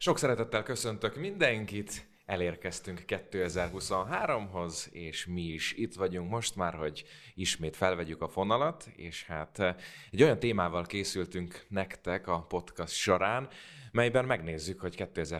Sok szeretettel köszöntök mindenkit, elérkeztünk 2023-hoz, és mi is itt vagyunk most már, hogy ismét felvegyük a fonalat, és hát egy olyan témával készültünk nektek a podcast során, melyben megnézzük, hogy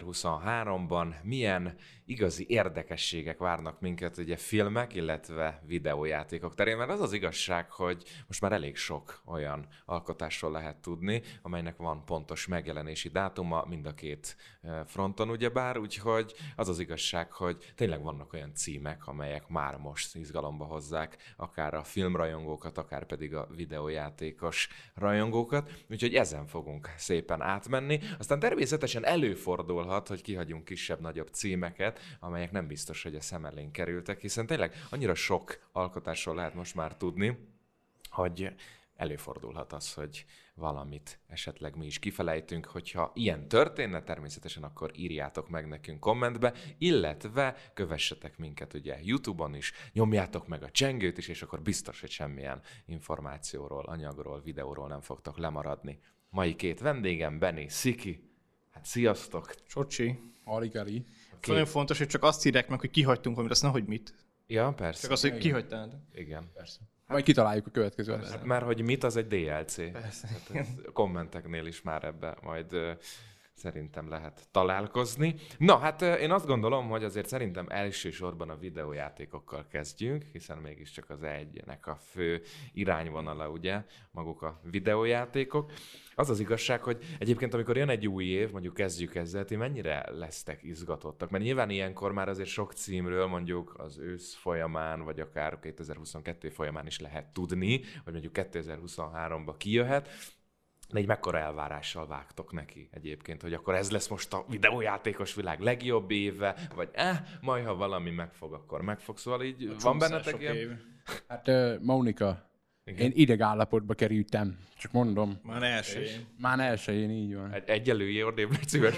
2023-ban milyen igazi érdekességek várnak minket ugye filmek, illetve videójátékok terén, mert az az igazság, hogy most már elég sok olyan alkotásról lehet tudni, amelynek van pontos megjelenési dátuma mind a két fronton ugyebár, úgyhogy az az igazság, hogy tényleg vannak olyan címek, amelyek már most izgalomba hozzák akár a filmrajongókat, akár pedig a videójátékos rajongókat, úgyhogy ezen fogunk szépen átmenni. Aztán természetesen előfordulhat, hogy kihagyunk kisebb-nagyobb címeket, amelyek nem biztos, hogy a szem elén kerültek, hiszen tényleg annyira sok alkotásról lehet most már tudni, hogy előfordulhat az, hogy valamit esetleg mi is kifelejtünk, hogyha ilyen történne, természetesen akkor írjátok meg nekünk kommentbe, illetve kövessetek minket ugye YouTube-on is, nyomjátok meg a csengőt is, és akkor biztos, hogy semmilyen információról, anyagról, videóról nem fogtok lemaradni. Mai két vendégem, Benni, Sziki, hát sziasztok! Csocsi. Aligari. Nagyon fontos, hogy csak azt írják meg, hogy kihagytunk valamit, azt nehogy mit. Ja, persze. Csak azt, hogy kihagytál. Igen. Persze. Majd kitaláljuk a következő adásra. Hát már hogy mit, az egy DLC. Persze. Hát kommenteknél is már ebbe majd szerintem lehet találkozni. Na, hát én azt gondolom, hogy azért szerintem elsősorban a videójátékokkal kezdjünk, hiszen mégiscsak az egynek a fő irányvonala, ugye, maguk a videójátékok. Az az igazság, hogy egyébként amikor jön egy új év, mondjuk kezdjük ezzel, ti mennyire lesztek izgatottak? Mert nyilván ilyenkor már azért sok címről mondjuk az ősz folyamán, vagy akár 2022 folyamán is lehet tudni, vagy mondjuk 2023-ba kijöhet, de így mekkora elvárással vágtok neki egyébként, hogy akkor ez lesz most a videójátékos világ legjobb éve, vagy majd ha valami megfog, akkor megfog. Szóval így A van bennetek csúszások ilyen? év. Hát Mónika, Igen. én idegállapotba kerültem. Csak mondom. Már elsőjén. Már elsőjén így van. Egy előjé ordébb, légy szíves.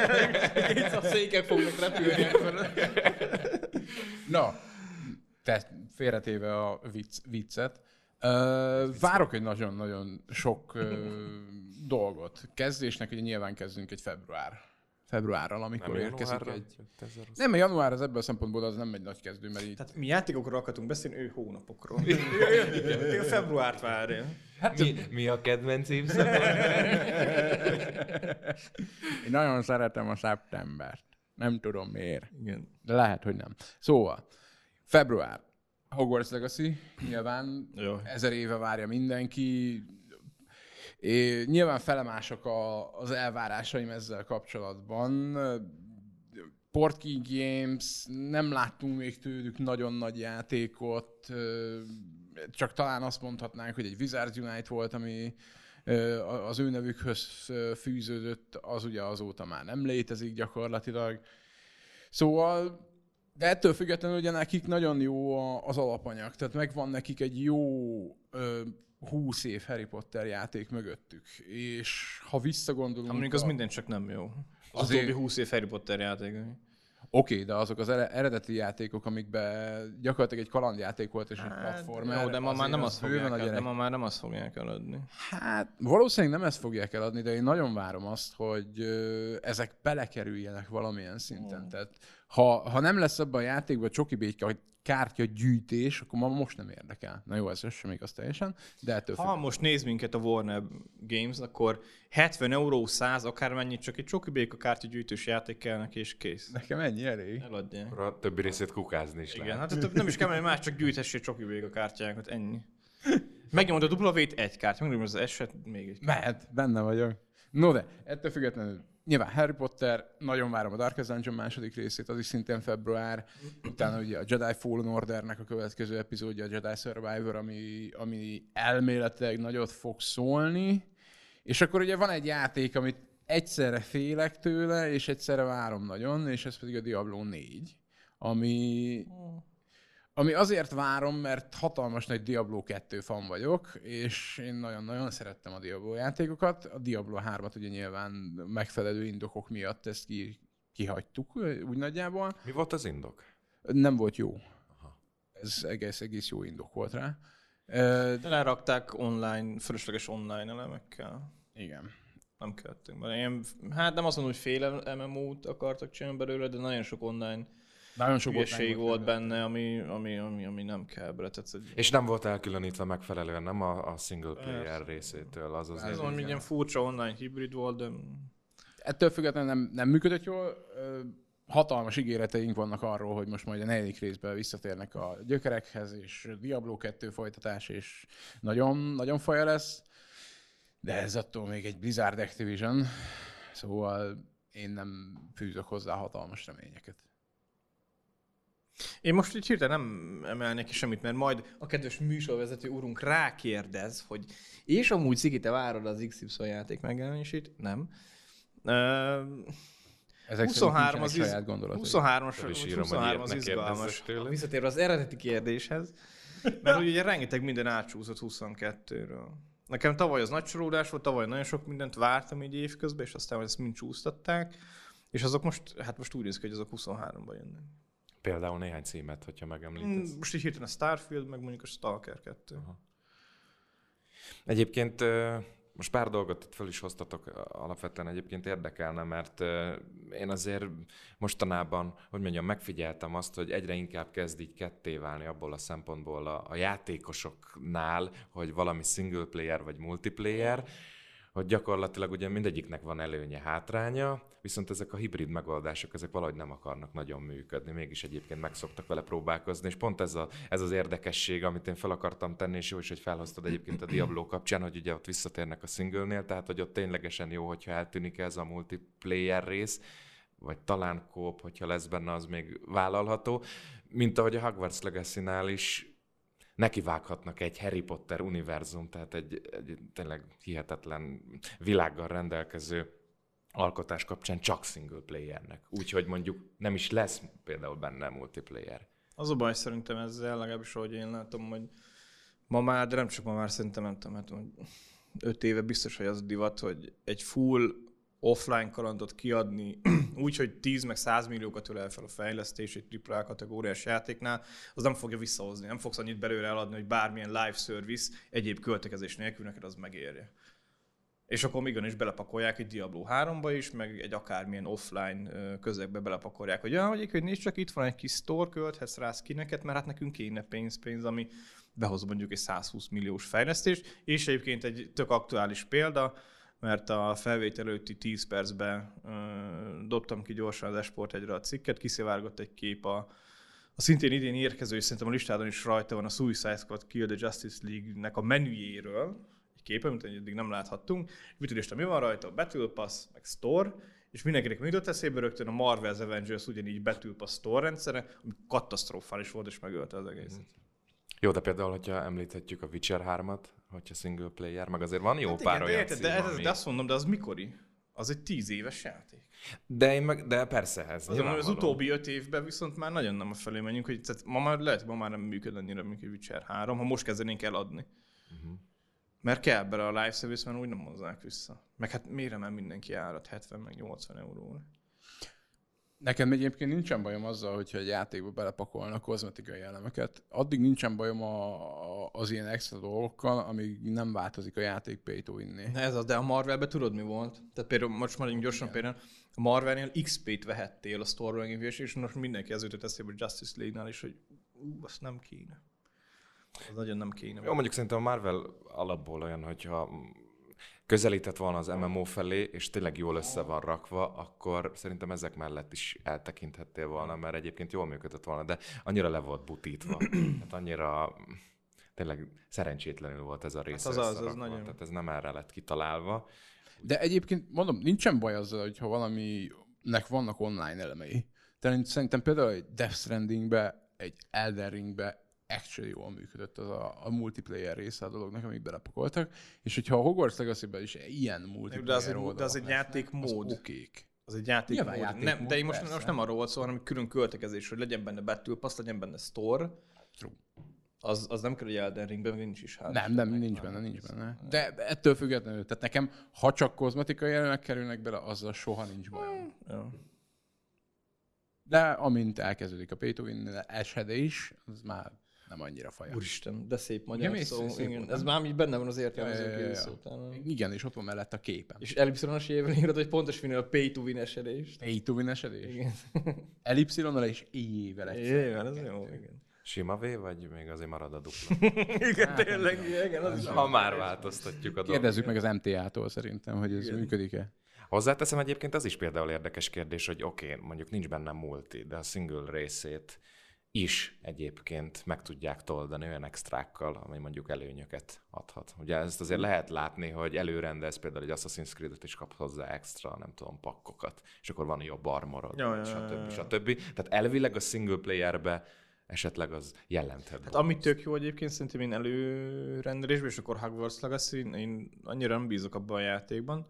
Itt a székek fognak repülni akkor. Na, te félretéve a viccet. Várok egy nagyon-nagyon sok dolgot. Kezdésnek ugye nyilván kezdünk egy februárral, amikor érkezik egy... Nem, a január az ebből a szempontból az nem egy nagy kezdő, mert így... Tehát mi játékokról akartunk beszélni, ő hónapokról. Ő februárt várja. Hát, mi a kedvenc évszakon? Én nagyon szeretem a szeptembert. Nem tudom miért. Igen. De lehet, hogy nem. Szóval, február. Hogwarts Legacy, nyilván Jó. 1000 éve várja mindenki. Nyilván felemások az elvárásaim ezzel kapcsolatban. Portkey Games, nem láttunk még tőlük nagyon nagy játékot, csak talán azt mondhatnánk, hogy egy Wizards Unite volt, ami az ő nevükhöz fűződött, az ugye azóta már nem létezik gyakorlatilag. Szóval, de ettől függetlenül ugye nekik nagyon jó az alapanyag, tehát megvan nekik egy jó 20 év Harry Potter játék mögöttük, és ha visszagondolunk... Mondjuk az minden csak nem jó. Az Azért- utóbbi 20 év Harry Potter játék. Oké, de azok az eredeti játékok, amikben gyakorlatilag egy kalandjáték volt és egy platformer. Jó, de ma már nem azt bőven fogják a el, de gyerek. ma már nem azt fogják eladni. Hát valószínűleg nem ezt fogják eladni, de én nagyon várom azt, hogy ezek belekerüljenek valamilyen szinten. Tehát ha nem lesz abban a játékban csokibéka kártyagyűjtés, akkor most nem érdekel. Na jó, ez sem igaz teljesen, de ettől Ha most néz minket a Warner Games, akkor 70 euró, 100, akármennyit, csak egy csokibéka kártyagyűjtős játék kell neki, és kész. Nekem ennyi elég. Eladják. A többi részét kukázni is Igen, lehet. hát nem is kell menni más, csak gyűjtessék csokibéka kártyákat, ennyi. Megnyomod a W-t, egy kártya, megnyomod az S-et, még egy kártya. Mehet, benne vagyok. No de, ettől függetlenül nyilván Harry Potter, nagyon várom a Darkest Dungeon második részét, az is szintén február. Utána ugye a Jedi Fallen Ordernek a következő epizódja, a Jedi Survivor, ami elméletileg nagyot fog szólni. És akkor ugye van egy játék, amit egyszerre félek tőle, és egyszerre várom nagyon, és ez pedig a Diablo 4, ami azért várom, mert hatalmas nagy Diablo 2 fan vagyok, és én nagyon-nagyon szerettem a Diablo játékokat. A Diablo 3-at ugye nyilván megfelelő indokok miatt ezt kihagytuk úgy nagyjából. Mi volt az indok? Nem volt jó. Aha. Ez egész jó indok volt rá. De lerakták online, fölösleges online elemekkel. Igen. Nem követtünk bele. Én, hát nem azt mondom, hogy fél MMO-t akartak csinálni belőle, de nagyon sok online Nagyon sok hülyeség volt benne, ami nem kell bele. És nem volt elkülönítve megfelelően, nem a single player részétől. Az ez valami ilyen furcsa online hibrid volt, de... Ettől függetlenül nem működött jól. Hatalmas ígéreteink vannak arról, hogy most majd a 4. részben visszatérnek a gyökerekhez, és Diablo 2 folytatás, és nagyon, nagyon faja lesz. De ez attól még egy Blizzard Activision, szóval én nem fűzök hozzá hatalmas reményeket. Én most így hirtelen nem emelnék ki semmit, mert majd a kedves műsorvezető úrunk rákérdez, hogy és amúgy Sziki, te várod az XY játék megjelenését? Nem. Ezek 23 az saját gondolatai. 23 az izgalmas. Visszatérve az eredeti kérdéshez, mert ugye rengeteg minden átsúszott 22-ről. Nekem tavaly az nagy csalódás volt, tavaly nagyon sok mindent vártam így évközben, és aztán ezt mind csúsztatták, és azok most úgy néz ki, hogy azok 23-ban jönnek. Például néhány címet, hogyha megemlítesz. Most így hirtelen a Starfield, meg mondjuk a Stalker 2. Aha. Egyébként most pár dolgot itt föl is hoztatok, alapvetően egyébként érdekelne, mert én azért mostanában, hogy mondjam, megfigyeltem azt, hogy egyre inkább kezd így ketté válni abból a szempontból a játékosoknál, hogy valami single player vagy multiplayer, hogy gyakorlatilag ugye mindegyiknek van előnye, hátránya, viszont ezek a hibrid megoldások, ezek valahogy nem akarnak nagyon működni, mégis egyébként meg szoktak vele próbálkozni, és pont ez az érdekesség, amit én fel akartam tenni, és jó is, hogy felhoztad egyébként a Diablo kapcsán, hogy ugye ott visszatérnek a single-nél, tehát hogy ott ténylegesen jó, hogyha eltűnik ez a multiplayer rész, vagy talán co-op, hogyha lesz benne, az még vállalható, mint ahogy a Hogwarts Legacy-nál is nekivághatnak egy Harry Potter univerzum, tehát egy tényleg hihetetlen világgal rendelkező alkotás kapcsán csak single playernek. Úgyhogy mondjuk nem is lesz például benne multiplayer. Az a baj szerintem ezzel, legalábbis ahogy én látom, hogy ma már, de nem csak ma már szerintem, nem tudom, hát 5 éve biztos, hogy az a divat, hogy egy full offline kalandot kiadni, úgy, hogy 10 meg 100 milliókat ölel fel a fejlesztés egy AAA kategóriás játéknál, az nem fogja visszahozni. Nem fogsz annyit belőle eladni, hogy bármilyen live service egyéb költekezés nélkül neked az megérje. És akkor még is belepakolják egy Diablo 3-ba is, meg egy akármilyen offline közegbe belepakolják, hogy hogy nézd csak, itt van egy kis store, költhetsz rá skineket, mert hát nekünk kéne pénz, ami behoz mondjuk egy 120 milliós fejlesztést, és egyébként egy tök aktuális példa, mert a felvétel előtti 10 percben dobtam ki gyorsan az Esport 1-re a cikket, kiszivárgott egy kép a szintén idén érkező, és szerintem a listádon is rajta van a Suicide Squad Kill the Justice League-nek a menüjéről, egy kép, amit eddig nem láthattunk, és mi van rajta? Battle Pass, meg Store, és mindenkinek mi jutott eszébe rögtön a Marvel's Avengers ugyanígy Battle Pass Store rendszere, ami katasztrofális volt, és megölte az egészet. Jó, de például, hogyha említhetjük a Witcher 3-at, hogyha single player, meg azért van jó hát pár igen, olyan cím, cím, de azt mondom, de az mikori? Az egy 10 éves játék. De persze ez. Az utóbbi 5 évben viszont már nagyon nem a felé menjünk, hogy ma már nem működ annyira, mint egy Witcher 3, ha most kezdenénk el adni. Uh-huh. Mert kell bele a live service, mert úgy nem hozzák vissza. Meg hát miért nem mindenki árat 70 meg 80 euróra. Nekem egyébként nincsen bajom azzal, hogyha egy játékba belepakolnak kozmetikai elemeket. Addig nincsen bajom az ilyen extra dolgokkal, amíg nem változik a játék pay to win-né. Ez az, de a Marvelben tudod mi volt? Tehát például most maradjunk gyorsan például, a Marvelnél XP-t vehettél a store és most mindenki az jutott eszébe a Justice League-nál is, hogy azt nem kéne. Az nagyon nem kéne. Jó, mondjuk szerintem a Marvel alapból olyan, hogyha közelített volna az MMO felé, és tényleg jól össze van rakva, akkor szerintem ezek mellett is eltekinthettél volna, mert egyébként jól működött volna, de annyira le volt butítva. Hát annyira tényleg szerencsétlenül volt ez a rész. Hát az nagyon. Tehát ez nem erre lett kitalálva. De egyébként mondom, nincsen baj azzal, hogyha valaminek vannak online elemei. Tehát szerintem például egy Death Strandingbe, egy Elden Ringbe actually jól működött az a multiplayer része a dolognak, amit belepakoltak, és hogyha a Hogwarts Legacy-ben is ilyen multiplayer de az egy játékmód. Az okék. Az egy játékmód. Nem, de én most nem arról volt szó, hanem külön költekezés, hogy legyen benne Battle Pass, legyen benne Store. True. Az nem kell, hogy Elden Ringben, nincs is hát. Nem, nincs benne. De ettől függetlenül, tehát nekem, ha csak kozmetikai elemek kerülnek bele, azzal soha nincs bajom. Ja. De amint elkezdődik a pay to win esedés, az már nem annyira faja. Úristen, de szép magyar Igen, szó. szép Igen. volt, Ez nem? már így benne van az értelmező szótán. Igen, és ott van mellett a képem. És ellipszilonos éven írod, hogy pontos vinni a pay to win esedést. Pay to win esedés? Igen. Ellipszilonnal és éjjel egyszer. Igen, ez jó, igen. Sima V, vagy még azért marad a dupla? Igen, tényleg, igen, az is Ha már változtatjuk a dolgot. Kérdezzük meg az MTA-tól szerintem, hogy ez működik-e. Hozzáteszem egyébként, az is például érdekes kérdés, hogy oké, mondjuk nincs benne multi, de a single részét is egyébként meg tudják toldani olyan extrákkal, ami mondjuk előnyöket adhat. Ugye ezt azért lehet látni, hogy előrendelsz például egy Assassin's Creed-et és kapsz hozzá extra, nem tudom, pakkokat, és akkor van jobb armorod, stb. Tehát elvileg a single playerbe esetleg az jelenthet. Hát ami tök jó egyébként szerintem én előrendelésben, és akkor Hogwarts Legacy, én annyira nem bízok abban a játékban,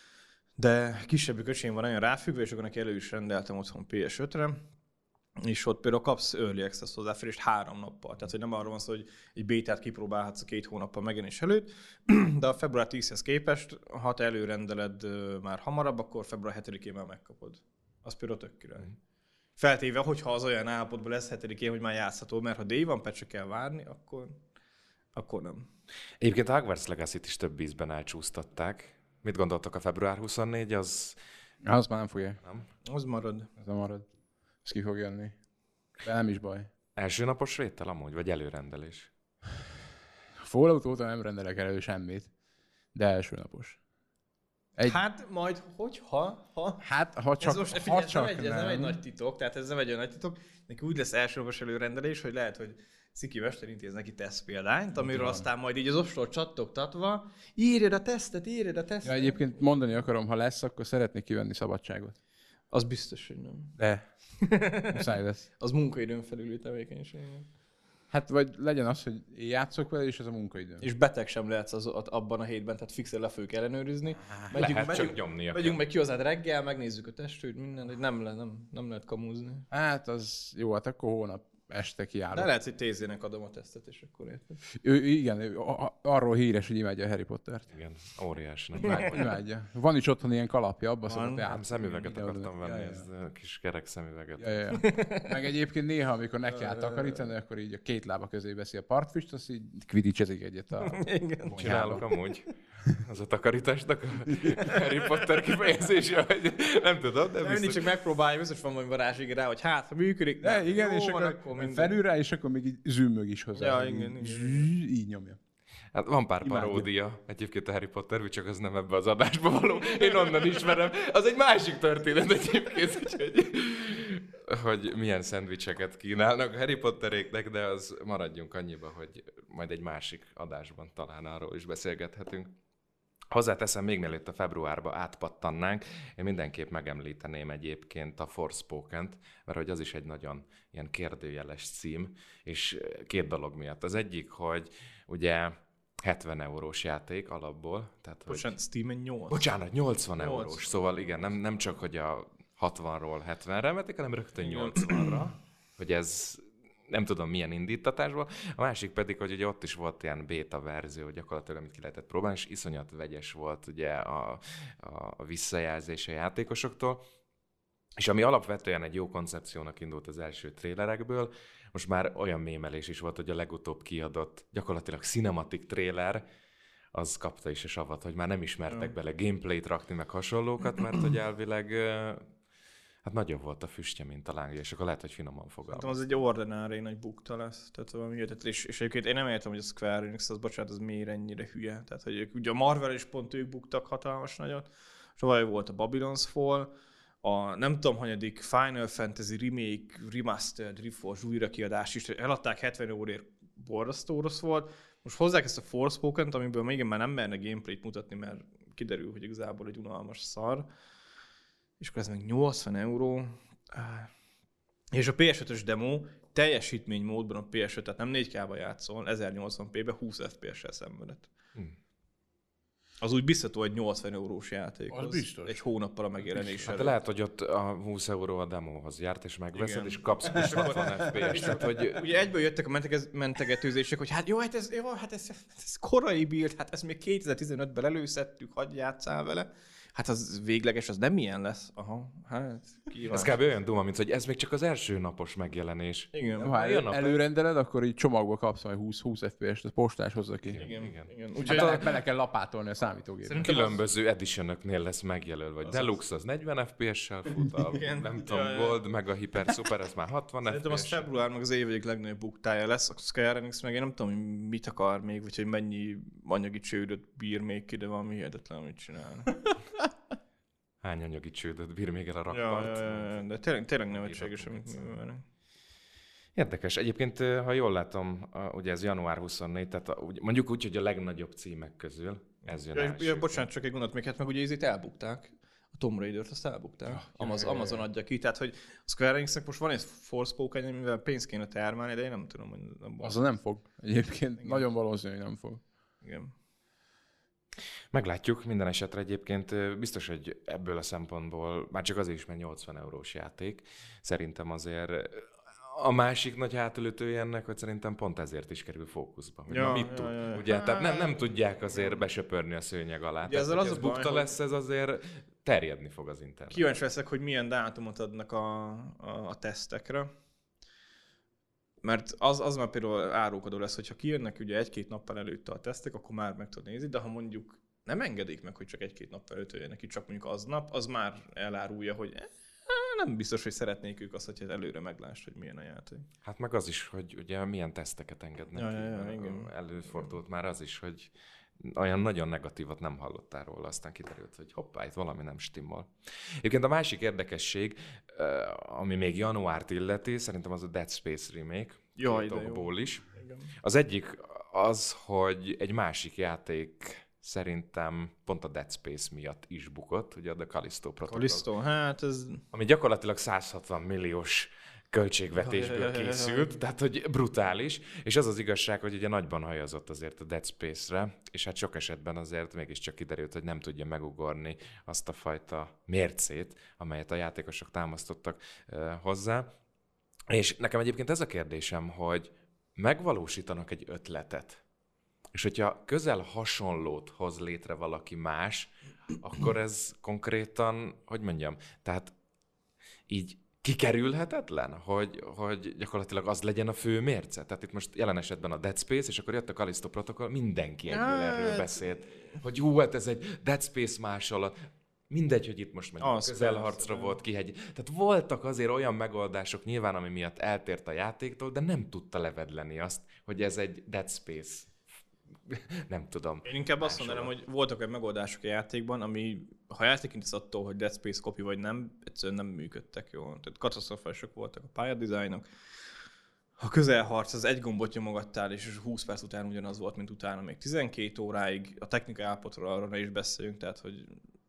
de kisebbik öcsém van nagyon ráfüggve, és akkor neki elő is rendeltem otthon PS5-re, és ott például kapsz Early Access hozzáférést 3 nappal. Tehát, hogy nem arról van szó, hogy egy bétát kipróbálhatsz a 2 hónappal megjelenés előtt, de a február 10-hez képest, ha te előrendeled már hamarabb, akkor február 7-én már megkapod. Az például tök király. Feltéve, hogyha az olyan állapotban lesz 7-én, hogy már játszható, mert ha day van, patch kell várni, akkor nem. Egyébként a Hogwarts Legacy-t is több ízben elcsúsztatták. Mit gondoltok a február 24, az... Az már nem fogja. Nem? Az marad. Ez nem marad. Ez ki fog jönni. De nem is baj. Első napos vétel amúgy, vagy előrendelés? Fallout óta nem rendelek elő semmit, de első napos. Hát majd, hogyha... Hát, ha csak, ez most, ha ez csak nem. Ez nem egy nagy titok, tehát ez nem egy olyan nagy titok. Neki úgy lesz elsőnapos előrendelés, hogy lehet, hogy Sziki Mester intéz neki tesztpéldányt, amiről aztán majd így az ostól csattogtatva írjad a tesztet. Ja, egyébként mondani akarom, ha lesz, akkor szeretnék kivenni szabadságot. Az biztos, hogy nem. De muszáj lesz. Az munkaidőn felüli tevékenység. Hát vagy legyen az, hogy én játszok vele, és ez a munkaidőm. És beteg sem lehetsz abban a hétben, tehát fixen le fogjuk ellenőrizni. Csak nyomnia megyünk meg ki hozzád reggel, megnézzük a testőt, mindent, hogy nem lehet kamúzni. Hát az jó, hát akkor hónap este kiállok. De lehet, hogy Tézének adom a tesztet, és akkor érted. Ő arról híres, hogy imádja a Harry Pottert. Igen, óriási. Imádja. Van is otthon ilyen kalapja, abba szokott Nem, szemüveget akartam venni, ez kis kerek szemüveget. Ja. Meg egyébként néha, amikor neki áll takarítani, akkor így a 2 lába közé veszi a partfüst, azt így kvidicsezik egyet a Csinálok amúgy. Az a takarításnak a Harry Potter kifejezése, hogy nem tudom, de mindig csak megpróbálja, biztos van valami varázsig rá, hogy hát, ha működik. De igen, jó, és akkor felül rá, és akkor még így zümmög is hozzá. Ja, igen. Így nyomja. Hát van pár paródia egyébként a Harry Potter, csak az nem ebbe az adásba való. Én onnan ismerem. Az egy másik történet egyébként, hogy milyen szendvicseket kínálnak a Harry Potteréknek, de az maradjunk annyiba, hogy majd egy másik adásban talán arról is beszélgethetünk. Hozzáteszem, még mielőtt a februárba átpattannánk, én mindenképp megemlíteném egyébként a Forspoken-t, mert hogy az is egy nagyon ilyen kérdőjeles cím, és 2 dolog miatt. Az egyik, hogy ugye 70 eurós játék alapból. Tehát, Bocsánat, Steam-en 8. Bocsánat, 80 eurós. Szóval igen, nem csak, hogy a 60-ról 70-re emetik, hanem rögtön 80-ra, hogy ez nem tudom milyen indítatásból. A másik pedig, hogy ugye ott is volt ilyen beta verzió, gyakorlatilag amit ki lehetett próbálni, és iszonyat vegyes volt ugye a visszajelzése játékosoktól. És ami alapvetően egy jó koncepciónak indult az első trélerekből, most már olyan mémelés is volt, hogy a legutóbb kiadott gyakorlatilag cinematic trailer, az kapta is a savat, hogy már nem ismertek bele gameplayt rakni, meg hasonlókat, mert hogy elvileg hát nagyobb volt a füstje, mint a lángja, és akkor lehet, hogy finoman fogalmaz. Az egy ordinári nagy bukta lesz, tehát valami jöttet, és egyébként én nem értem, hogy a Square Enix, az bocsánat, az miért ennyire hülye. Tehát, hogy ők, ugye a Marvel is pont ők buktak hatalmas nagyot, és volt a Babylon's Fall, a nem tudom hanyadik Final Fantasy Remake, Remastered, Reforged újrakiadás is, eladták 70 euróért, borzasztó rossz volt. Most hozzák ezt a Forspoken-t, amiből még már nem merne gameplayt mutatni, mert kiderül, hogy igazából egy unalmas szar. És akkor ez meg 80 euró. És a PS5-ös demo teljesítmény módban a PS5, tehát nem 4K-ba játszol, 1080p-be 20 FPS-sel szenvedett. Az úgy biztató egy 80 eurós játék. Az biztos. Egy hónappal a megjelenés Hát előtt. lehet, hogy ott a 20 euró a demóhoz járt, és megveszed, és kapsz 60 FPS-t. Tehát, hogy... Ugye egyből jöttek a mentegetőzések, hogy hát jó, ez korai build, hát ezt még 2015-ben előszedtük, hadd játsszál vele. Hát az végleges, az nem ilyen lesz. Aha, hát Ez kb. Olyan duma, mint hogy ez még csak az első napos megjelenés. Igen. Ha előrendeled, akkor így csomagba kapsz majd 20 FPS-t, a postás hozza ki. Igen. Úgyhogy bele kell lapátolni a számítógépet. Különböző editionöknél lesz megjelölve, vagy Deluxe az 40 FPS-sel fut, nem tudom, Gold, meg a Hyper Super, az már 60 Szerintem az FPS. február meg az év egyik legnagyobb buktája lesz. A Square Enix meg én nem tudom, hogy mit akar még, vagy hogy mennyi anyagi csődöt bír még ki, de valami hihetetlen, amit csinál. Hány anyagi csődöt bír még el a rakpart? De tényleg nevetséges, amit művelnek. Érdekes. Egyébként, ha jól látom, ugye ez január 24, tehát mondjuk úgy, hogy a legnagyobb címek közül ez jön első. Bocsánat, csak egy gondot még, hát meg ugye ezért elbukták. A Tomb Raider-t azt elbukták. Amazon adja ki, tehát hogy a Square Enixnek most van egy Forspoken, amivel pénzt kéne termelni, de én nem tudom, hogy azon nem fog. Egyébként igen. Nagyon valószínű, hogy nem fog. Igen. Meglátjuk, minden esetre egyébként biztos, hogy ebből a szempontból, már csak azért is, mert 80 eurós játék, szerintem azért a másik nagy hátulütője ennek, hogy szerintem pont ezért is kerül fókuszba. Hogy mit tud, ugye? Tehát nem tudják azért besöpörni a szőnyeg alá. Ugye tehát, az ez bukta lesz, ez azért terjedni fog az internet. Kíváncsi leszek, hogy milyen dátumot adnak a tesztekre. Mert az már például árulkodó lesz, hogyha kijönnek ugye 1-2 nappal előtte a tesztek, akkor már meg tudod nézni, de ha mondjuk nem engedik meg, hogy csak 1-2 nappal előtt jöjjön neki, csak mondjuk aznap, az már elárulja, hogy nem biztos, hogy szeretnék ők azt, hogy előre megláss, hogy milyen a játék. Hát meg az is, hogy ugye milyen teszteket engednek ki. Igen. Előfordult már az is, hogy olyan nagyon negatívat nem hallottál róla, aztán kiderült, hogy hoppá, itt valami nem stimmel. Egyébként a másik érdekesség, ami még januárt illeti, szerintem az a Dead Space remake. Okból is. Igen. Az egyik az, hogy egy másik játék szerintem pont a Dead Space miatt is bukott, ugye a The Callisto Protocol. Hát ez... Ami gyakorlatilag 160 milliós költségvetésből készült, tehát hogy brutális, és az az igazság, hogy ugye nagyban hajazott azért a Dead Space-re, és hát sok esetben azért mégiscsak kiderült, hogy nem tudja megugorni azt a fajta mércét, amelyet a játékosok támasztottak hozzá. És nekem egyébként ez a kérdésem, hogy megvalósítanak egy ötletet, és hogyha közel hasonlót hoz létre valaki más, akkor ez konkrétan, hogy mondjam, tehát így kikerülhetetlen, hogy gyakorlatilag az legyen a fő mérce. Tehát itt most jelen esetben a Dead Space, és akkor jött a Callisto Protocol, mindenki egyből erről beszélt, hogy hát ez egy Dead Space másolat. Mindegy, hogy itt most mondjuk közelharcra volt kihegy. Tehát voltak azért olyan megoldások nyilván, ami miatt eltért a játéktól, de nem tudta levedleni azt, hogy ez egy Dead Space. Nem tudom. Én inkább azt mondanám, hogy voltak olyan megoldások a játékban, ami, ha eltekintesz attól, hogy Dead Space copy vagy nem, egyszerűen nem működtek jól. Tehát katasztrofálisak voltak a pályadizájnok. A közelharc, az egy gombot nyomogattál, és 20 perc után ugyanaz volt, mint utána még 12 óráig. A technikai állapotról arra ne is beszéljünk, tehát hogy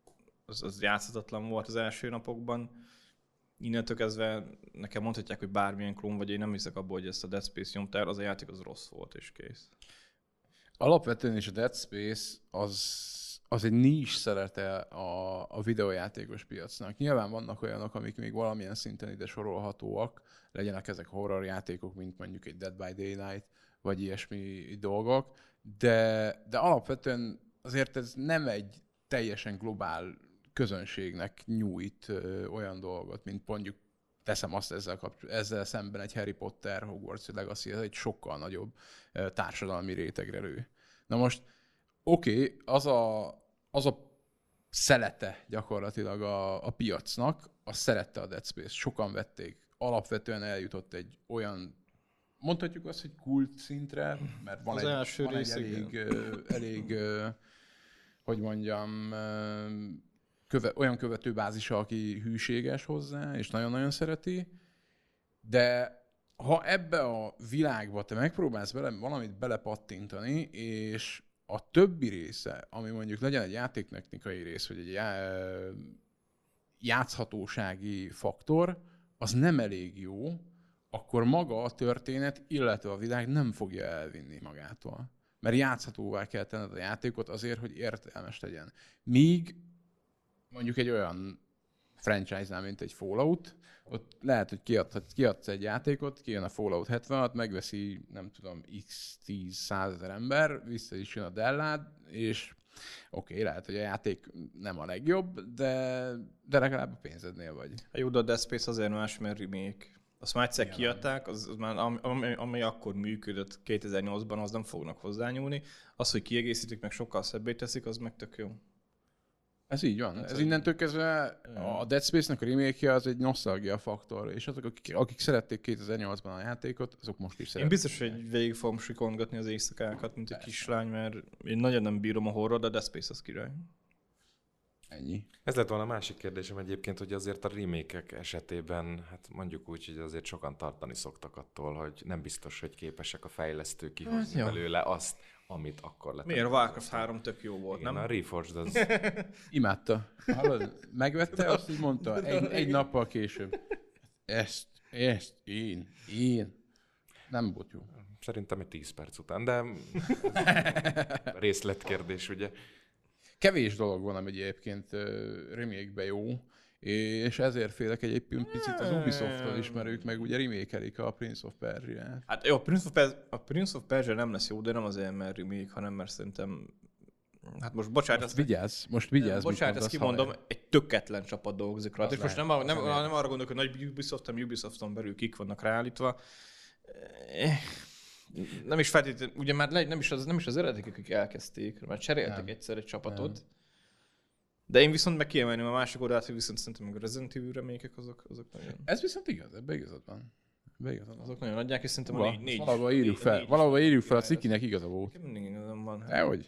az játszhatatlan volt az első napokban. Innentől kezdve nekem mondhatják, hogy bármilyen klón vagy, én nem hiszek abból, hogy ezt a Dead Space nyomtál, az a játék az rossz volt, és kész. Alapvetően is a Dead Space az egy niche szerete a videójátékos piacnak. Nyilván vannak olyanok, amik még valamilyen szinten ide sorolhatóak, legyenek ezek horror játékok, mint mondjuk egy Dead by Daylight, vagy ilyesmi dolgok, de alapvetően azért ez nem egy teljesen globál közönségnek nyújt olyan dolgot, mint mondjuk teszem azt ezzel szemben egy Harry Potter, Hogwarts Legacy, ez egy sokkal nagyobb társadalmi rétegre lő. Na most, oké, az a szelete gyakorlatilag a piacnak, azt szerette a Dead Space, sokan vették. Alapvetően eljutott egy olyan, mondhatjuk azt, hogy kult szintre, mert van egy elég hogy mondjam, olyan követőbázisa, aki hűséges hozzá, és nagyon-nagyon szereti, de ha ebbe a világba te megpróbálsz valamit belepattintani, és a többi része, ami mondjuk legyen egy játéktechnikai rész, vagy egy játszhatósági faktor, az nem elég jó, akkor maga a történet, illetve a világ nem fogja elvinni magától. Mert játszhatóvá kell tenned a játékot azért, hogy értelmes legyen. Míg mondjuk egy olyan franchise-nál, mint egy Fallout, ott lehet, hogy kiadsz egy játékot, kijön a Fallout 76, megveszi, nem tudom, x 10-100 ezer ember, vissza is jön a Dellád, és Oké, lehet, hogy a játék nem a legjobb, de legalább a pénzednél vagy. Jó, de a Dead Space azért más, mert remake. Azt már egyszer kiadták, az már, ami akkor működött 2008-ban, az nem fognak hozzányúlni. Az, hogy kiegészítik, meg sokkal szebbé teszik, az meg tök jó. Ez így van. Ez innentől kezdve a Dead Space-nek a remake-je az egy nosztalgia faktor, és azok, akik szerették 2008-ban a játékot, azok most is szeretik. Én biztos, hogy végig fogom sikongatni az éjszakákat, mint egy kislány, mert én nagyon nem bírom a horror, de a Dead Space az király. Ennyi. Ez lett volna a másik kérdésem egyébként, hogy azért a remake-ek esetében, hát mondjuk úgy, hogy azért sokan tartani szoktak attól, hogy nem biztos, hogy képesek a fejlesztők kihozni belőle azt, amit akkor lett. Miért? A Warcraft 3 tök jó volt, Igen, nem? a Reforged az... Imádta. Hallod? Megvette, azt így mondta, egy nappal később. Ezt, én. Nem volt jó. Szerintem egy 10 perc után, de részletkérdés, ugye? Kevés dolog van, ami egyébként remake-be jó, és ezért félek egyébként picit az Ubisoft-tól is, mert ők meg ugye remake-elik a Prince of Persia-t. Hát jó, a Prince of Persia nem lesz jó, de nem azért, mert remake, hanem mert szerintem... Hát most bocsánat, Most vigyázz. Bocsánat, ezt kimondom, egy tökéletlen csapat dolgozik rajta. És most nem arra gondolok, hogy nagy Ubisofton belül kik vannak ráállítva. Nem is feltétlenül, ugye már nem is az eredetik, akik elkezdték, már cseréltek egyszer egy csapatot. Nem. De én viszont meg kiemelném a másik oldalt, hogy viszont szerintem meg a Resident Evil remékek azok nagyon... Ez viszont igaz, ebben igazad van. Azok nagyon adják, és szerintem a négy... Valahol írjuk fel, a Cikinek igaza volt. Mindig igazam van. Dehogy.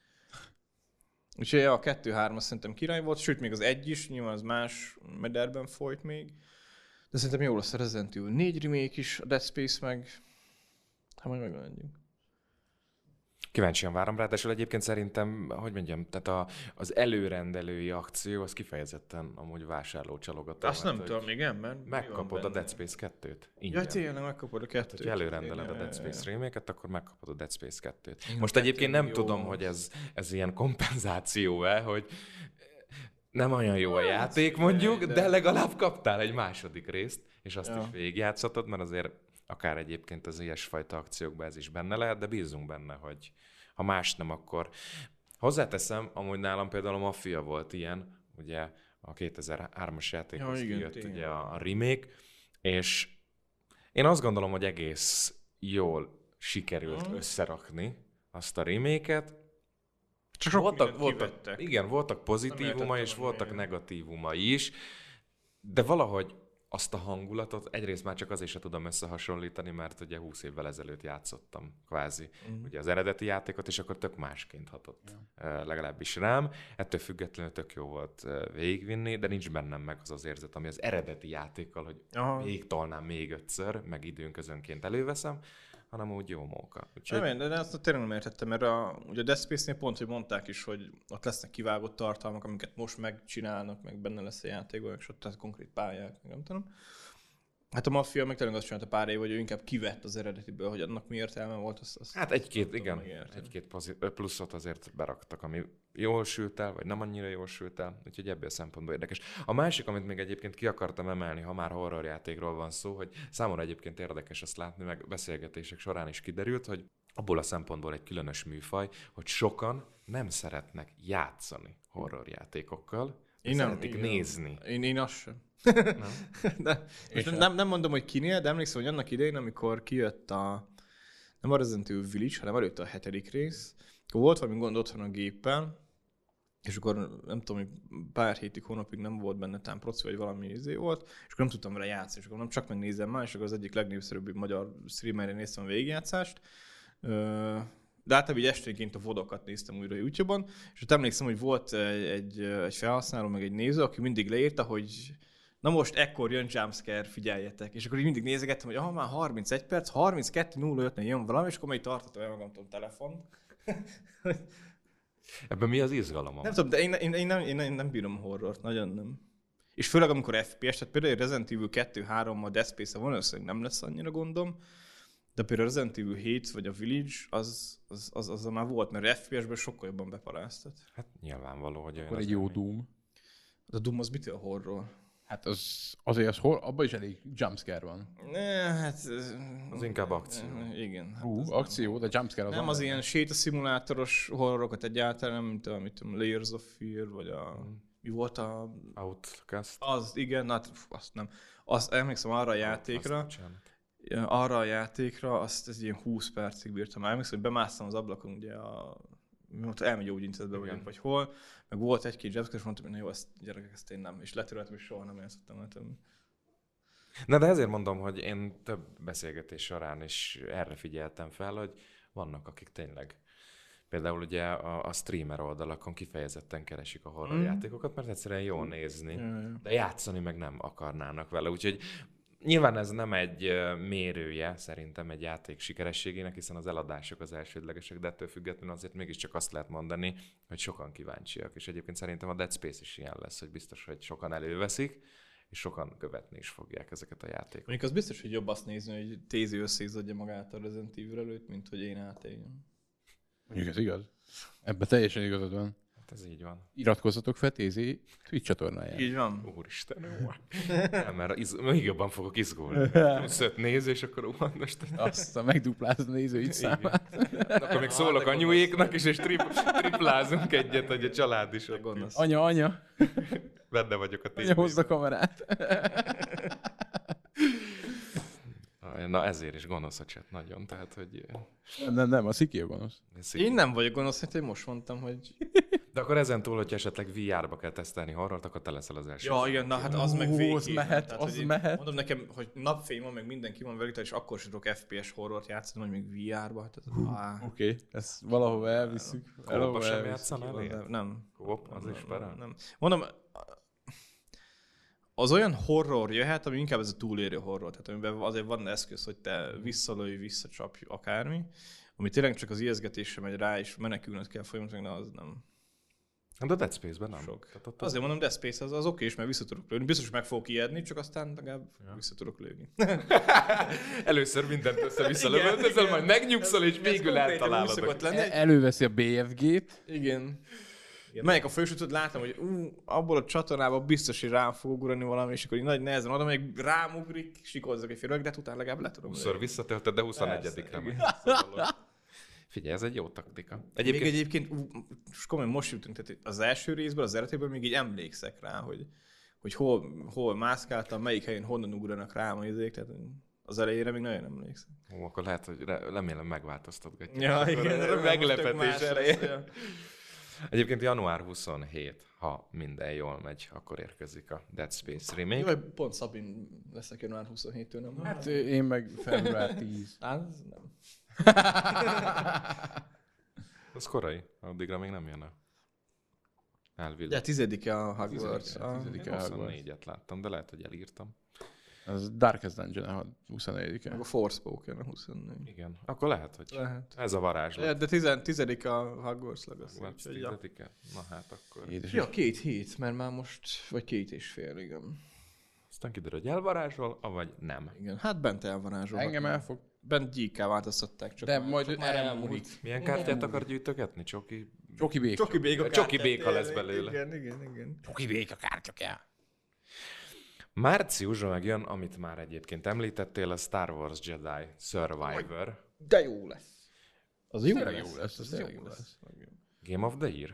Úgyhogy a 2-3 szerintem király volt, sőt még az 1 is, nyilván az más mederben folyt még. De szerintem jó lesz a Resident Evil 4 remake is, a Dead Space meg... Hát majd megmondjuk. Kíváncsian várom rá, de egyébként szerintem, hogy mondjam, tehát az előrendelői akció az kifejezetten amúgy vásárlócsalogató. Azt nem tudom, igen, mert... Megkapod a Dead Space 2-t. Ingyen. Ja, tényleg megkapod a 2-t. Ha előrendeled a Dead Space remake-et, akkor megkapod a Dead Space 2-t. Most egyébként nem tudom, hogy ez ilyen kompenzáció-e, hogy nem olyan jó a játék mondjuk, de legalább kaptál egy második részt, és azt is végigjátszhatod, mert azért akár egyébként az ilyesfajta akciókban ez is benne lehet, de bízunk benne, hogy ha más nem, akkor hozzáteszem, amúgy nálam például a Mafia volt ilyen, ugye a 2003-as játékhoz kijött ugye a remake, és én azt gondolom, hogy egész jól sikerült összerakni azt a remake-et. Csak voltak pozitívuma és voltak negatívuma is, de valahogy azt a hangulatot egyrészt már csak azért sem tudom összehasonlítani, mert ugye 20 évvel ezelőtt játszottam kvázi ugye az eredeti játékot, és akkor tök másként hatott legalábbis rám. Ettől függetlenül tök jó volt végigvinni, de nincs bennem meg az érzet, ami az eredeti játékkal, hogy végigtolnám még 5-ször, meg időnközönként előveszem, hanem úgy jó móka. Úgyhogy... Nem, de azt tényleg nem értettem, mert ugye a Dead Space-nél pont, hogy mondták is, hogy ott lesznek kivágott tartalmak, amiket most megcsinálnak, meg benne lesz a játékban, és ott tehát konkrét pályák, nem tudom. Hát a Mafia meg tényleg azt csinálta pár év, hogy ő inkább kivett az eredetiből, hogy annak mi értelme volt. Azt hát egy-két pluszot azért beraktak, ami jól sült el, vagy nem annyira jól sült el, úgyhogy ebből a szempontból érdekes. A másik, amit még egyébként ki akartam emelni, ha már horrorjátékról van szó, hogy számomra egyébként érdekes azt látni, meg beszélgetések során is kiderült, hogy abból a szempontból egy különös műfaj, hogy sokan nem szeretnek játszani horrorjátékokkal, szeretik nézni. Én azt sem. Nem mondom, hogy kinél, de emlékszem, hogy annak idején, amikor kijött nem a Resident Evil Village, hanem előtte a 7. rész, akkor volt valami gond otthon a géppel, és akkor nem tudom, hogy pár hétig, hónapig nem volt benne talán proci, vagy valami izé volt, és akkor nem tudtam vele játszani, és akkor nem csak megnézem már, és akkor az egyik legnépszerűbb magyar streamerre néztem a végigjátszást, de általában így esténként a vodokat néztem újra YouTube-on, és ott emlékszem, hogy volt egy felhasználó, meg egy néző, aki mindig leírta, hogy na most ekkor jön jumpscare, figyeljetek. És akkor így mindig nézegettem, hogy már 31 perc, 32:05-nél jön valami, és akkor még tartottam el magamtól telefon. Ebben mi az izgalom? Nem tudom, de én nem bírom horrort, nagyon nem. És főleg amikor FPS, tehát például Resident Evil 2-3-mal Dead Space-a van, valószínűleg nem lesz annyira gondom, de például Resident Evil 7 vagy a Village, az már volt, mert FPS-ben sokkal jobban beparáztat. Hát nyilvánvaló, hogy olyan. Akkor egy jó Doom. A Doom az mitől horror? Hát azért abban is elég jumpscare van. Hát... Az inkább akció. Igen. Hát Akció, de jumpscare az nem van. az ilyen sétaszimulátoros horrorokat egyáltalán, mint a Layers of Fear, vagy mi volt a... Outcast. Az, igen, hát azt nem. Azt emlékszem arra a játékra, azt ez ilyen 20 percig bírtam. Emlékszem, hogy bemásztam az ablakon, ugye elmegyógyintetbe vagyok, vagy hol, meg volt egy-két jumpscare, és mondtam, hogy na jó, gyerekek, ezt én nem. És letöröltem, és soha nem játszottam letenni. Na de ezért mondom, hogy én több beszélgetés során is erre figyeltem fel, hogy vannak, akik tényleg például ugye a streamer oldalakon kifejezetten keresik a horror játékokat, mert egyszerűen jó nézni, de játszani meg nem akarnának vele. Úgyhogy nyilván ez nem egy mérője szerintem egy játék sikerességének, hiszen az eladások az elsődlegesek, de ettől függetlenül azért mégiscsak azt lehet mondani, hogy sokan kíváncsiak. És egyébként szerintem a Dead Space is ilyen lesz, hogy biztos, hogy sokan előveszik, és sokan követni is fogják ezeket a játékokat. Mondjuk az biztos, hogy jobb azt nézni, hogy Tézi összeizzadja magát a Resident Evil előtt, mint hogy én átéljem. Mondjuk ez igaz. Ebben teljesen igazad van. Hát ez így van. Iratkozzatok fel Tézi Twitch csatornájára. Így van. Úristen, nem, mert még jobban fogok izgulni. 25 néző, és akkor most... Azt megduplázod a nézőid számát. Akkor még szólok anyuéknak is, és triplázunk egyet, hogy a család is ott. Gonosz. Anya. Benne vagyok a Anya, tévében. hozd a kamerát. Na ezért is gonosz a chat nagyon, tehát hogy... Nem, a Sziki a gonosz. Én nem vagyok gonosz, hát én most mondtam, hogy... De akkor ezen túl, hogyha esetleg VR-ba kell tesztelni horrort, akkor te leszel az első. Ja, igen, na hát az meg végig. Az mehet, tehát, az hogy mehet. Mondom nekem, hogy napfény van, meg mindenki van velük, és akkor sem tudok FPS horrort játszani, vagy még VR-ba. Hát, Oké, ezt valahova elviszük. Kóba sem játszanál? Nem. Kóp, az is perel? Nem. Mondom, az olyan horror jöhet, ami inkább ez a túlélő horror, tehát amiben azért van eszköz, hogy te visszalőj, visszacsapj, akármi, ami tényleg csak az ijeszgetésre megy rá, és menekülnöd kell folyamatosan, de az nem. De a Dead Space-ben nem. Sok. Azért mondom, Dead Space az oké, és meg vissza tudok lőni. Biztos, hogy meg fogok ijedni, csak aztán legalább vissza tudok lőni. Először mindent össze-vissza lövöldözel, majd megnyugszol, és végül eltalálod. Előveszi a BFG-t. Igen. Melyik a fősütőt, látom, hogy abból a csatornából biztos, hogy rám fog ugrani valami, és akkor így nagy nehezen oda, még rám ugrik, sikozzak egy fél de utána legalább le tudom. 20-szor visszatöltöd, de 21-edikre meg. Figyelj, ez egy jó taktika. Egyébként komolyan most jutunk, tehát az első részből, az eredetéből még így emlékszek rá, hogy hol mászkáltam, melyik helyen honnan ugranak rám a izék, tehát az elejére még nagyon emlékszem. Akkor lehet, hogy remélem megváltoztatgatjuk. Ja, igen, meglepetés elején. Egyébként január 27, ha minden jól megy, akkor érkezik a Dead Space remake. Jaj, pont Szabin leszek január 27-től, nem? Hát én meg február 10. Az nem. Az korai, addigra még nem jön a elvileg. De 10-e a Hogwarts. 24-et láttam, de lehet, hogy elírtam. Az Darkest Dungeon a 24-e. Meg a Forspoken a 24. Igen, akkor lehet, hogy ez a varázslat. De 10-e a Hogwarts Legacy. Ja. Na hát akkor... Ja, 2 hét, mert már most, vagy 2,5, igen. Aztán kiderül, hogy elvarázsol, vagy nem. Igen, hát bent elvarázsol. Engem elfog. Bent gyíkká változtatták, csak de majd már elmúlik. Milyen kártyát akar gyűjtögetni? Csoki béka. Csoki béka lesz belőle. Igen. Csoki béka kártya kell. Márciusban megjön, amit már egyébként említettél, a Star Wars Jedi Survivor. De jó lesz. Az jó lesz. Az jó lesz. Game of the Year?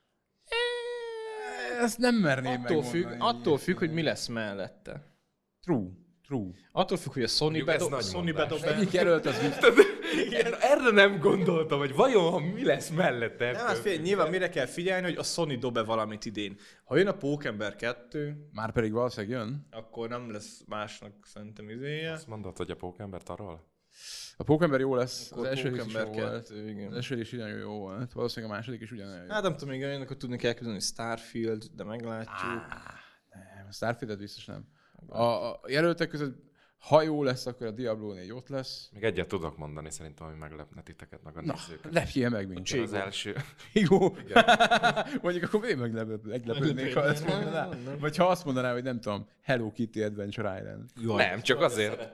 Ezt nem merném megmondani. Attól függ, hogy mi lesz mellette. True. Attól függ, hogy a Sony bedob. Egyik jelölt az Erre nem gondoltam, hogy vajon mi lesz mellette. Nem, hát figyelj, nyilván mire kell figyelni, hogy a Sony dob-e valamit idén. Ha jön a Pókember 2... Már pedig valószínűleg jön. Akkor nem lesz másnak szerintem izéje. Azt mondod, hogy a Pókembert arról? A Pókember jó lesz, akkor az első rész is jó volt. Igen. Az első rész is nagyon jó volt. Valószínűleg a második is ugyanolyan jó. Hát nem tudom, még olyanok, hogy tudni kell küzdeni Starfield, de meglátjuk. Nem, a Starfieldet biztos nem. A jelöltek között, ha jó lesz, akkor a Diablo 4 ott lesz. Még egyet tudok mondani, szerintem, ami meglepne titeket, meg a nézőket. Lepjél meg mint az első. Jó. Mondjuk akkor én meglepődnék, ha ezt mondaná. Vagy ha azt mondaná, hogy nem tudom, Hello Kitty Adventure Island. Jaj, nem, csak azért.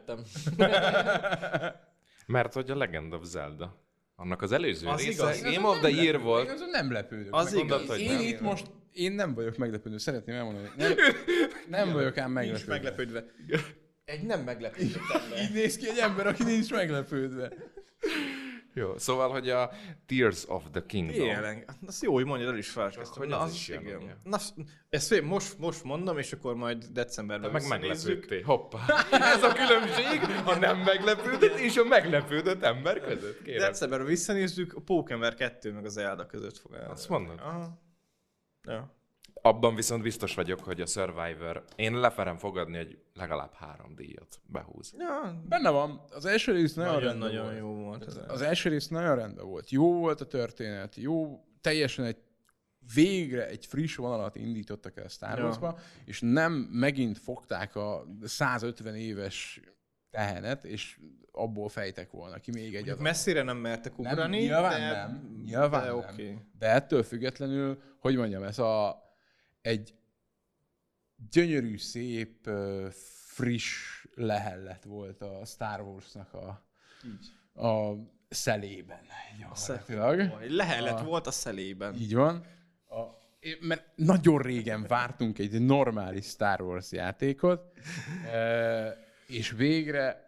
Mert hogy a Legend of Zelda. Annak az előző az része igaz. Game of the Year volt. Azon nem lepődök. Az igaz, hogy én itt most én nem vagyok meglepődő. Szeretném elmondani, hogy nem vagyok ám meglepődő. Nincs meglepődve. Egy nem meglepődött ember. Így néz ki egy ember, aki nincs meglepődve. Jó, szóval, hogy a Tears of the Kingdom. Tényleg. Azt jó, hogy mondjad, el is felkeztem. Hogy Na, az az is igen. jön, ugye? Na, ezt most mondom, és akkor majd decemberben Meg visszanézzük. meglepődtél. Hoppá. Ez a különbség a nem meglepődött és a meglepődött ember között, kérem. Decemberben visszanézzük, a Pókember 2 meg az Zelda között fog állni. Azt mondod? Aha. Ja. Abban viszont biztos vagyok, hogy a Survivor, én leferem fogadni, hogy legalább 3 díjat behúz. Ja, Benne van. Az első rész nagyon rendben nagyon volt. jó volt. Az első rész nagyon rendben volt. Jó volt a történet, jó, teljesen végre egy friss vonalat indítottak el Star Wars-ba, és nem megint fogták a 150 éves tehenet, és abból fejtek volna ki még egy adat. Messzire nem mertek ugrani, Nyilván de... nem. Nyilván de nem. okay. De ettől függetlenül, hogy mondjam, ez egy gyönyörű, szép, friss lehellet volt a Star Wars-nak a szelében. Gyakorlatilag. Lehellet volt a szelében. Így van. Mert nagyon régen vártunk egy normális Star Wars játékot, és végre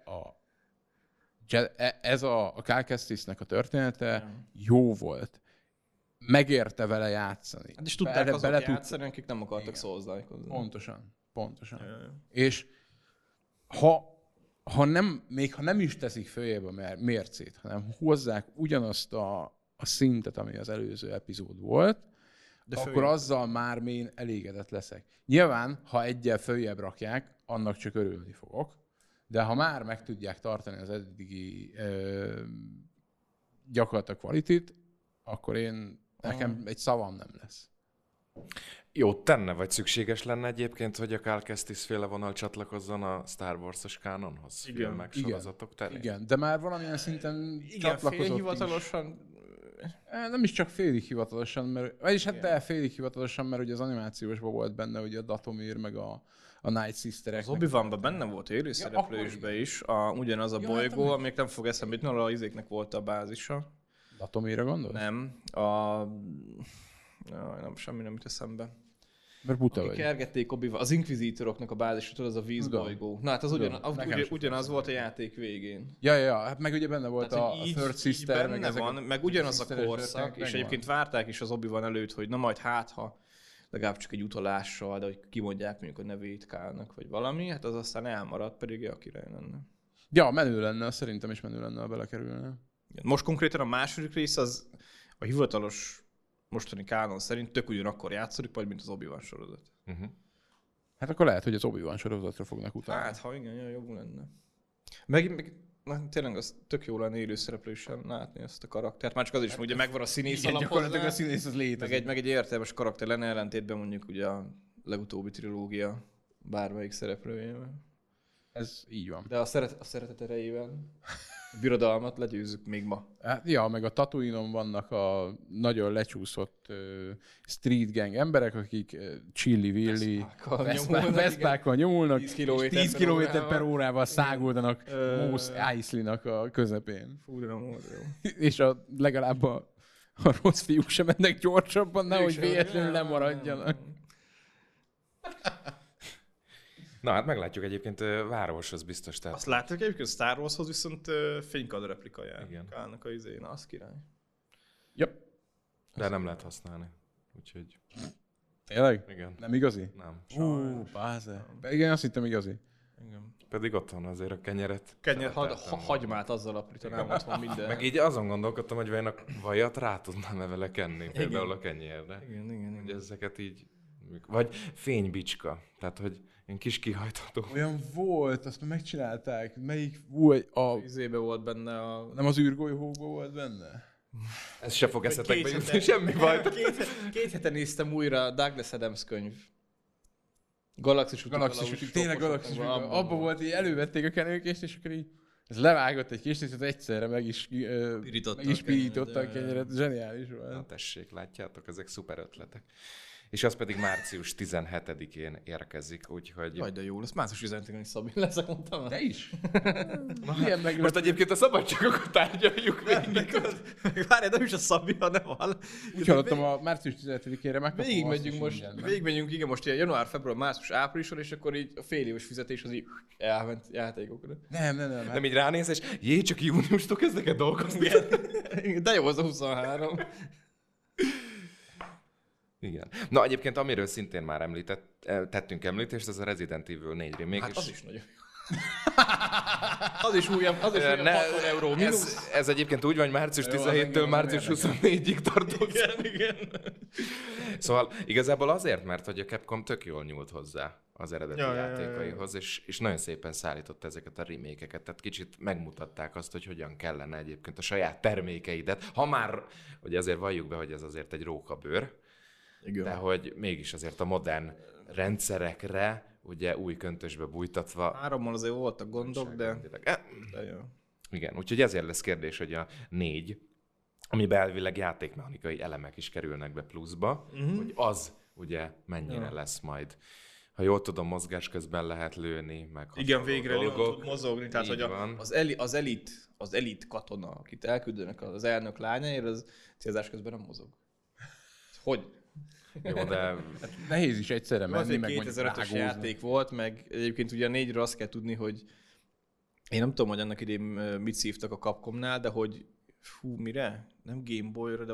ez a Cal Kestisnek a története jó volt. Megérte vele játszani. Hát és tudták azok játszani, akik nem akartak Souls-like-ozni. Pontosan. És ha nem is teszik följebb a mércét, hanem hozzák ugyanazt a szintet, ami az előző epizód volt, de akkor azzal már én elégedett leszek. Nyilván, ha egyel följebb rakják, annak csak örülni fogok, de ha már meg tudják tartani az eddigi gyakorlatilag kvalitit, akkor nekem egy szavam nem lesz. Jó, tenne vagy szükséges lenne egyébként, hogy a Cal Kestis féle vonal csatlakozzon a Star Wars-os kánonhoz? Filmek, sorozatok terén? Igen, de már valamilyen szinten csatlakozott félhivatalosan. Nem is csak félig hivatalosan, félig hivatalosan, mert ugye az animációsban volt benne ugye a Datomir, meg a Night Sisterek. Az Obi-Wanban benne volt élőszereplősbe is, ugyanaz a bolygó, amíg nem fog eszembe jutni, ahol az izéknek volt a bázisa. Datomira gondolsz? Nem. Nem, semmi nem jut eszembe. Mert buta vagy. Kergették az inkvizítoroknak a bázisa, tudod, az a vízbolygó. Na hát az ugyanaz volt a játék végén. Ja, hát meg ugye benne volt a Third Sister, benne van, meg ugyanaz a korszak, és egyébként várták is az Obi-Wan előtt, hogy na majd ha legalább csak egy utalással, de hogy kimondják mondjuk a nevét Kálnak, vagy valami, hát az aztán elmaradt, pedig a király lenne. Ja, menő lenne, szerintem is menő lenne, ha belekerülne. Most konkrétan a második rész az a hivatalos mostani kánon szerint tök ugyanakkor játszódik, majd mint az Obi-Wan sorozat. Hát akkor lehet, hogy az Obi-Wan sorozatra fognak utána. Hát, ha igen, jobb lenne. Meg tényleg az tök jó lenne élőszereplősen látni ezt a karaktert. Már csak az is, hogy ugye megvan a színész alap gyakorlatilag a színész az létezik. Meg egy értelmes karakter lenne ellentétben mondjuk ugye a legutóbbi trilógia bármelyik szereplőjével. Ez így van. De a szeretet erejével a birodalmat legyőzzük még ma. Hát, ja, meg a Tatooine-on vannak a nagyon lecsúszott street gang emberek, akik chilli-villi Veszpákkal nyomulnak, 10 km per órával száguldanak Mos Eisley-nak a közepén. Fú, de nem volt jó. És legalább a rossz fiúk sem mennek gyorsabban, nehogy véletlenül nem maradjanak. Na hát meglátjuk egyébként, Városhoz biztos. Tehát... Azt látjuk egyébként Star Warshoz viszont fénykard replika jár. Igen. Kálnak a izé, na az király. Yep. De nem lehet használni. Úgyhogy... Tényleg? Igen. Nem igazi? Nem. Báze. Igen, azt hittem igazi. Igen. Pedig ott van azért a kenyeret. Hagymát azzal aprítanám otthon minden. Meg így azon gondolkodtam, hogy vajon a vajat rá tudnám-e vele kenni, például a kenyérre. Igen. Hogy ezeket így... Vagy fénybicska. Tehát, hogy ilyen kis kihajtható. Olyan volt, azt már megcsinálták. Melyik volt? Izébe volt benne a... Nem az űrgolyókban volt benne? Ez se fog eszetekbe jutni, semmi baj. Két hete néztem újra Douglas Adams könyv. Galaxis utik. Tényleg Galaxis utik. Abba volt, így elővették a kenőkést, és akkor így ez levágott egy kést, és egyszerre meg is pirította a kenyeret. Zseniális volt. Na tessék, látjátok, ezek szuper ötletek. És az pedig március 17-én érkezik, úgyhogy... Jaj, de jó lesz. Március 17-én is Szabin leszek, mondtam. Te is? Milyen meglepő. Most egyébként a szabadságokat tárgyaljuk végig. Várj, nem is a Szabi, hanem val. Úgy hallottam, a március 17-ére megkapom. Végigmegyünk most, igen, most ilyen január, február, március, áprilison, és akkor így a fél éves fizetés az így elment játékokra. Nem. Nem így ránéz, és jé, csak júniustól kezdek el dolgozni. De jó, az a 23. Igen. Na egyébként amiről szintén már tettünk említést, ez a Resident Evil 4 remake. Hát az is nagyon az is újabb, 60 euró mínusz. Ez egyébként úgy van, hogy március 17-től március 24-ig tartott. Igen. Szóval igazából azért, mert hogy a Capcom tök jól nyúlt hozzá az eredeti játékaihoz, és nagyon szépen szállította ezeket a remake-eket, tehát kicsit megmutatták azt, hogy hogyan kellene egyébként a saját termékeidet, ha már, hogy azért valljuk be, hogy ez azért egy rókabőr, igen. De hogy mégis azért a modern rendszerekre, ugye új köntösbe bújtatva... 3-mal azért voltak gondok, de jó. Igen, úgyhogy ezért lesz kérdés, hogy a 4, amiben elvileg játékmechanikai elemek is kerülnek be pluszba, hogy az ugye mennyire lesz majd. Ha jól tudom, mozgás közben lehet lőni, meg igen, végre tud mozogni, tehát hogy az elit katona, akit elküldenek az elnök lányáért, az célzás közben nem mozog. Hogy? Jó, de... Nehéz is egyszerre menni, meg 2005-ös játék volt, meg egyébként ugye a 4-ről azt kell tudni, hogy én nem tudom, hogy annak idén mit szívtak a Capcomnál, de hogy mire? Nem Game Boy-ra, de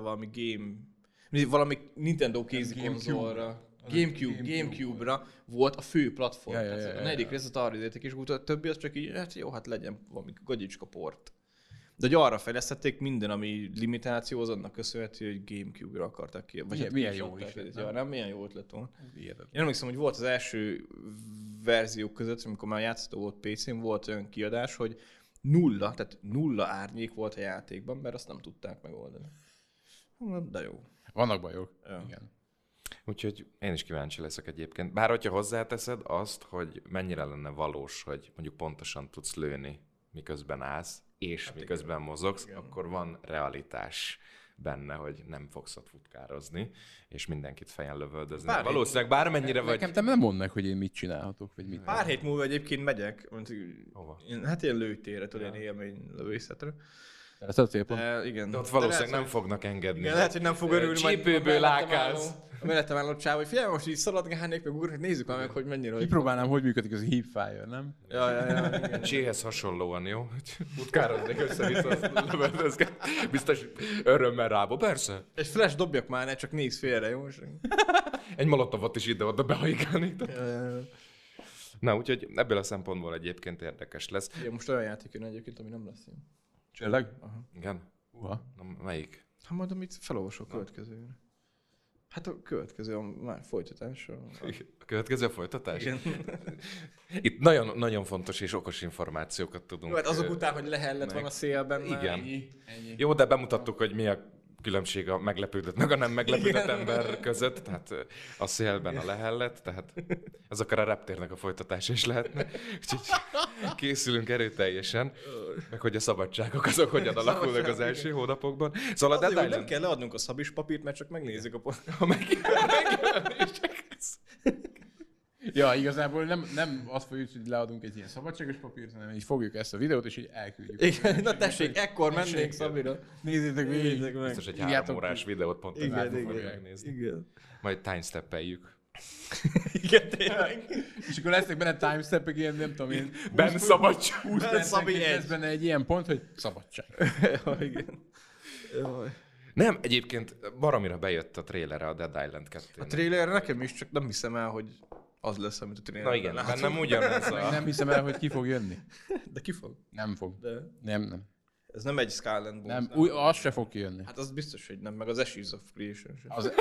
valami Nintendo kézi konzolra. Gamecube-ra volt a fő platform. A negyedik részt arra idétek, és a többi az csak így, hát jó, hát legyen valami gagyicska port. De hogy arra fejlesztették, minden, ami limitáció, az annak köszönhető, hogy Gamecube-ra akartak ki. Vagy milyen jó is. Nem, milyen jó ötlet volt. Én emlékszem, hogy volt az első verziók között, amikor már játszható volt PC-n, volt olyan kiadás, hogy nulla árnyék volt a játékban, mert azt nem tudták megoldani. De jó. Vannak bajok. Ja. Igen. Úgyhogy én is kíváncsi leszek egyébként. Bár hogyha hozzáteszed azt, hogy mennyire lenne valós, hogy mondjuk pontosan tudsz lőni, miközben állsz, és hát miközben mozogsz, akkor van realitás benne, hogy nem fogsz ott futkározni, és mindenkit fejen lövöldözni. Valószínűleg bármennyire vagy... Nekem nem mondd meg, hogy én mit csinálhatok, vagy mit. Pár hét múlva egyébként megyek, hova? Hát ilyen lőtérre, ilyen élménylövészetre. Ez a célpont. Igen. De ott valószínűleg nem fognak engedni. Igen, lehet, hogy nem fog örülni. Csípőből lákálsz. A mellettem álló csáv, hogy figyelj, most így szaladgálnék, meg úr, nézzük már meg, hogy mennyire... Kipróbálnám, hogy működik az a Hipfire, nem? Ja. Cséhez hasonlóan, jó? Futkároznék össze-vissza, lövöldözget. Biztos örömmel rába, persze. Egy flash dobjak már, ne csak nézz félre, jó? Egy molotovot is ide-oda behajkálnék. Na, úgyhogy ebből a szempontból egyébként érdekes lesz. Igen, most olyan játék jön egyébként, ami nem lesz ilyen. Tényleg? Igen. Na, melyik? Hát majd amit felolvasok következőre. Hát a következő már folytatás. A következő a folytatás? Igen. Itt nagyon, nagyon fontos és okos információkat tudunk. Jó, hát azok után, hogy lehellet van a szélben. Igen. Ennyi. Jó, de bemutattuk, hogy mi a különbség a meglepődött, meg a nem meglepődött ember között, tehát a szélben a lehellet, tehát ez akár a reptérnek a folytatása is lehetne. Úgyhogy készülünk erőteljesen, meg hogy a szabadságok azok hogyan alakulnak az első hónapokban. Szóval a Dead nem kell leadnunk a szabis papírt, mert csak megnézzük a ha megjelenések. Ja, igazából nem azt fogjuk, hogy leadunk egy ilyen szabadságos papírt, hanem így fogjuk ezt a videót, és így elküldjük. Igen, na tessék, ekkor mennénk Szabira. Nézzétek végig. Biztos egy 3 órás videót pont fogjuk megnézni. Igen. Majd timestampeljük. Igen, tényleg. És akkor lesznek benne timestampek, ilyen nem tudom én. Ben szabadság. 20 percenként lesz benne egy ilyen pont, hogy szabadság. Igen. Nem, egyébként baromira bejött a trailerre a Dead Island 2. A trailerre nekem is, csak nem hiszem el, hogy az lesz, amit a trailerben. Na igen, bennem ugyanez a... Nem hiszem el, hogy ki fog jönni. De ki fog? Nem fog. De... Nem. Ez nem egy Skull and Bones. Nem, az se fog kijönni. Hát az biztos, hogy nem, meg az Ashes of Creation sem.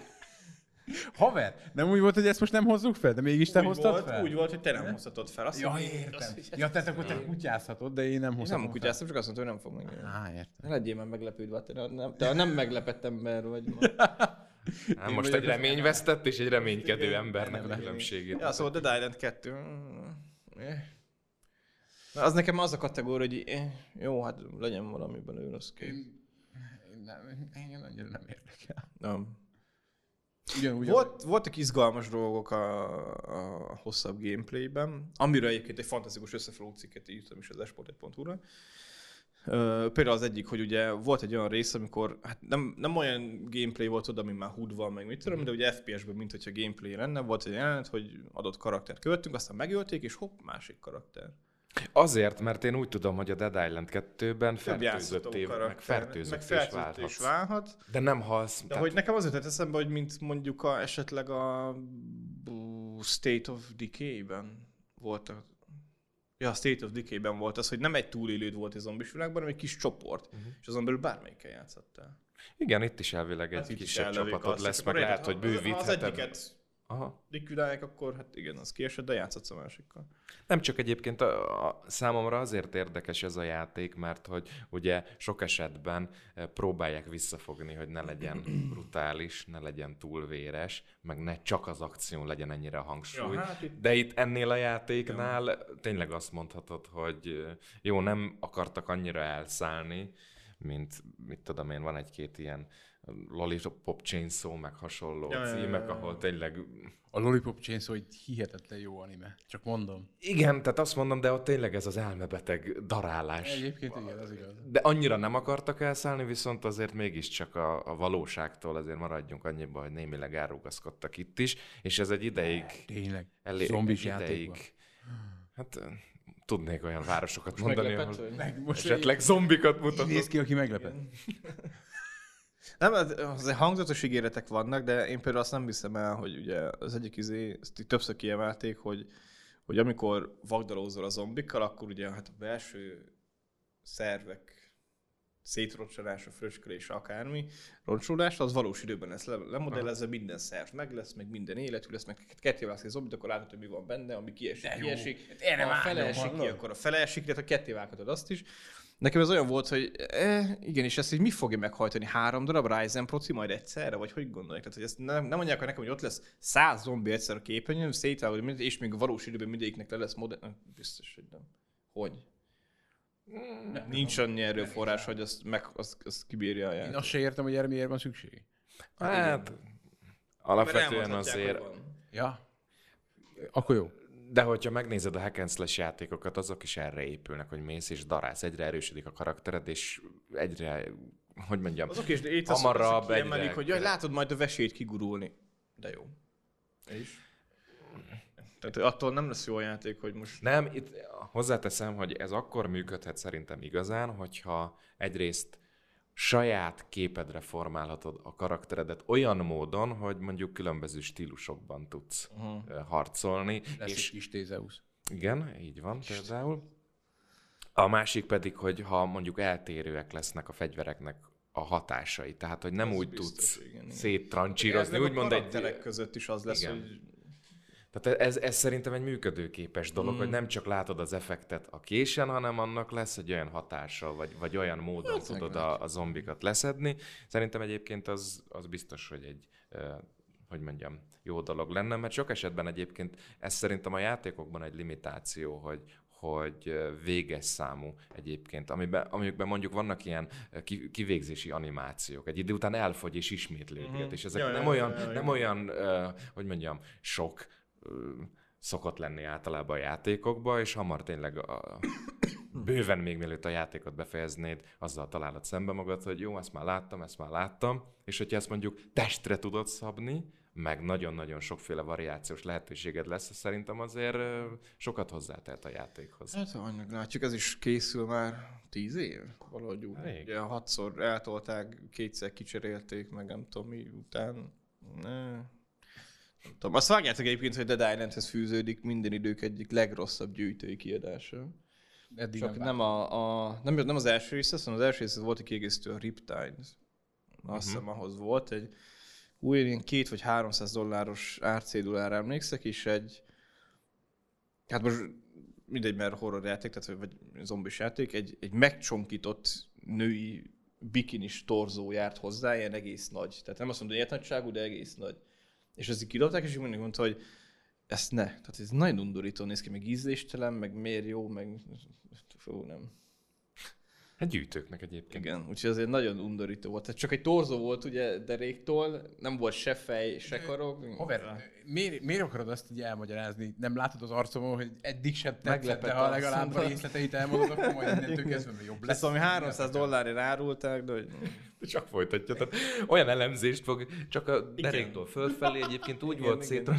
Haver, nem úgy volt, hogy ezt most nem hozzuk fel, de mégis te hoztad fel? Úgy volt, hogy te nem hozhatod fel. Ja, értem. Ja, tehát akkor te kutyázhatod, de én nem hozhatom. Nem kutyáztam, csak azt mondta, hogy nem fog megjelenni. Értem. Ne legyél már meglepődve, te nem meglepett ember vagy ma. Hát most egy reményvesztett és egy reménykedő embernek a különbségét. Ja, szóval Dead Island 2. Az nekem az a kategória, hogy jó, hát legyen valami belőle, az kész. Engem annyira nem érdekel. Nem. Ugyanúgy. Voltak izgalmas dolgok a hosszabb gameplayben, amiről egyébként egy fantasztikus összefoglaló cikket írtam is az esport1.hu-ra. Például az egyik, hogy ugye volt egy olyan rész, amikor hát nem olyan gameplay volt oda, ami már HUD van, meg mit tudom, de ugye FPS-ben, mint hogyha gameplay lenne, volt egy jelenet, hogy adott karaktert követtünk, aztán megölték, és hopp, másik karakter. Azért, mert én úgy tudom, hogy a Dead Island 2-ben fertőzötté is válhat. De nem halsz. De hogy nekem az jutott eszembe, hogy mint mondjuk esetleg a State of Decay-ben volt a State of Decay-ben volt az, hogy nem egy túlélőd volt a zombis világban, hanem egy kis csoport, és azon belül bármelyikkel játszottál. Igen, itt is elvileg egy kisebb csapatod lesz, meg lehet, hogy bővítheted. Ha az egyiket likvidálják, akkor hát igen, az kiesett, de játszhatsz a másikkal. Nem csak egyébként számomra azért érdekes ez a játék, mert hogy ugye sok esetben próbálják visszafogni, hogy ne legyen brutális, ne legyen túl véres, meg ne csak az akción legyen ennyire a hangsúly. Ja, hát de itt ennél a játéknál tényleg azt mondhatod, hogy jó, nem akartak annyira elszállni, mint mit tudom én, van egy-két ilyen Lollipop Chainsaw, meg hasonló címek, ahol tényleg... A Lollipop Chainsaw egy hihetetlen jó anime, csak mondom. Igen, tehát azt mondom, de ott tényleg ez az elmebeteg darálás. Egyébként igen, az igaz. De annyira nem akartak elszállni, viszont azért mégiscsak a valóságtól azért maradjunk annyiba, hogy némileg elrugaszkodtak itt is, és ez egy ideig... Tényleg? Zombis játékban? Hát... Tudnék olyan városokat mondani, ahol most esetleg zombikat mutatok. Nézd ki, aki meglepett. Nem, azért hangzatos ígéretek vannak, de én például azt nem hiszem el, hogy ugye az egyik ezt többször kiemelték, hogy amikor vagdalózol a zombikkal, akkor ugye hát a belső szervek szétrocsolása, fröcskölés, akármi roncsolás, az valós időben lesz lemodellezve, minden szerv meg lesz, meg minden életű lesz, meg kettévágsz egy zombit, akkor látod, hogy mi van benne, ami kiesik. Ha fele esik ki, akkor a fele esik, tehát ha kettévághatod azt is. Nekem ez olyan volt, hogy igen, és ezt így mi fogja meghajtani? 3 darab Ryzen proci majd egyszerre? Vagy hogy gondolják? Tehát, hogy ezt nem mondják nekem, hogy ott lesz 100 zombi egyszer a képernyőn, szétvágod, és még a valós időben mindegyiknek le lesz modell. Biztos, hogy nem. Hogy? Nincs annyi erőforrás, hogy azt kibírja a játék. Én azt se értem, hogy erre miért van szükség. Hát, alapvetően azért... Ja, akkor jó. De hogyha megnézed a hack and slash játékokat, azok is erre épülnek, hogy mész és darálsz. Egyre erősödik a karaktered, és egyre, hogy mondjam, azok is, de hamarabb egyre... hogy jaj, látod majd a vesét kigurulni. De jó. És? Tehát attól nem lesz jó a játék, hogy most... Nem, itt hozzáteszem, hogy ez akkor működhet szerintem igazán, hogyha egyrészt saját képedre formálhatod a karakteredet olyan módon, hogy mondjuk különböző stílusokban tudsz harcolni. Lesz és egy kis Tézeusz. Igen, így van például. A másik pedig, hogy ha mondjuk eltérőek lesznek a fegyvereknek a hatásai, tehát hogy nem ez úgy biztos, tudsz széttrancsírozni, úgymond egy... karakterek között is az lesz, hogy... Tehát ez szerintem egy működőképes dolog, hogy nem csak látod az effektet a késen, hanem annak lesz egy olyan hatása, vagy olyan módon tudod a zombikat leszedni. Szerintem egyébként az biztos, hogy egy, hogy mondjam, jó dolog lenne, mert sok esetben egyébként ez szerintem a játékokban egy limitáció, hogy véges számú egyébként, amikben mondjuk vannak ilyen kivégzési animációk. Egy idő után elfogy és ismétlődik, és ezek nem olyan, hogy mondjam, sok szokott lenni általában a játékokban, és hamar tényleg bőven még mielőtt a játékot befejeznéd, azzal találod szembe magad, hogy jó, ezt már láttam, és hogyha ezt mondjuk testre tudod szabni, meg nagyon-nagyon sokféle variációs lehetőséged lesz, szerintem azért sokat hozzátett a játékhoz. Hát, annak látjuk, ez is készül már 10 év, valahogy úgy. Ugye 6-szor eltolták, 2-szer kicserélték, meg nem tudom mi után. Nem tudom. Azt vágjátok egyébként, hogy Dead Islandhez fűződik minden idők egyik legrosszabb gyűjtői kiadása. Eddig csak nem az első rész, hanem az első rész volt egy kiegészítő, a Riptide. Azt hiszem ahhoz volt egy új ilyen $200 vagy $300 árcédulára emlékszek, és hát most mindegy, mert horror játék, tehát vagy zombis játék, egy megcsonkított női bikinis torzó járt hozzá, ilyen egész nagy. Tehát nem azt mondom, hogy életnagyságú, de egész nagy. És ezt így kidobták, és mindig mondta, hogy ezt ne. Tehát ez nagyon undorító néz ki, meg ízléstelen, meg miért jó, meg... Fú, nem. Hát gyűjtőknek egyébként. Igen, úgyhogy azért nagyon undorító volt. Tehát csak egy torzó volt ugye deréktól, nem volt se fej, se karok. Haver, miért akarod azt így elmagyarázni? Nem látod az arcomon, hogy eddig sem tetszett, Meglepett de ha azt legalább a mondod. részleteit elmondod, akkor majd innentől kezdve jobb lesz. Lesz, ami $300 árulták, de hogy... Csak folytatja. Tehát olyan elemzést fog, csak a deréktől fölfelé egyébként úgy volt szét.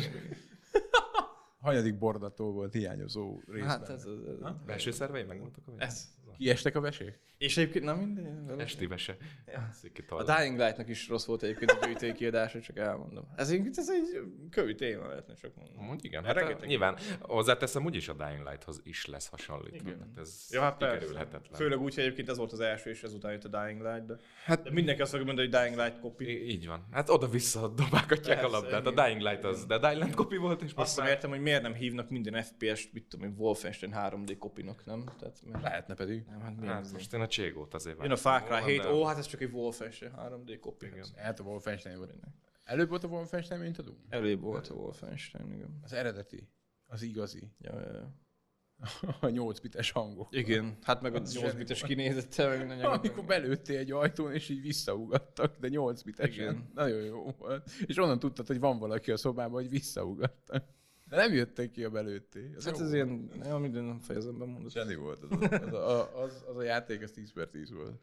Hanyadik bordató volt hiányozó részben? Hát ez... Belső szervei megmondtak a Ez. Kiestek a vesék? És egyébként, na mindegy. esti vese. A Dying Light-nak is rossz volt egyébként a gyűjtői kiadása, csak elmondom. Ez egy kövi téma lehetne csak mondani. Amúgy igen, Hát hát rengeteg- nyilván hozzáteszem, úgyis a Dying Lighthoz is lesz hasonlítva. Igen. Tehát ez Ja, hát persze. kikerülhetetlen. Főleg úgy, hogy egyébként ez volt az első, és ezután jött a Dying Light, de mindenki azt fogja mondani, hogy Dying Light copy. Így van. Hát oda-vissza dobálgatják a Persze, labdát. A igen. Dying Light az, de a Dying Light copy volt, és most Azt nem értem, hogy miért nem hívnak minden FPS-t, mit tudom én, Wolfenstein 3D kopinak, nem? Tehát, mert... Lehetne pedig. Nem, hát miért? Hát most én a Cségót azért Jön a Far Cry 7, de- ó, hát ez csak egy Wolfenstein 3D kopi. Igen. Hát a Wolfenstein volt. Előbb volt a Wolfenstein, mint a Doom? Előbb volt a Wolfenstein, igen. Az eredeti. Az igazi. Ja. A 8 bites hangok. Igen, hát meg a Az 8 bites kinézettel, meg minden Amikor belőttél egy ajtón, és így visszaugattak, de 8 bitesen. Igen. Nagyon jó volt. És onnan tudtad, hogy van valaki a szobában, hogy visszaugattak. De nem jöttek ki a belőtté. Hát jó ez volt. ilyen, ja, minden nem fejezem be, mondod. Zseni volt az a játék, az 10/10 volt.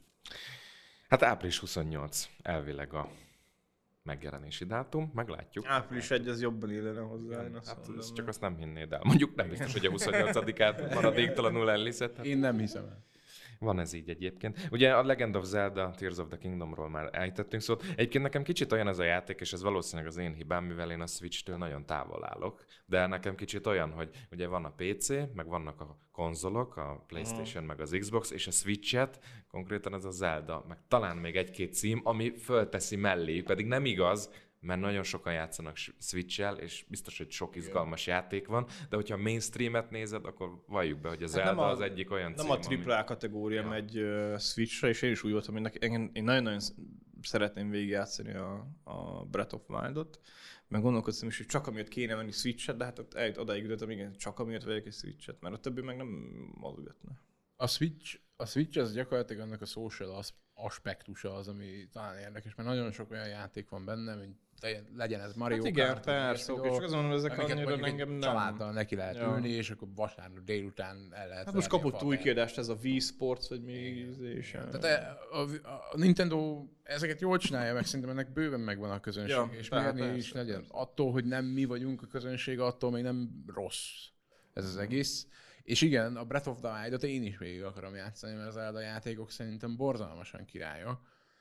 Hát április 28 elvileg a megjelenési dátum, meglátjuk. Április 1 az jobban illene hozzá, én azt Hát mondom. ezt csak azt nem hinnéd el. Mondjuk nem biztos, hogy a 28-át maradéktalanul elhiszed. Hát Én nem hiszem el. van ez így egyébként. Ugye a Legend of Zelda Tears of the Kingdomról már ejtettünk szót. Egyébként nekem kicsit olyan ez a játék, és ez valószínűleg az én hibám, mivel én a Switch-től nagyon távol állok. De nekem kicsit olyan, hogy ugye van a PC, meg vannak a konzolok, a PlayStation, meg az Xbox, és a Switch-et, konkrétan ez a Zelda, meg talán még egy-két cím, ami fölteszi mellé, pedig nem igaz, mert nagyon sokan játszanak Switch-el, és biztos, hogy sok izgalmas játék van, de hogyha a mainstreamet nézed, akkor valljuk be, hogy a Zelda az egyik olyan Nem cím, a AAA kategória megy Switchre, és én is úgy voltam, hogy én nagyon-nagyon szeretném végigjátszani a Breath of Wild-ot, meg gondolkodtam is, hogy csak amiatt kéne venni Switch-et, de hát ott odaig jutottam, igen, csak amiatt vegyek egy Switch-et, mert a többi meg nem mozgatna. A Switch az gyakorlatilag annak a social aspektusa az, ami talán érdekes, mert nagyon sok olyan játék van benne, mint legyen ez Mario Hát igen, Kart, persze, vagy oké, csak azon mondom, ezek amiket annyira mondjuk engem egy nem. családdal neki lehet Ja. ülni, és akkor vasárnap délután el lehet Hát most verni a kapott új fatert. kiadást ez a Wii Sports, vagy mi és Tehát a Nintendo ezeket jól csinálja, meg szerintem ennek bőven megvan a közönség, Ja, és tehát miért persze, is legyen. persze. Attól, hogy nem mi vagyunk a közönség, attól még nem rossz ez az egész. És igen, a Breath of the Wild-ot én is végig akarom játszani, mert az Zelda játékok szerintem borzalmasan királya.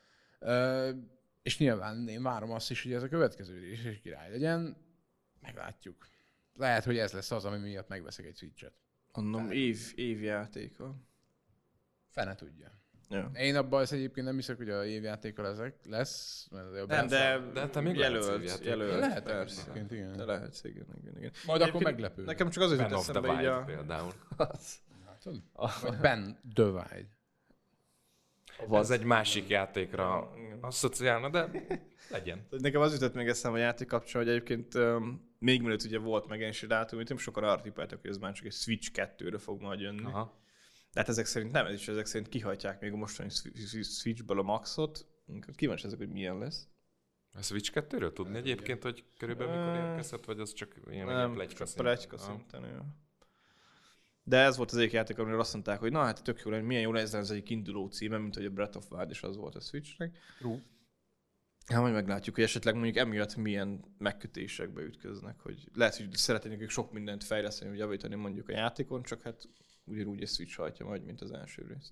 És nyilván én várom azt is, hogy ez a következő is király legyen. Meglátjuk. Lehet, hogy ez lesz az, ami miatt megveszek egy Switch-et. mondom, évjátéka. Fene tudja. Ja. Én abban az egyébként nem hiszek, hogy a évjátékkal ezek lesz. Mert azért a Nem, Breath de te még lehetsz jelölt, Lehet persze. egyébként, igen. De lehetsz, igen. Majd akkor Egyébként meglepő. Nekem csak az jutott Ben of the eszembe így Wild a... például. Látod? Vagy Ben the Wild. Ez egy másik játékra asszociálna, de legyen. Nekem az jutott még eszembe a játék kapcsán, hogy egyébként még mielőtt ugye volt megjelenési dátum, hogy sokan arra tippeltek, hogy ez már csak egy Switch 2-re fog majd jönni. Aha. De hát ezek szerint nem, és ezek szerint kihajtják még a mostani Switchből a maxot. Kíváncsi ezek, hogy milyen lesz. A Switch 2-ről tudni egyébként, hogy körülbelül mikor érkezett, vagy az csak ilyen Nem, pletyka csak szinten? pletyka szinten, jó. De ez volt az egyik játék, amire azt mondták, hogy na hát tök jó lenne, milyen jó lesz ez egyik induló címe, mint hogy a Breath of Wild is az volt a Switchnek. Hát majd meglátjuk, hogy esetleg mondjuk emiatt milyen megkötésekbe ütköznek, hogy lehet, hogy szeretnék ők sok mindent fejleszteni, vagy javítani mondjuk a játékon, csak hát ugyanúgy a Switch hajtja majd, mint az első rész.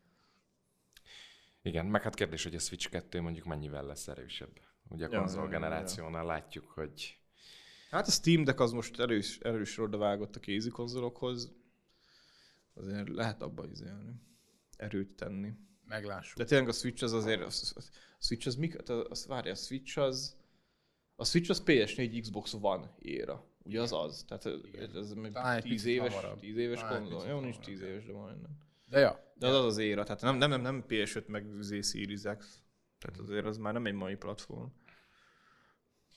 Igen, meg hát kérdés, hogy a Switch 2 mondjuk mennyivel lesz erősebb. Ugye a Ja, konzol ja, generációnál látjuk, hogy Hát a Steam Deck az most erős odavágott a kézi konzolokhoz. Azért lehet abba izélni. Erőt tenni. Meglássuk. De tényleg a Switch az azért... A Switch az mik? Várja, a Switch az PS4 Xbox One éra. Ugye az? Tehát ez Talán egy 10 picit éves, hamarabb. 10 éves Talán egy konzol. picit Jó, nincs hamarabb. 10 éves, de majdnem. De ja. De az éra. Tehát nem PS5 meg Z Series X. Tehát azért az már nem egy mai platform.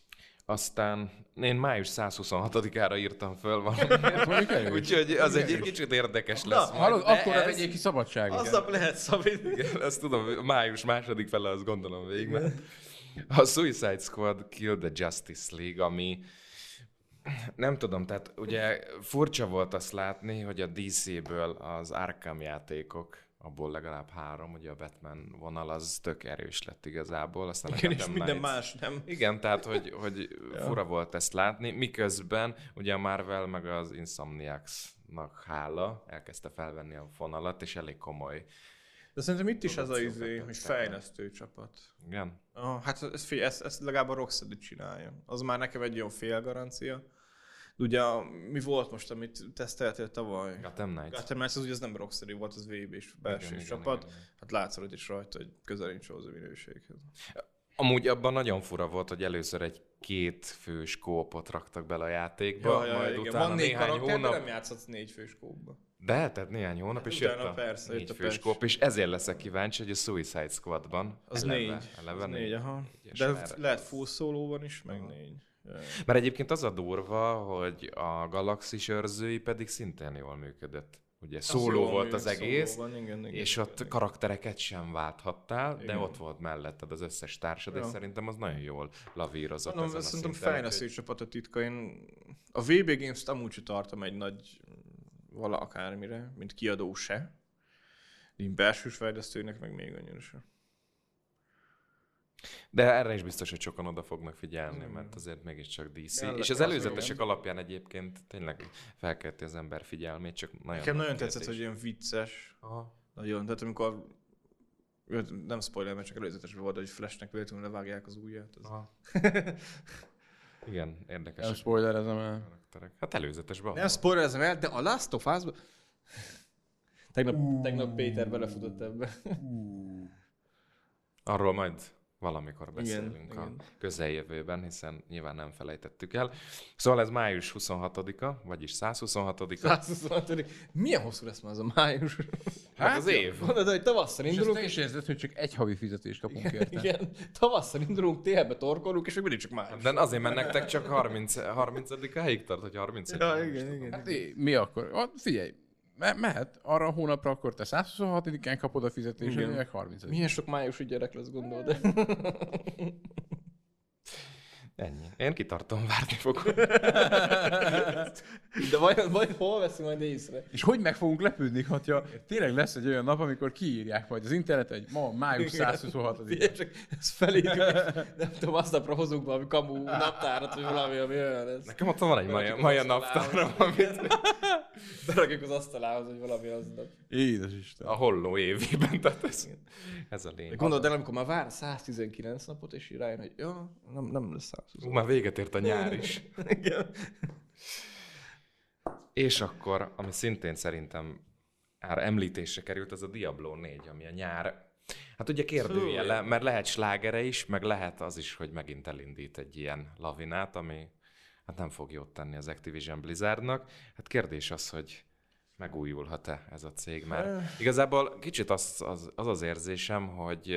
Aztán én május 126-ára írtam föl valamit. Úgyhogy az egy kicsit érdekes lesz. Hallod, akkor vegyék ki szabadságot. Aznap lehet szabadni. Igen, ezt tudom, május második fele, azt gondolom végig. A Suicide Squad Kill the Justice League, ami nem tudom, tehát ugye furcsa volt azt látni, hogy a DC-ből az Arkham játékok, abból legalább 3, ugye a Batman vonal az tök erős lett igazából. Aztán igen, és minden más nem. Igen, tehát hogy fura volt ezt látni, miközben ugye a Marvel meg az Insomniacs-nak hála elkezdte felvenni a fonalat, és elég komoly. De szerintem itt is az a izé, hogy fejlesztő csapat. Igen? Hát ezt legalább a Rocksteady csinálja. Az már nekem egy olyan fél garancia. Ugye mi volt most, amit teszteltél tavaly? Gotham Knights. Gotham Knights az ugye az nem Rocksteady volt, az VB-s belső csapat. Igen. Hát látszott is rajta, hogy közel nincs hozzá minőséghez. Amúgy abban nagyon fura volt, hogy először egy 2 fős kópot raktak bele a játékba, majd utána van 4 néhány karakter, hónap... de nem játszhatsz 4 fős kópba. De, tehát néhány hónap, és jött a 4 fős kóp, és ezért leszek kíváncsi, hogy a Suicide Squadban az 4, aha. De lehet full szólóban is, meg 4. Mert egyébként az a durva, hogy a Galaxis őrzői pedig szintén jól működött. Ugye szóló volt az egész, igen, és ott karaktereket sem válthattál, de ott volt melletted az összes társad, és szerintem az nagyon jól lavírozott ezen a szinten. Szerintem fejlesztő csapat a titka. Én a VB Games-t amúgy sem tartom egy nagy vala akármire, mint kiadó se. Én belsős fejlesztőnek meg még annyira se. De erre is biztos, hogy sokan oda fognak figyelni, mert azért mégiscsak DC. És az előzetesek alapján egyébként tényleg felkelti az ember figyelmét, csak nagyon... Nekem nagyon tetszett, hogy ilyen vicces. Aha. Nagyon, tehát amikor... Nem spoiler, mert csak előzetes volt, hogy Flashnek véletlenül levágják az ujját. Igen, érdekes. Nem spoilerezem el. Hát előzetesben. Nem spoilerezem el, de a Last of Us-ban... Tegnap Péter belefutott ebbe. Arról majd valamikor beszélünk a közeljövőben, hiszen nyilván nem felejtettük el. Szóval ez május 26-a, vagyis 126-a. 126. Milyen hosszú lesz már az a május? Hát az év. Mondod, hogy tavasszal indulunk. És érzed, hogy csak egy havi fizetést kapunk érte. Igen, tavasszal indulunk, télbe torkolunk, és még mindig csak május. De azért, mert nektek csak 30-áig tart, hogy 31. Ja, igen. Hát mi akkor? Figyelj, mehet arra a hónapra, akkor te 126-án kapod a fizetést, én meg 30. Milyen sok májusi gyerek lesz, gondolod? Ennyi. Én kitartom, várni fogok. De majd hol veszünk majd észre? És hogy meg fogunk lepődni, hogyha tényleg lesz egy olyan nap, amikor kiírják majd az internetet, hogy ma május 126-a. Csak ezt felírjuk, nem tudom, azt napra hozunk valami kamu naptárat, vagy valami, ami olyan lesz. Nekem ott van egy maja naptára, amit... Berakjuk az asztalához, hogy valami aznap. Édes Isten. A holló évében, tehát ez a lényeg. Gondolod el, amikor már vár 119 napot, és rájön, hogy nem lesz 120. Már véget ért a nyár is. És akkor, ami szintén szerintem említésre került, az a Diablo 4, ami a nyár. Hát ugye kérdőjele, mert lehet slágere is, meg lehet az is, hogy megint elindít egy ilyen lavinát, ami hát nem fog jót tenni az Activision Blizzardnak. Hát kérdés az, hogy megújulhat-e ez a cég, mert igazából kicsit az érzésem, hogy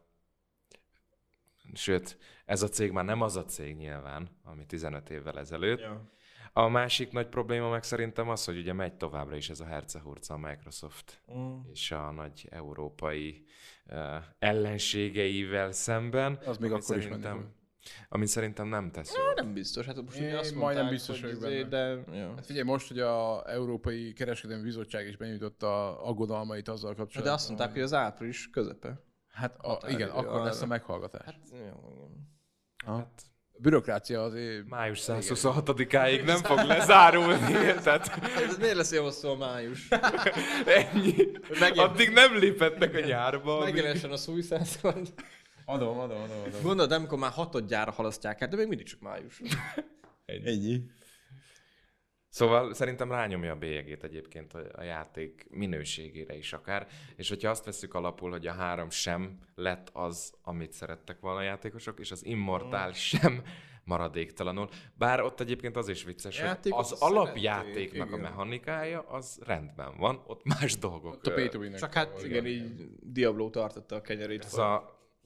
sőt, ez a cég már nem az a cég nyilván, ami 15 évvel ezelőtt. Ja. A másik nagy probléma meg szerintem az, hogy ugye megy továbbra is ez a hercehurca a Microsoft és a nagy európai ellenségeivel szemben. Az még akkor is mentem. Amit szerintem nem tesz jól. Nem biztos, hát most ugye azt majdnem biztos vagyok benne. De, ja. Hát figyelj, most, hogy az Európai Kereskedelmi Bizottság is benyújtotta aggodalmait azzal kapcsolatban. De azt mondták, hogy az április közepe. Hát igen, akkor lesz a meghallgatás. Hát, jó. Hát, bürokrácia azért... Május 126-áig nem fog lezárulni, tehát... Ez miért lesz jó hosszú a május? Ennyi. Addig nem léphetnek a nyárba. Megjelensen a Suicide Squad. Adom. Gondolod, amikor már 6-gyára halasztják át, de még mindig csak május. Ennyi. Szóval szerintem rányomja a bélyegét egyébként a játék minőségére is akár, és hogyha azt veszük alapul, hogy a 3 sem lett az, amit szerettek volna a játékosok, és az Immortal sem maradéktalanul. Bár ott egyébként az is vicces, hogy az alapjátéknak a mechanikája az rendben van, ott más dolgok. Ott a Csak hát igen, így Diablo tartotta a kenyerét. Ez a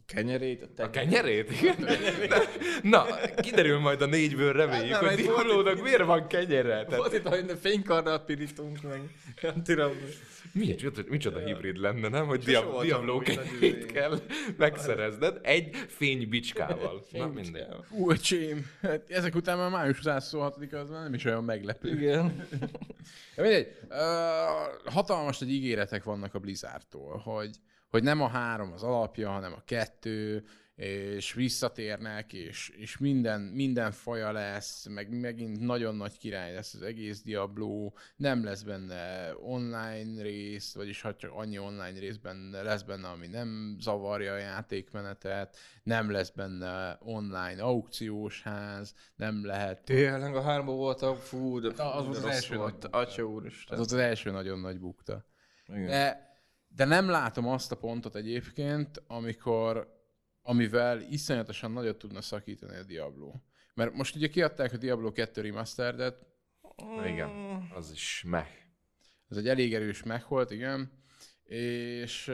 Kenyerét? A kenyerét? Igen. Na, kiderül majd a 4-ből reméljük, hogy Diablónak miért van kenyere. Volt itt, hogy fénykarddal pirítunk meg. Nem tudom. Micsoda hibrid lenne, nem? Hogy Sose voltam Diabló úgy kenyerét nagy kell megszerezned egy fénybicskával. Na mindegy. Öcsém, hát ezek után már május 26-a az már nem is olyan meglepő. Igen. Ja, mindegy, hatalmas nagy ígéretek vannak a Blizzardtól, hogy nem a 3 az alapja, hanem a 2, és visszatérnek, és minden faja lesz, meg megint nagyon nagy király lesz az egész Diablo, nem lesz benne online rész, vagyis ha csak annyi online rész lesz benne, ami nem zavarja a játékmenetet, nem lesz benne online aukciós ház, nem lehet... Tényleg a 3-ban voltak, fú, de az volt az első volt. nagy Atya úristen. az első nagyon nagy bukta. Igen. De nem látom azt a pontot egyébként, amivel iszonyatosan nagyot tudna szakítani a Diablo. Mert most ugye kiadták a Diablo 2 Remastered-et. Igen, az is meh. Ez egy elég erős mech volt, igen. És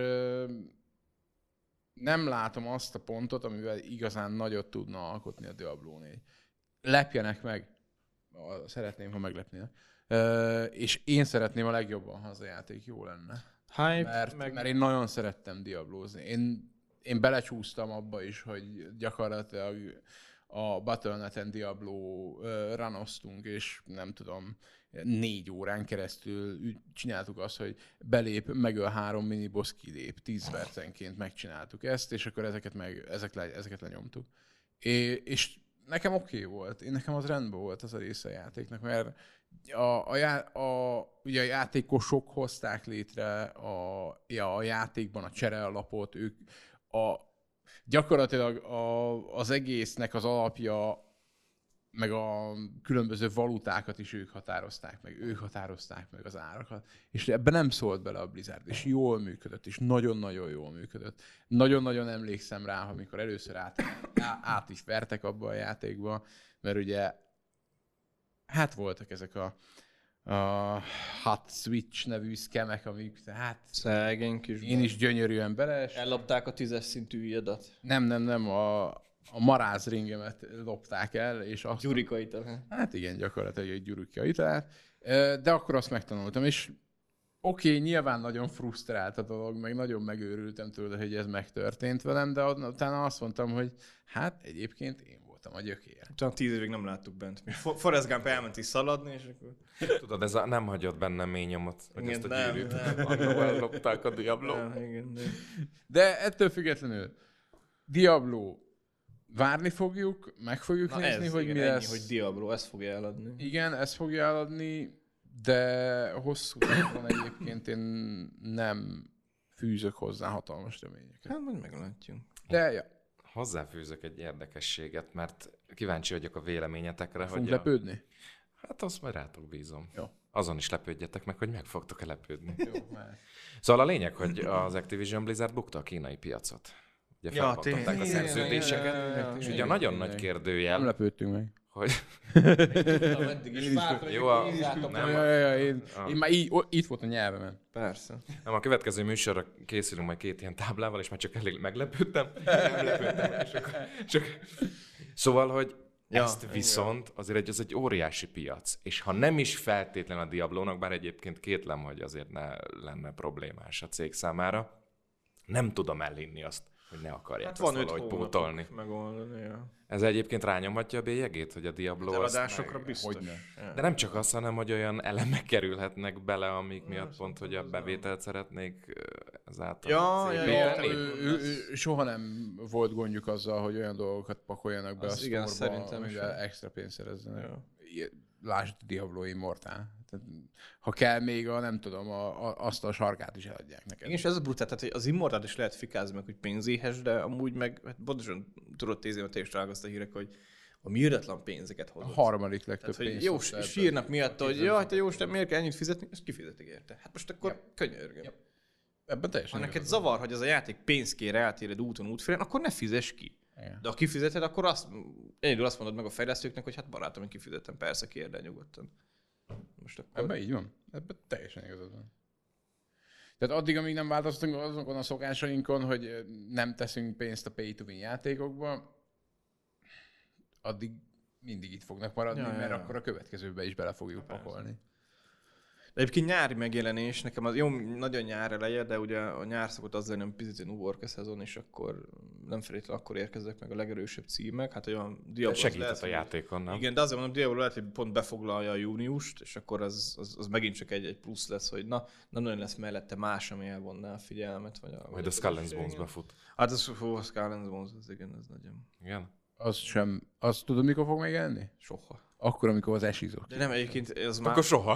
nem látom azt a pontot, amivel igazán nagyot tudna alkotni a Diablo 4. Lepjenek meg. Szeretném, ha meglepnének. És én szeretném a legjobban, ha az a játék jó lenne. Hype, Mert én nagyon szerettem Diablózni. Én belecsúsztam abba is, hogy gyakorlatilag a Battle.net-en Diablo runoztunk, és nem tudom, 4 órán keresztül csináltuk azt, hogy belép, megöl 3 miniboss, kilép, 10 percenként megcsináltuk ezt, és akkor ezeket lenyomtuk. És nekem oké volt, nekem az rendben volt az a része a játéknak, mert ugye a játékosok hozták létre a játékban a cserealapot, ők gyakorlatilag az egésznek az alapja, meg a különböző valutákat is ők határozták meg az árakat, és ebben nem szólt bele a Blizzard, és jól működött, és nagyon-nagyon jól működött. Nagyon-nagyon emlékszem rá, amikor először át is vertek abba a játékba, mert ugye hát voltak ezek a Hot Switch nevű szkemek, amik hát... Szegény kis... Én is gyönyörűen belees. Ellopták a 10-es szintű ujjadat. Nem, a marázringemet lopták el, és azt... Gyurika italát. Hát igen, gyakorlatilag egy gyurika italát. De akkor azt megtanultam, és oké, nyilván nagyon frusztrált a dolog, meg nagyon megőrültem tőle, hogy ez megtörtént velem, de utána azt mondtam, hogy hát egyébként én voltam a gyökér. Utána 10 évig nem láttuk bent. Forrest Gump elment is szaladni, és akkor... Tudod, nem hagyott bennem mély nyomot, hogy Igen, ezt a nem, gyűrűt nem. annól ellopták a Diablo. Igen. De ettől függetlenül Diablo várni fogjuk, meg fogjuk nézni, hogy igen, mi lesz. hogy Diablo, ezt fogja eladni. Igen, ezt fogja eladni, de hosszú távon egyébként én nem fűzök hozzá hatalmas reményeket. Hát majd meglátjuk. De ja, Hozzáfűzök egy érdekességet, mert kíváncsi vagyok a véleményetekre, fogunk hogy... lepődni? Hát azt majd rátok bízom. Jó. Azon is lepődjetek meg, hogy meg fogtok-e lepődni. Jó, már. Szóval a lényeg, hogy az Activision Blizzard bukta a kínai piacot. Ugye felbontották a szerződéseket, és ugye a nagyon nagy Nem kérdőjel, lepődtünk meg. hogy... Eddig is vártam, Jó, nem, Én már itt volt a nyelvemen. Persze. nem, a következő műsorra készülünk majd 2 ilyen táblával, és már csak elég meglepődtem. Nem lepődtem, csak... Szóval, hogy ezt viszont azért ez egy óriási piac, és ha nem is feltétlen a Diablónak, bár egyébként kétlem, hogy azért ne lenne problémás a cég számára, nem tudom elhinni azt, hogy ne akarják Hát azt van 5 valahogy hónapok pótolni. megoldani. Ja. Ez egyébként rányomhatja a bélyegét, hogy a Diablo azt Eladásokra meg... biztos. Hogyne. Ja. De nem csak az, hanem hogy olyan elemek kerülhetnek bele, amik miatt pont, hogy a bevételt szeretnék ezáltal Ja, szépíteni. Ő soha nem volt gondjuk azzal, hogy olyan dolgokat pakoljanak be Az a igen, sztorba, szerintem amivel sem. extra pénzt szerezzenek. Ja. Lásd Diablo Immortal. Tehát, ha kell még nem tudom, azt a sarkát is eladják neked. Igen, és ez a brutál, tehát hogy az Immortalt is lehet fikázni meg, hogy pénzéhes, de amúgy meg hát pontosan tudod tézni, hogy te is találkoztál a hírek, hogy a miratlan pénzeket A hozott. harmadik legtöbb Tehát, hogy pénzt. jó, hozta ebből. sírnak miatt, hogy jó, hát a Jóisten, miért kell ennyit fizetni? Ezt kifizetik érte. Hát most akkor könyörgöm. Yep. Ebben teljesen Ha neked igazad van. zavar, hogy az a játék pénzt kér eltéred úton, útfélen, akkor ne fizess ki. Igen. De ha kifizeted, akkor egyedül azt mondod meg a fejlesztőknek, hogy hát barátom, én kifizettem, persze, kérd el nyugodtan. Most akkor... Ebben így van. Ebben teljesen igazad van. Tehát addig, amíg nem változtunk azokon a szokásainkon, hogy nem teszünk pénzt a pay-to-win játékokba, addig mindig itt fognak maradni, mert akkor a következőbe is bele fogjuk pakolni. De egyébként nyári megjelenés, nekem az jó, nagyon nyár eleje, de ugye a nyár szokott azzal nem picit New szezon, és akkor nem feltétlenül akkor érkeznek meg a legerősebb címek. Hát olyan Diablo segített a játékon, nem? Igen, de azért mondom, Diablo lehet, hogy pont befoglalja a júniust, és akkor az megint csak egy plusz lesz, hogy nem nagyon lesz mellette más, ami elvonná a figyelmet. Majd a Skull and Bones befut. Hát a Skull and Bones, az igen, ez nagyon. Igen? Azt tudod, mikor fog megjelenni? Soha. Akkor, amikor az esizok. De nem, egyébként ez már... Akkor soha.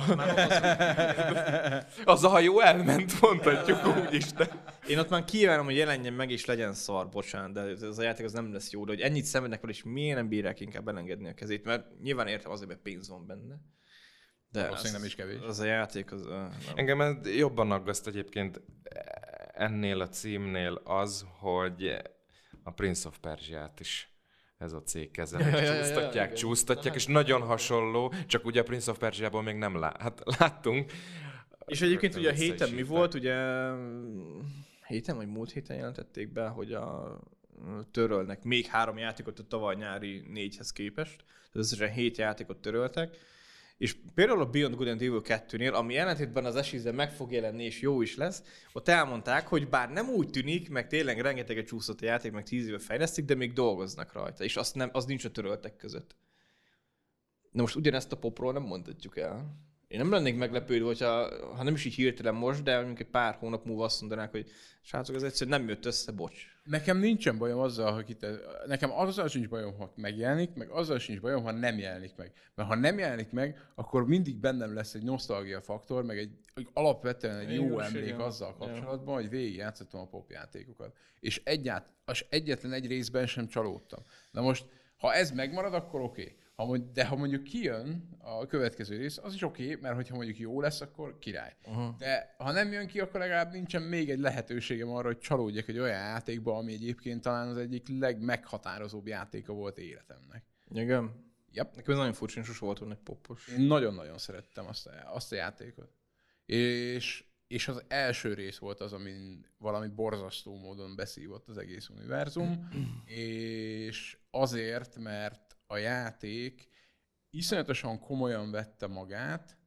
Az a hajó elment, mondhatjuk úgy is, de... Én ott már kívánom, hogy jelenjen meg és legyen szar, bocsánat, de ez a játék az nem lesz jó, de hogy ennyit szenvednek vele, és miért nem bírják inkább elengedni a kezét, mert nyilván értem azért, mert pénz van benne. De nem is kevés. Az a játék, az... Engem ez jobban aggaszt egyébként ennél a címnél az, hogy a Prince of Persia-t is ez a cég kezel, csúsztatják, és nagyon hasonló, csak ugye a Prince of Persia-ból még nem láttunk. És egyébként ugye a héten mi volt, ugye héten vagy múlt héten jelentették be, hogy törölnek még 3 játékot a tavaly nyári 4-hez képest, tehát összesen 7 játékot töröltek, és például a Beyond Good and Evil 2-nél, ami ellentétben az Ashes-en meg fog jelenni és jó is lesz, ott elmondták, hogy bár nem úgy tűnik, meg tényleg rengeteget csúszott a játék, meg 10 éve fejlesztik, de még dolgoznak rajta, és az nincs a töröltek között. Na most ugyanezt a popról nem mondhatjuk el. Én nem lennék meglepődve, ha nem is így hirtelen most, de mondjuk egy pár hónap múlva azt mondanák, hogy srácok, ez egyszerűen nem jött össze, bocs. Nekem nincsen bajom azzal, hogy nekem azzal sincs bajom, ha megjelenik, meg azzal sincs bajom, ha nem jelenik meg. Mert ha nem jelenik meg, akkor mindig bennem lesz egy nosztalgia faktor, meg egy alapvetően egy jó emlék azzal kapcsolatban, hogy végigjátszottam a popjátékokat. És egyetlen egy részben sem csalódtam. Na most, ha ez megmarad, akkor oké. De ha mondjuk kijön a következő rész, az is oké, mert hogyha mondjuk jó lesz, akkor király. De ha nem jön ki, akkor legalább nincsen még egy lehetőségem arra, hogy csalódjak egy olyan játékba, ami egyébként talán az egyik legmeghatározóbb játéka volt életemnek. Igen? Yep. Nekem ez nagyon furcsa, én sosem voltam egy popos. Én nagyon-nagyon szerettem azt a játékot. És az első rész volt az, amin valami borzasztó módon beszívott az egész univerzum, és azért, mert a játék iszonyatosan komolyan vette magát,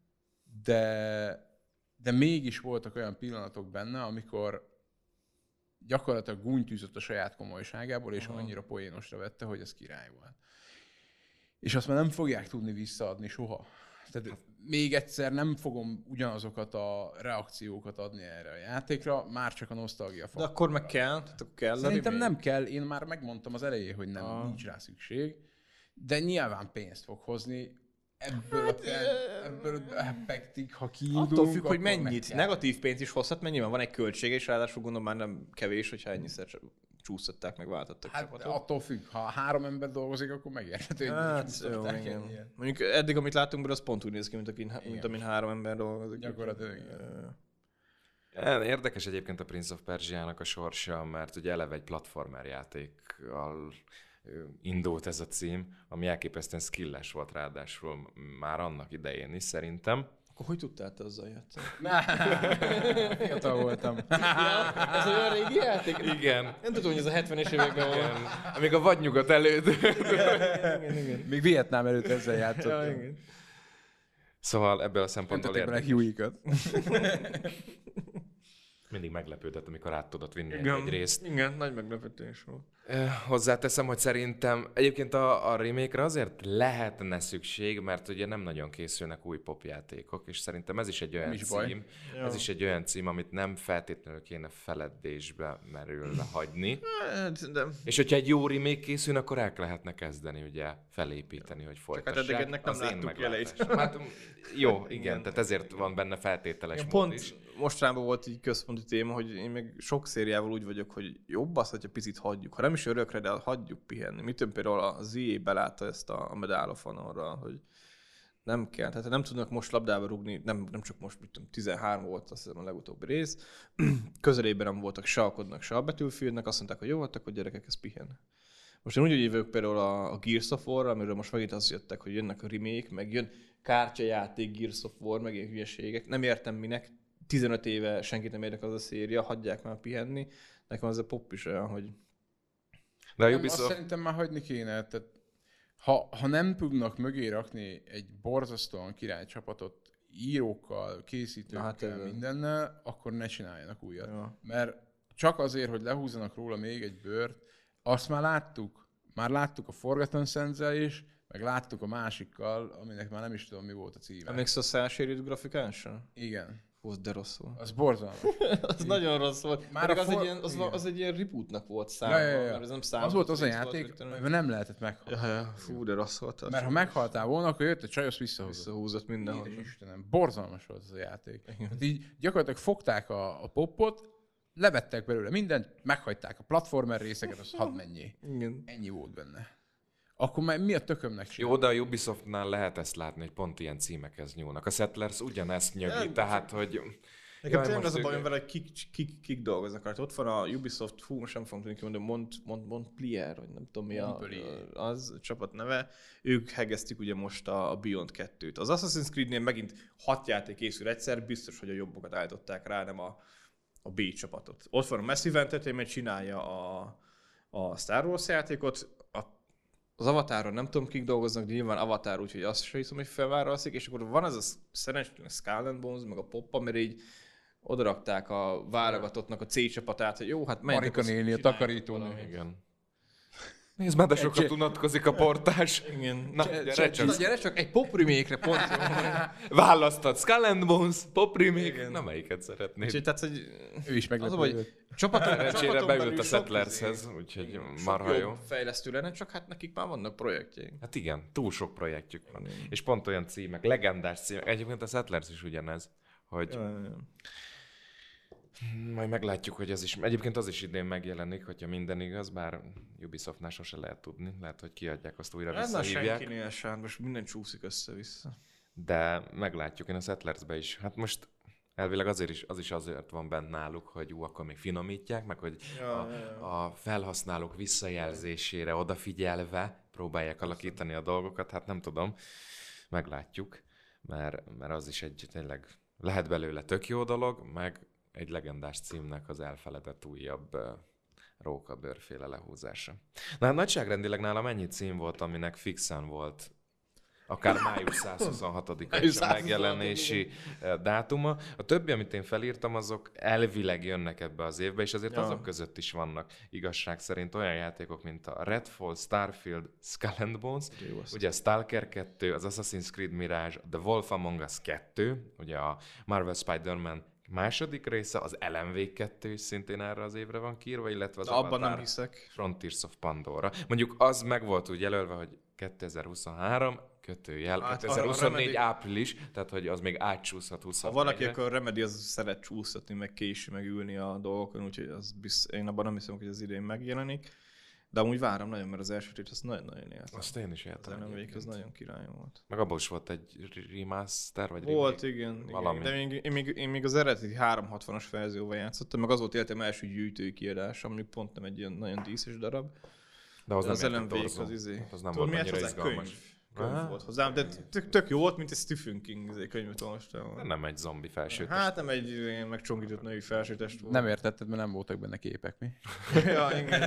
de mégis voltak olyan pillanatok benne, amikor gyakorlatilag gúnytűzött a saját komolyságából, és annyira poénosra vette, hogy ez király volt. És azt már nem fogják tudni visszaadni soha. Tehát még egyszer nem fogom ugyanazokat a reakciókat adni erre a játékra, már csak a nosztalgia faktor. De akkor meg kell? Tehát akkor kell. Szerintem nem kell, én már megmondtam az elején, hogy nincs rá szükség, de nyilván pénzt fog hozni. Ebből a pektig, ha kiindulunk, attól függ, hogy mennyit. Negatív pénzt is hozhat, mert nyilván van egy költsége, és ráadásul gondolom már nem kevés, hogyha ennyiszer csúsztatták, meg váltottak csapatot. Attól függ, ha 3 ember dolgozik, akkor megérthető, hogy csúsztatták ennyien. Mondjuk eddig, amit láttunk, az pont úgy néz ki, mint amin 3 ember dolgozik. Gyakorlatilag. Érdekes egyébként a Prince of Persia-nak a sorsa, mert ugye eleve egy platformer játékkal indult ez a cím, ami elképesztően skilles volt ráadásul már annak idején is szerintem. Akkor hogy tudtál te azzal játszani? Fiatal voltam. Ez olyan régi játék? Igen. Nem tudom, hogy ez a 70-es években volt. Még a vadnyugat előtt. Igen. Még Vietnám előtt ezzel játszottam. Ja, igen. Szóval ebből a szempontból érdekes. Mindig meglepődött, amikor át tudott vinni egy részt. Igen, nagy meglepetés volt. Hozzáteszem, hogy szerintem egyébként a remake-re azért lehetne szükség, mert ugye nem nagyon készülnek új popjátékok, és szerintem ez is egy olyan cím, ez is egy olyan cím, amit nem feltétlenül kéne feledésbe merülve hagyni. És hogyha egy jó remake készül, akkor el lehetne kezdeni ugye felépíteni, hogy folytassák. Csak hát ennek nem láttuk jeleit. Hát, jó, igen, tehát ezért van benne feltételes mód pont is. Mostanában volt egy központi téma, hogy én meg sok szériával úgy vagyok, hogy jobb az, hogyha picit hagyjuk. Ha nem is örökre, de hagyjuk pihenni. Mitől például az EA belátta ezt a Medal of Honor-ra, hogy nem kell. Tehát nem tudnak most labdába rúgni, nem csak most, 13 volt azt hiszem a legutóbbi rész. Közelében nem voltak se alkodnak, se a Battlefieldnek. Azt mondták, hogy jó, akkor gyerekek, ez pihen. Most én úgy jövök például a Gears of War, amiről most megint azt jöttek, hogy jönnek a remake, meg jön kártyajáték, Gears of War, meg ilyen hülyeségek. Nem értem minek. 15 éve senkit nem érdekel az a széria, hagyják már pihenni. Nekem az a pop is olyan, hogy... De a Nem, Ubisoft... azt szerintem már hagyni kéne. Tehát, ha nem tudnak mögé rakni egy borzasztóan király csapatot írókkal, készítőkkel, mindennel, akkor ne csináljanak újat. Ja. Mert csak azért, hogy lehúzzanak róla még egy bőrt, azt már láttuk. Már láttuk a Forgotten Sands-el is, meg láttuk a másikkal, aminek már nem is tudom, mi volt a címe. Emlékszel a Cell-shaded grafikánsan? Igen. Hú, de rossz volt. Az borzalmas. Az nagyon rossz volt. Már Már az egy ilyen rebootnak volt számomra, mert ez nem számomra. Az volt az a játék, amiben nem lehetett meghalni. Ja. Fú, de rossz volt. Mert ha meghaltál volna, akkor jött a csaj, azt Visszahúzott mindenhol. Édes Istenem, borzalmas volt az a játék. Hát így gyakorlatilag fogták a popot, levettek belőle mindent, meghagyták a platformer részeket, az hadd menjél. Igen. Ennyi volt benne. Akkor már mi a tökömnek csinál? Jó, de a Ubisoftnál lehet ezt látni, hogy pont ilyen címekhez nyúlnak. A Settlers ugyanezt nyögi, tehát hogy... Nekem tényleg az a bajom vele, hogy kik dolgoznak rajta. Ott van a Ubisoft, most nem fogom tudni kimondani, Montpellier, vagy nem tudom mi az a csapat neve. Ők hegesztik ugye most a Beyond 2-t. Az Assassin's Creed-nél megint 6 játék készül egyszer, biztos, hogy a jobbokat állították rá, nem a B csapatot. Ott van a Massive Entertainment, csinálja a Star Wars játékot, az Avatáron nem tudom, kik dolgoznak, de nyilván Avatar, úgyhogy azt sem hiszem, hogy felvállalszik, és akkor van ez a szerencsétlen Skull and Bones, meg a Poppa, mert így odarakták a válogatottnak a C csapatát, hogy jó, hát menjetek. Marika néni, a takarítónő. Igen. Nézd már, de sokat unatkozik a portás. Igen. Na, gyere csak egy pop remake-re pont jó. Választad Skull and Bones, pop remake. Na, melyiket szeretnéd? Úgyhogy tehát, hogy... Ő is meglepődött. Szerencsére beült a Settlershez, úgyhogy marha jó. Fejlesztő lenne, csak hát nekik már vannak projektjeik. Hát igen, túl sok projektjük van. És pont olyan címek, legendás címek. Egyébként a Settlers is ugyanez, hogy majd meglátjuk, hogy ez is. Egyébként az is idén megjelenik, hogyha minden igaz, bár Ubisoftnál sose lehet tudni. Lehet, hogy kiadják, azt újra visszahívják. Senkinél sem, most minden csúszik össze-vissza. De meglátjuk, én a Settlersbe is. Hát most elvileg az is azért van bent náluk, hogy akkor még finomítják, meg hogy a felhasználók visszajelzésére odafigyelve próbálják alakítani a dolgokat. Hát nem tudom, meglátjuk, mert az is egy tényleg lehet belőle tök jó dolog, meg egy legendás címnek az elfeledett újabb rókabőrféle lehúzása. Na hát nagyságrendileg nálam mennyi cím volt, aminek fixen volt akár május 126-a a megjelenési dátuma. A többi, amit én felírtam, azok elvileg jönnek ebbe az évbe, és azért azok között is vannak igazság szerint olyan játékok, mint a Redfall, Starfield, Skull and Bones, ugye a Stalker 2, az Assassin's Creed Mirage, The Wolf Among Us 2, ugye a Marvel Spider-Man második része, az LMV 2 is szintén erre az évre van kiírva, illetve az abban nem hiszek. Frontiers of Pandora. Mondjuk az meg volt úgy jelölve, hogy 2023, kötőjel, hát 2024 április, tehát hogy az még átcsúszhat 24-re. Ha valaki, akkor a Remedy az szeret csúsztatni, meg késni, meg ülni a dolgokon, úgyhogy én abban nem hiszem, hogy az idén megjelenik. De amúgy várom nagyon, mert az első tét azt nagyon-nagyon éltem. Azt én is éltem. Az LMV-k az nagyon király volt. Meg abban is volt egy remaster, vagy volt, igen. Valami. De én még az eredeti 360-as verzióval játszottam, meg az volt életem első gyűjtői kiadás, ami pont nem egy ilyen nagyon díszes darab. De az nem LMV-k az izé. Az nem volt annyira izgalmas. Könyv volt hozzám, de tök jó volt, mint egy Stephen King könyvet olvastam. De nem egy zombi felsőtest. Hát nem egy ilyen megcsongított női felsőtest volt. Nem értetted, mert nem voltak benne képek, mi? Ja, igen.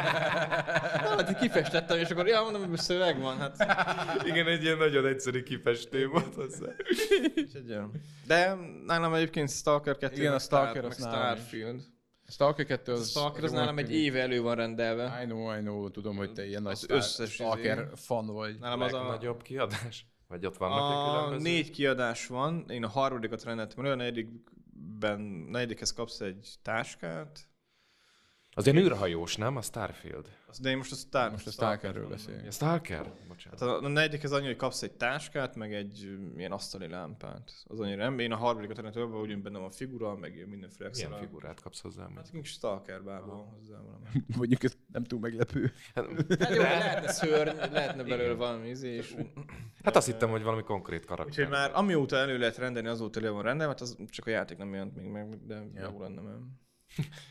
Hát kifestettem, és akkor mondom, hogy szöveg van. Hát. Igen, egy ilyen nagyon egyszerű kifestő volt hozzá. De nálam egyébként Stalker 2, igen, a Stalker, meg Starfield. A Stalker 2 az... Stalker az nálam egy éve elő van rendelve. I know, tudom, hogy te ilyen nagy Stalker fan vagy. Nálam az a nagyobb kiadás? Vagy ott vannak különböző? 4 kiadás van, én a harmadikat rendeltem, olyan negyedikhez kapsz egy táskát. Az ilyen űrhajós, nem? A Starfield. De én most a Stalkerről beszélünk. A Stalker? Bocsánat. Hát a negyedikhez annyi, hogy kapsz egy táskát, meg egy ilyen asztali lámpát. Az annyira nem. Én a harmadikat rendeltem, hogy benne van a figura, meg mindenféle extra. Milyen figurát kapsz hozzá? Hát nincs Stalker bába hozzá valami. Mondjuk ez nem túl meglepő. Hát jó, lehetne szörny, lehetne belőle valami és... Hát azt hittem, hogy valami konkrét karakter. Úgyhogy már amióta elő lehet rendelni, azóta elő van rendelve, hát az csak a játék nem jelent még meg, de jó lenne, nem.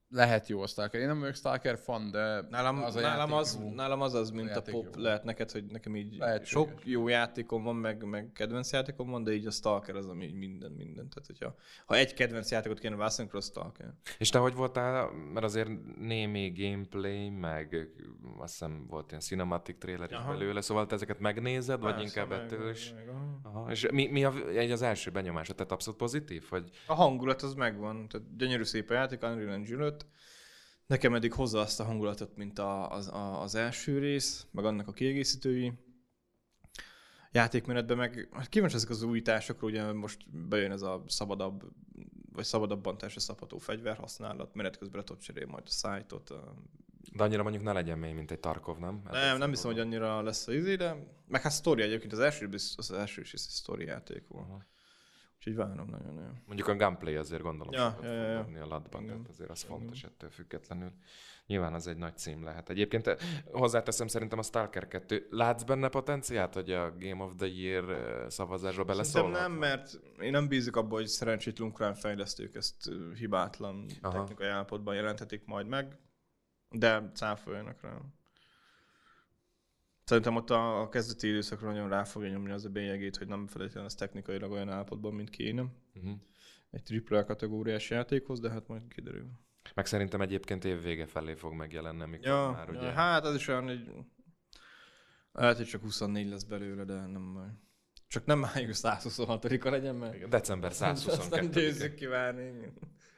lehet jó a Stalker. Én nem vagyok Stalker fan, de Nálam az, mint a pop jó. lehet neked, hogy nekem így Lehetséges. sok jó játékom van, meg kedvenc játékom van, de így a Stalker az, ami így minden. Tehát, hogyha egy kedvenc játékot kéne választani, akkor a Stalker. És te hogy voltál, mert azért némi gameplay, meg azt hiszem volt ilyen cinematic trailer is belőle, szóval te ezeket megnézed, vagy inkább ettől is? Aha. És mi az első benyomásod? Tehát abszolút pozitív? Vagy... A hangulat az megvan, tehát gyönyörű szép a játék, Unreal Engine 5. Nekem eddig hozza azt a hangulatot, mint az első rész, meg annak a kiegészítői. Játékmenetben meg kíváncsi ezek az újításokról, ugye most bejön ez a szabadabban teljesen szabható fegyverhasználat, menet közben le tudod cserélni majd a szájtot. De annyira mondjuk ne legyen mély, mint egy Tarkov, nem? Nem hiszem, hogy annyira lesz az izé, de meg hát sztori egyébként, az első is egy sztori játék volt. Aha. Úgyhogy várom nagyon. Mondjuk a gameplay azért gondolom sokat fog ja. dobni a latban, tehát azért az fontos ettől függetlenül. Nyilván az egy nagy cím lehet. Egyébként hozzáteszem, szerintem a Stalker 2, látsz benne potenciált, hogy a Game of the Year szavazásba beleszólhat? Szerintem nem, mert én nem bízok abban, hogy szerencsétlen ukrán fejlesztők ezt hibátlan technikai állapotban jelenthetik majd meg, de cáfoljanak rá. Szerintem ott a kezdeti időszakra nagyon rá fogja nyomni az a bélyegét, hogy nem feltétlenül ez technikailag olyan állapotban, mint kéne. Egy AAA kategóriás játékhoz, de hát majd kiderül. Meg szerintem egyébként évvége felé fog megjelenni, amikor már ugye... Hát az is olyan, hogy lehet, hogy csak 24 lesz belőle, de nem baj. Csak nem május 126-a legyen, mert... December 122-a. Aztán győzzük kívánni.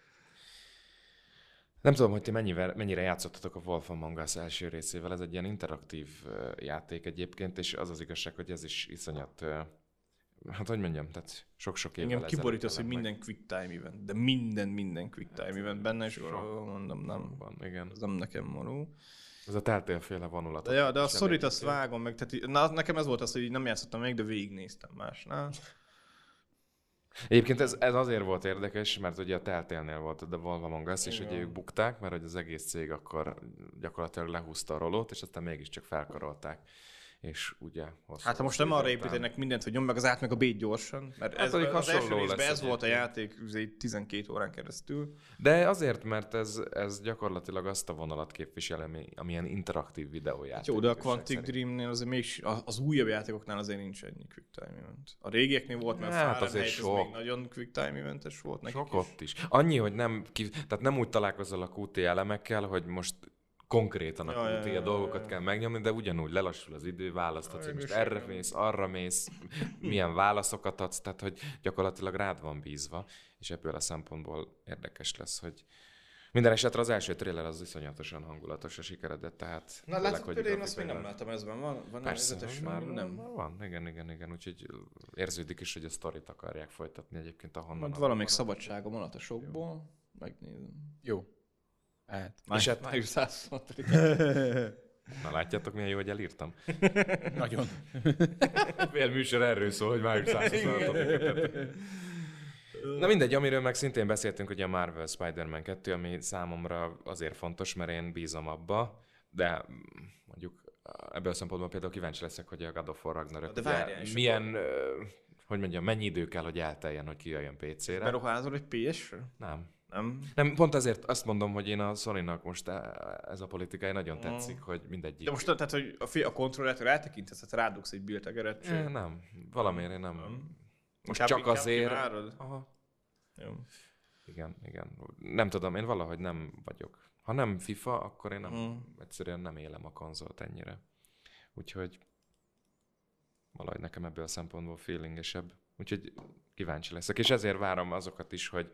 Nem tudom, hogy ti mennyire játszottatok a Wolf Among Us első részével. Ez egy ilyen interaktív játék egyébként, és az az igazság, hogy ez is iszonyat... Hát hogy mondjam, tehát sok-sok évvel engem kiborít az, hogy minden quick time event, de minden quick time event benne, és mondom, nem. Van, igen. Ez nem nekem való. Ez a Telltale-féle vonulat. De a sztorit azt vágom meg, tehát nekem ez volt az, hogy nem játszottam még, de végignéztem másnál. Egyébként ez azért volt érdekes, mert ugye a Telltale-nél volt a The Wolf Among Us, és ugye ők bukták, mert hogy az egész cég akkor gyakorlatilag lehúzta a rolót, és aztán mégiscsak felkarolták. És ugye... Hát ha most nem arra építenek mindent, hogy nyomd meg az át, meg a B-t gyorsan, mert hát, az első részben ez volt a játék 12 órán keresztül. De azért, mert ez gyakorlatilag azt a vonalat képvisel, amilyen interaktív videójáték. Jó, de a Quantic Dreamnél azért még az újabb játékoknál azért nincs ennyi quick time event. A régieknél volt, mert Fahrenheit ez még nagyon quick time eventes volt nekik sok ott is. Annyi, hogy tehát nem úgy találkozol a QT elemekkel, hogy most konkrétan a QT dolgokat kell megnyomni, de ugyanúgy lelassul az idő, választhatsz, hogy most erre mész, arra mész, milyen válaszokat adsz, tehát hogy gyakorlatilag rád van bízva, és ebből a szempontból érdekes lesz, hogy minden esetre az első trailer az iszonyatosan hangulatos a sikeredett, tehát... Na látszik, hogy én azt még nem láttam, ez van persze, már nem. Van, igen, úgyhogy érződik is, hogy a sztorit akarják folytatni egyébként ahonnan. Majd valamelyik szabadságom alatt a sokból, megnézem. Jó. Május 126. Na látjátok, milyen jó, hogy elírtam? Nagyon. Fél műsor erről szól, hogy május 126. Na mindegy, amiről meg szintén beszéltünk, ugye a Marvel Spider-Man 2, ami számomra azért fontos, mert én bízom abba, de mondjuk ebből a szempontból például kíváncsi leszek, hogy a God of War Ragnarök milyen, hogy mondjam, mennyi idő kell, hogy elteljen, hogy kijöjjön PC-re. Beruházol egy PS-re? Nem, pont azért azt mondom, hogy én a Sony-nak most ez a politikai nagyon tetszik, hogy mindegyik... De most tehát, hogy a kontrollert rátekintesz, tehát rádugsz egy build-egeret? Nem, valamiért én nem. Most csak azért... Aha. Jó. Igen. Nem tudom, én valahogy nem vagyok. Ha nem FIFA, akkor én egyszerűen nem élem a konzolt ennyire. Úgyhogy valahogy nekem ebből a szempontból feelingesebb. Úgyhogy kíváncsi leszek. És ezért várom azokat is, hogy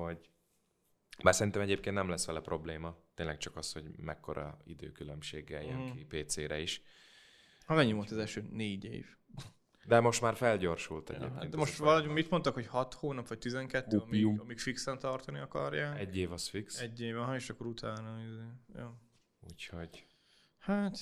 bár szerintem egyébként nem lesz vele probléma. Tényleg csak az, hogy mekkora időkülönbséggel jön ki PC-re is. Ha mennyi volt az első 4 év? De most már felgyorsult egyébként. Hát de most valahogy mit mondtak, hogy 6 hónap vagy 12, amíg fixen tartani akarják? 1 év az fix. 1 év, és akkor utána. Ja. Úgyhogy... Hát...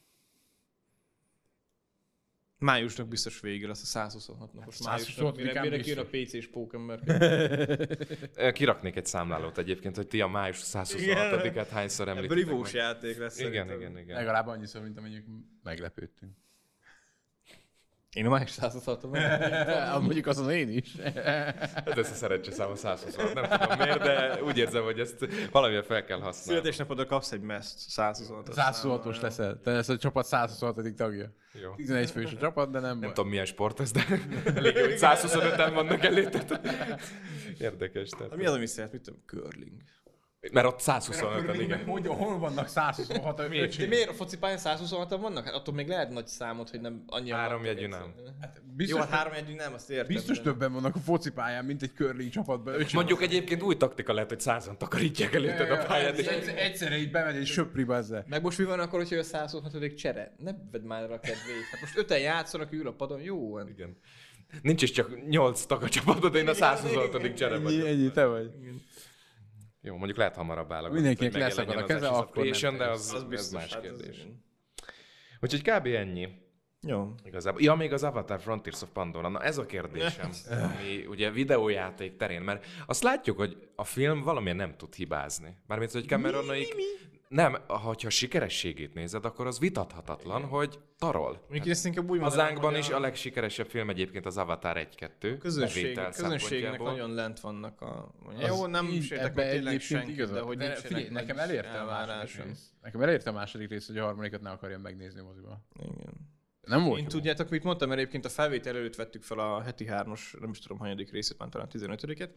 Májusnak biztos vége lesz a 126 napos májusnak. Mire kijön a PC-s pókember. Kiraknék egy számlálót egyébként, hogy ti a május 126-át hányszor említitek meg. Rivós játék lesz. Igen. Legalább annyiszor, mint amennyit meglepődtünk. Én a másik 126-on Mondjuk azon én is. Ez lesz a szerencseszáma 126, nem tudom miért, de úgy érzem, hogy ezt valamilyen fel kell használni. Születésnapodra kapsz egy meszt 126-os. 126-os leszel. Te lesz a csapat 126. tagja. Jó. 11 fős a csapat, de nem Nem baj. tudom, milyen sport ez, de elég, hogy 125-en vannak elé. Érdekes. Tehát. Mi az, ami szeret? Mit tudom, curling. Mert ott 125-en, igen. Hol vannak 126 De miért a focipályán 126-an vannak? Hát attól még lehet nagy számot, hogy nem annyira... Háromjegyű nem. Biztos, Jó, hát háromjegyű nem, azt értem. biztos de- többen vannak a focipályán, mint egy curling csapatban. Mondjuk egyébként új taktika lehet, hogy 100-an takarítják előtted a pályát. És... Egyszerre így bemegy egy söpribe ezzel. Meg most mi van akkor, hogyha a 126. csere? Ne vedd már a kedvét. Hát most 5-en játszanak, ül a padon, jó van. Igen. Nincs is csak 8 tag a csapatod, én a 126. csere vagyok. Ennyi, te vagy. Jó, mondjuk lehet hamarabb állagot. Mindenkinek leszakad a keze, akkor nem de az, Az ez biztos, más hát kérdés. az- Úgyhogy kb. Ennyi. Jó. Igazából. Ja, még az Avatar Frontiers of Pandora. Na ez a kérdésem, ami ugye videójáték terén, mert azt látjuk, hogy a film valamilyen nem tud hibázni. Mármint, hogy Cameronaik... Nem, hogyha sikerességét nézed, akkor az vitathatatlan, hogy tarol. Mondjuk én ezt inkább úgy mondanám, Hazánkban hogy is a legsikeresebb film egyébként az Avatar 1-2. közönségnek szempontjából. nagyon lent vannak a... Az Jó, nem így, sértek ebbe meg tényleg egyébként senki, igazad. de hogy nincsenek figyelj, nagy nekem elérte a második elvárások. rész. Nekem elérte a második rész, hogy a harmadikat ne akarjam megnézni a moziba. Igen. Nem volt Én jó. tudjátok, mit mondtam, mert egyébként a felvétel előtt vettük fel a heti 3-as, nem is tudom, hanyadik részét, már talán 15-et.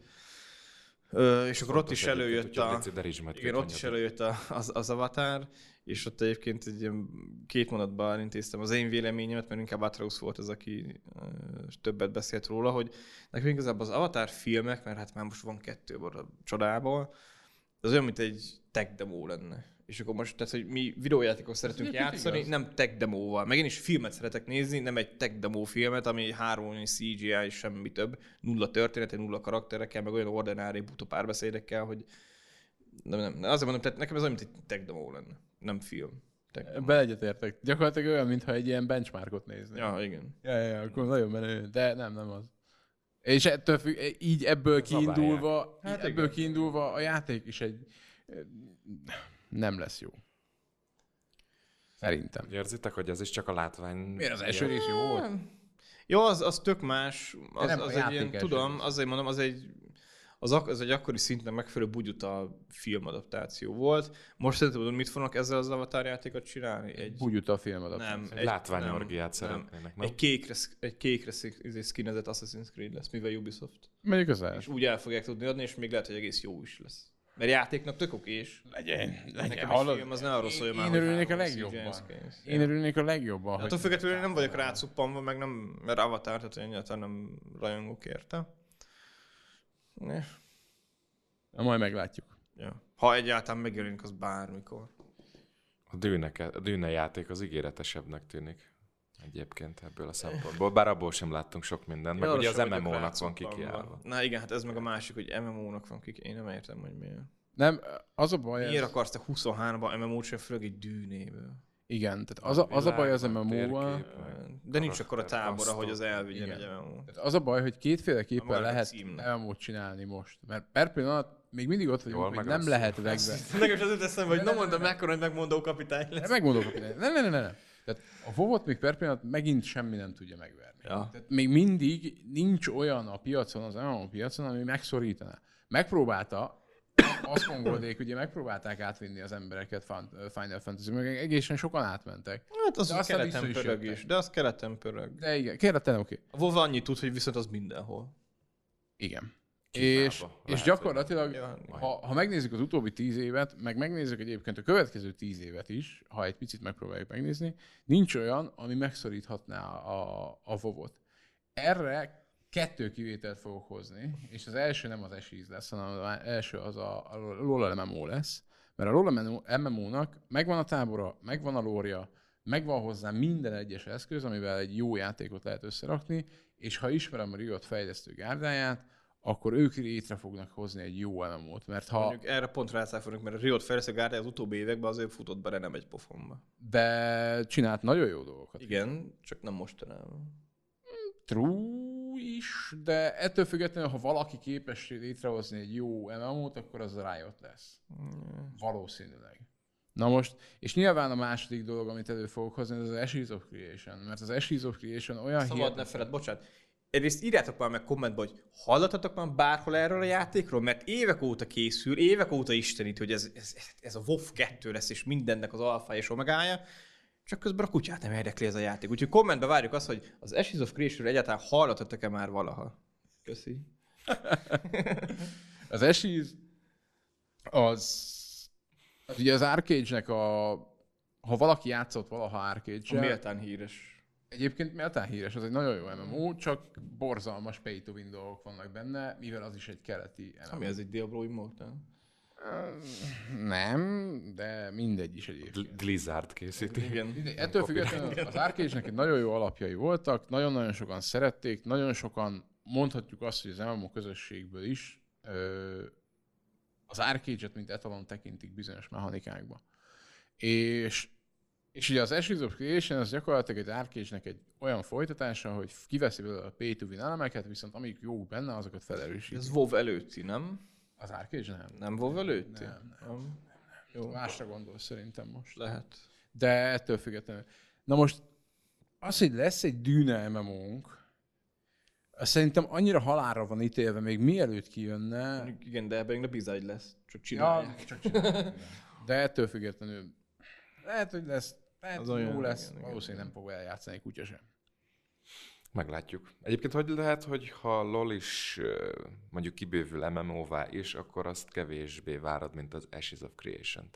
És akkor ott is előjött igen, ott is előjött az Avatar, és ott egyébként egy ilyen 2 mondatban elintéztem az én véleményemet, mert inkább Atraus volt az, aki többet beszélt róla, hogy nekem igazából az Avatar filmek, mert hát már most van 2 a csodából, az olyan, mint egy tech demo lenne. És akkor most, tehát, hogy mi videójátékot szeretünk játszani, igaz. nem tech demóval. Meg én is filmet szeretek nézni, nem egy tech demo filmet, ami 3 CGI és semmi több, 0 története, 0 karakterekkel, meg olyan ordinári buta párbeszédekkel, hogy nem. Azért mondom, tehát nekem ez olyan, mint egy tech demo lenne, nem film. Tech demo. Ebben egyetértek. Gyakorlatilag olyan, mintha egy ilyen benchmarkot nézni. Ja, igen. Ja, akkor nagyon menő. De nem az. És ettől függ, így ebből kiindulva, a játék is egy nem lesz jó. Szerintem. Érzitek, hogy ez is csak a látvány... Miért az első rész jó volt? Jó, az tök más. Az, nem, a az egy játék ilyen, első tudom, rész. azért mondom, az egy akkori szinten megfelelő bugyuta filmadaptáció volt. Most szerintem tudod, mit fognak ezzel az Avatar játékot csinálni? Egy Bugyuta a film adaptáció. Nem, Egy látványorgiát szeretnének, nem? egy kékre skinezett Assassin's Creed lesz, mivel Ubisoft. Mondjuk az És első. úgy el fogják tudni adni, és még lehet, hogy egész jó is lesz. Mert játéknak tök okés. Legyen. Nekem egy film az ne arról szólja már, Én hogy örülnék a 3 CGI legjobban. screens. Én örülnék a legjobban, Attól függetlenül nem vagyok rácuppanva, meg nem, mert Avatar, tehát én egyáltalán nem rajongok érte. Ne. Na, majd meglátjuk. Ja. Ha egyáltalán megjelenik, az bármikor. A Dűne játék az ígéretesebbnek tűnik. Egyébként ebből a szempontból. Bár abból sem láttunk sok mindent. Meg Arra ugye az sem vagyok MMO-nak van rácuppanva. kikiállva. Na igen, hát ez meg a másik, hogy MMO-nak van Én nem értem, hogy miért. Nem, az a baj... Miért akarsz te 23-ban MMO-t sem, főleg egy dűnéből? Igen, tehát az a baj az MMO-val, De nincs akkor a tábora, kasztok. hogy az elvigyen Igen. egy MMO. tehát az a baj, hogy kétféleképpen Magának a lehet címnek. MMO-t csinálni most. Mert per pillanat még mindig ott vagyunk, Jól, hogy meg nem rosszul. lehet vegve. Nekem is az jut eszembe, hogy na mondom, mekkora, hogy megmondó kapitány lesz. Megmondok, hogy nem. Tehát a WoW-ot még per pillanat megint semmi nem tudja megverni. Ja. Tehát még mindig nincs olyan a piacon, az MMO piacon, ami megszorítaná. Megpróbálta, azt mongoldék, ugye megpróbálták átvinni az embereket Final Fantasy, meg egészen sokan átmentek. Hát az De aztán keleten vissza is pörög jöttek. is, de az keleten pörög. De igen, kérlek, oké. A WoW annyit tud, hogy viszont az mindenhol. Igen. Kínába És lehet, gyakorlatilag, Ja, ha megnézzük az utóbbi 10 évet, meg megnézzük egyébként a következő 10 évet is, ha egy picit megpróbáljuk megnézni, nincs olyan, ami megszoríthatná a WoW-ot. Erre 2 kivételt fogok hozni, és az első nem az Ashes lesz, hanem az első az a LoL MMO lesz, mert a LoL MMO-nak megvan a tábora, megvan a lore-ja, megvan hozzá minden egyes eszköz, amivel egy jó játékot lehet összerakni, és ha ismerem a Riot fejlesztő gárdáját, akkor ők létre fognak hozni egy jó MMO-t, mert ha... Mondjuk erre pont rácáfolunk, mert a Riot fejlesztő gárdája az utóbbi években azért futott bele nem egy pofonba. De csinált nagyon jó dolgokat. Igen, csak nem mostanában. True is, de ettől függetlenül, ha valaki képes létrehozni egy jó MMO-t, akkor az a Riot lesz. Valószínűleg. Na most, és nyilván a második dolog, amit elő fogok hozni, ez az Ashes of Creation, mert az Ashes of Creation olyan Szabad ne feled, bocsánat. Egyrészt írjátok már meg kommentbe, hogy hallottatok már bárhol erről a játékról, mert évek óta készül, évek óta istenít, hogy ez a WoW 2 lesz, és mindennek az alfája és omegája, csak közben a kutyát nem érdekli ez a játék. Úgyhogy kommentbe várjuk azt, hogy az Ashes of Creation-ről egyáltalán hallottatok-e már valaha. Köszi. Az Ashes az ugye az Arcade-nek ha valaki játszott valaha Arcade-sel, Méltán híres. egyébként méltán híres, az egy nagyon jó MMO, csak borzalmas pay to win dolgok vannak benne, mivel az is egy keleti MMO. Ami ez egy Diablo Immortal? Nem, de mindegy is egyébként. Blizzard készíti. Igen. Ettől függetlenül az Arcade-nek egy nagyon jó alapjai voltak, nagyon-nagyon sokan szerették, nagyon sokan, mondhatjuk azt, hogy az MMO közösségből is az Arcade-et mint etalon tekintik bizonyos mechanikákba. És ugye az Ashes of Creation az gyakorlatilag egy Arcade-nek egy olyan folytatása, hogy kiveszi belőle a pay to win elemeket, viszont amik jók benne, azokat felerősíti. Ez WoW előtti, nem? Az Arcade nem. Nem WoW előtti? Nem. Jó. Másra gondolsz szerintem most. Lehet. De ettől függetlenül. Na most az, hogy lesz egy Dűne MMO-nk, az szerintem annyira halálra van ítélve, még mielőtt kijönne. Igen, de ebben a bizágy lesz. Csak csinálják. Ja, csak csinálják. De ettől függetlenül lehet, hogy lesz, lehet, Az hogy olyan, jó lesz, igen, valószínűleg nem fog eljátszani kutya sem. Meglátjuk. Egyébként hogy lehet, hogy ha LoL is mondjuk kibővül MMO-vá is, akkor azt kevésbé várod, mint az Ashes of Creation-t?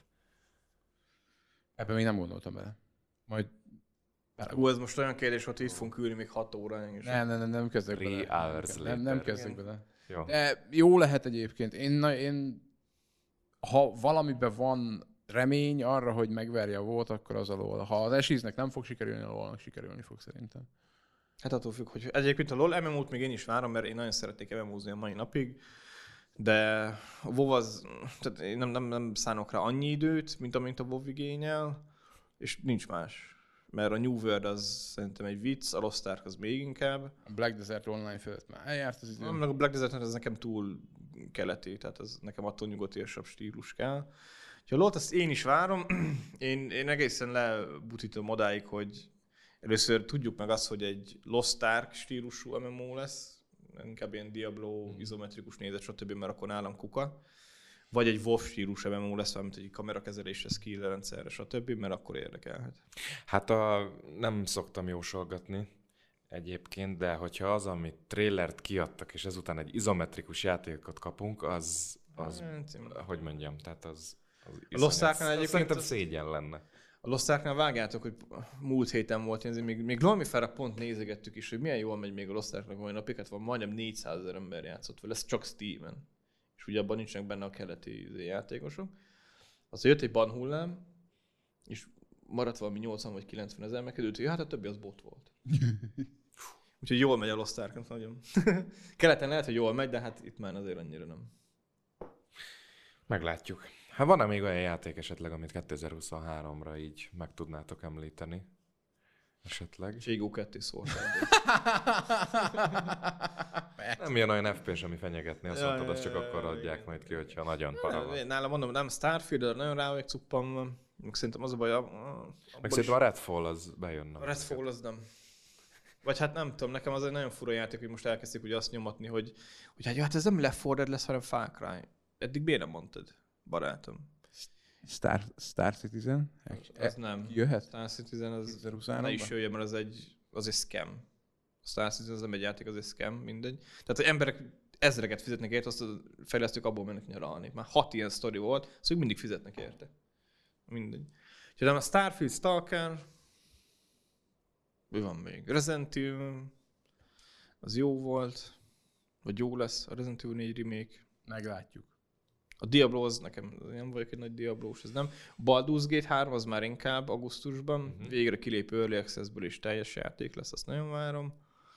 Ebben még nem gondoltam bele. Majd Ez most olyan kérdés, hogy itt fogunk ülni még 6 óráig. nem kezdek bele. 3 hours Nem kezdek igen. bele. Jó. De jó lehet egyébként. Én ha valamiben van remény arra, hogy megverje a volt, akkor az a LoL. Ha az Ashesnek nem fog sikerülni, a LoL-nak sikerülni fog szerintem. Hát attól függ, hogy egyébként a LoL MMO-t még én is várom, mert én nagyon szeretnék MMO-zni a mai napig, de a WoW az, tehát én nem szánok rá annyi időt, mint amint a WoW igényel, és nincs más. Mert a New World az szerintem egy vicc, a Lost Ark az még inkább. A Black Desert Online fölött már eljárt az idő. A Black Desert az nekem túl keleti, tehát az nekem attól nyugatiasabb stílus kell. Ha a LoL-t azt én is várom, én egészen lebutítom odáig, hogy először tudjuk meg azt, hogy egy Lost Ark stílusú MMO lesz, inkább ilyen Diablo, izometrikus nézet, stb., mert akkor nálam kuka. Vagy egy WoW stílusú MMO lesz, valamint egy kamerakezelésre, skill rendszerre, stb., mert akkor érdekelhet. Hát nem szoktam jósolgatni egyébként, de hogyha az, amit trailert kiadtak, és ezután egy izometrikus játékot kapunk, az hogy mondjam, tehát az Lost Arknál egyébként szerintem szégyen lenne. A Lost Arknál vágjátok, hogy múlt héten volt, még Glomifára pont nézegettük is, hogy milyen jól megy még a Lost Arknak mai napig, hát van majdnem 400 000 ember játszott vele, ez csak Steam-en. És ugye abban nincsenek benne a keleti játékosok. Aztán jött egy ban hullám, és maradt valami 80 vagy 90 ezer, megkedült, hogy hát a többi az bot volt. Úgyhogy jól megy a Lost Ark, nagyon. Keleten lehet, hogy jól megy, de hát itt már azért annyira nem. Meglátjuk. Hát van-e még olyan játék esetleg, amit 2023-ra így meg tudnátok említeni? Esetleg? Ségó 2 szólt. Nem ilyen olyan FPS, ami fenyegetni, azt mondtad, azt csak akkor adják majd ki, hogyha nagyon para van. Nálam mondom, nem Starfield, nagyon rá vagyok cuppam, meg szerintem az a baj, meg szerintem a Redfall az bejönne. A Redfall az nem. Vagy hát nem tudom, nekem az egy nagyon fura játék, hogy most elkezdték ugye azt nyomatni, hogy hát ez nem Left 4 Dead lesz, hanem Far Cry. Eddig miért nem mondtad, barátom? Star Citizen? Az nem. Jöhet? Star Citizen az... 2023-ban? Ne is jöjjön, mert az egy scam. A Star Citizen az nem egy játék, az egy scam, mindegy. Tehát, hogy emberek ezreket fizetnek érte, azt a fejlesztők abból mennek nyaralni. Már 6 ilyen sztori volt, szóval mindig fizetnek érte. Mindegy. Úgyhogy a Starfield, Stalker, mi van még? Resident Evil, az jó volt, vagy jó lesz, a Resident Evil 4 remake. Meglátjuk. A Diablo az nekem, nem vagyok egy nagy Diablós, ez nem. Baldur's Gate 3 az már inkább augusztusban, végre kilép Early Access-ből és teljes játék lesz, azt nagyon várom.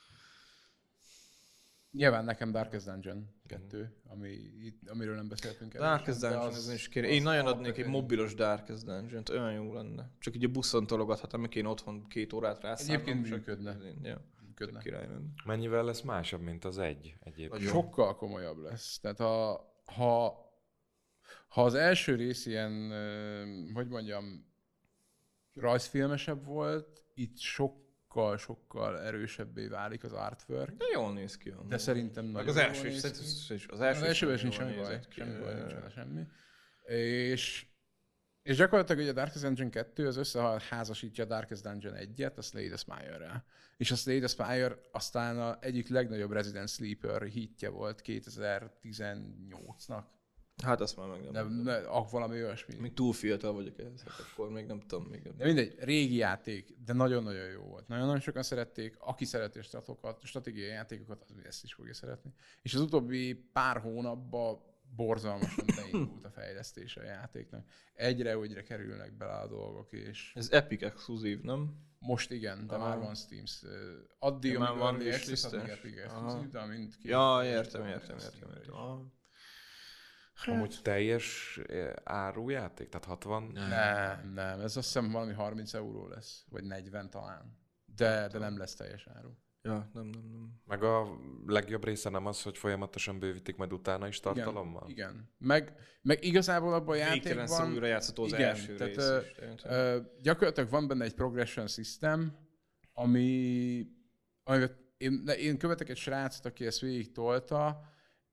Nyilván nekem Darkest Dungeon 2, amiről nem beszéltünk el. Darkest Dungeon, ez is kéne. Én nagyon adnék egy mobilos Darkest Dungeon-t, olyan jó lenne. Csak így a buszon tologathatnám, én otthon 2 órát rászállom. Egyébként működne. Ja, működne. Király lenne. Mennyivel lesz másabb, mint az egy egyébként? Sokkal komolyabb lesz. Tehát ha Ha az első rész ilyen, hogy mondjam, rajzfilmesebb volt, itt sokkal erősebbé válik az artwork. De jól néz ki. De szerintem nagyon az első jól is, néz ki. az első sincs jól semmi baj, nézett ki. semmi baj, nincs vele semmi. És gyakorlatilag ugye a Darkest Dungeon 2 az összeházasítja a Darkest Dungeon 1-et a Slay the Spire-rel. És a Slay the Spire aztán az egyik legnagyobb Resident Sleeper hitje volt 2018-nak. Hát azt már meg nem. Valami olyasmi. Még túl fiatal vagyok ehhez, hát akkor még nem tudom. De mindegy, régi játék, de nagyon-nagyon jó volt. Nagyon-nagyon sokan szerették, aki szereti a stratégiai játékokat, az ezt is fogja szeretni. És az utóbbi pár hónapban borzalmasan beindult a fejlesztése a játéknak. Egyre kerülnek bele a dolgok, és... Ez Epic exkluzív, nem? Most igen, de már van Steam. Addig, már amíg van Early Access, listes. addig Epic exkluzív, de amint Ja, értem. Amúgy teljes árujáték? Tehát 60? Nem, ez azt hiszem valami 30 euró lesz, vagy 40 talán. De nem lesz teljes áru. Ja, nem. Meg a legjobb része nem az, hogy folyamatosan bővítik majd utána is tartalommal? Igen. Meg igazából abban a játékban... Végtelen újra játszható az első rész is. Gyakorlatilag van benne egy progression system, amivel én követek egy srácot, aki ezt végig tolta,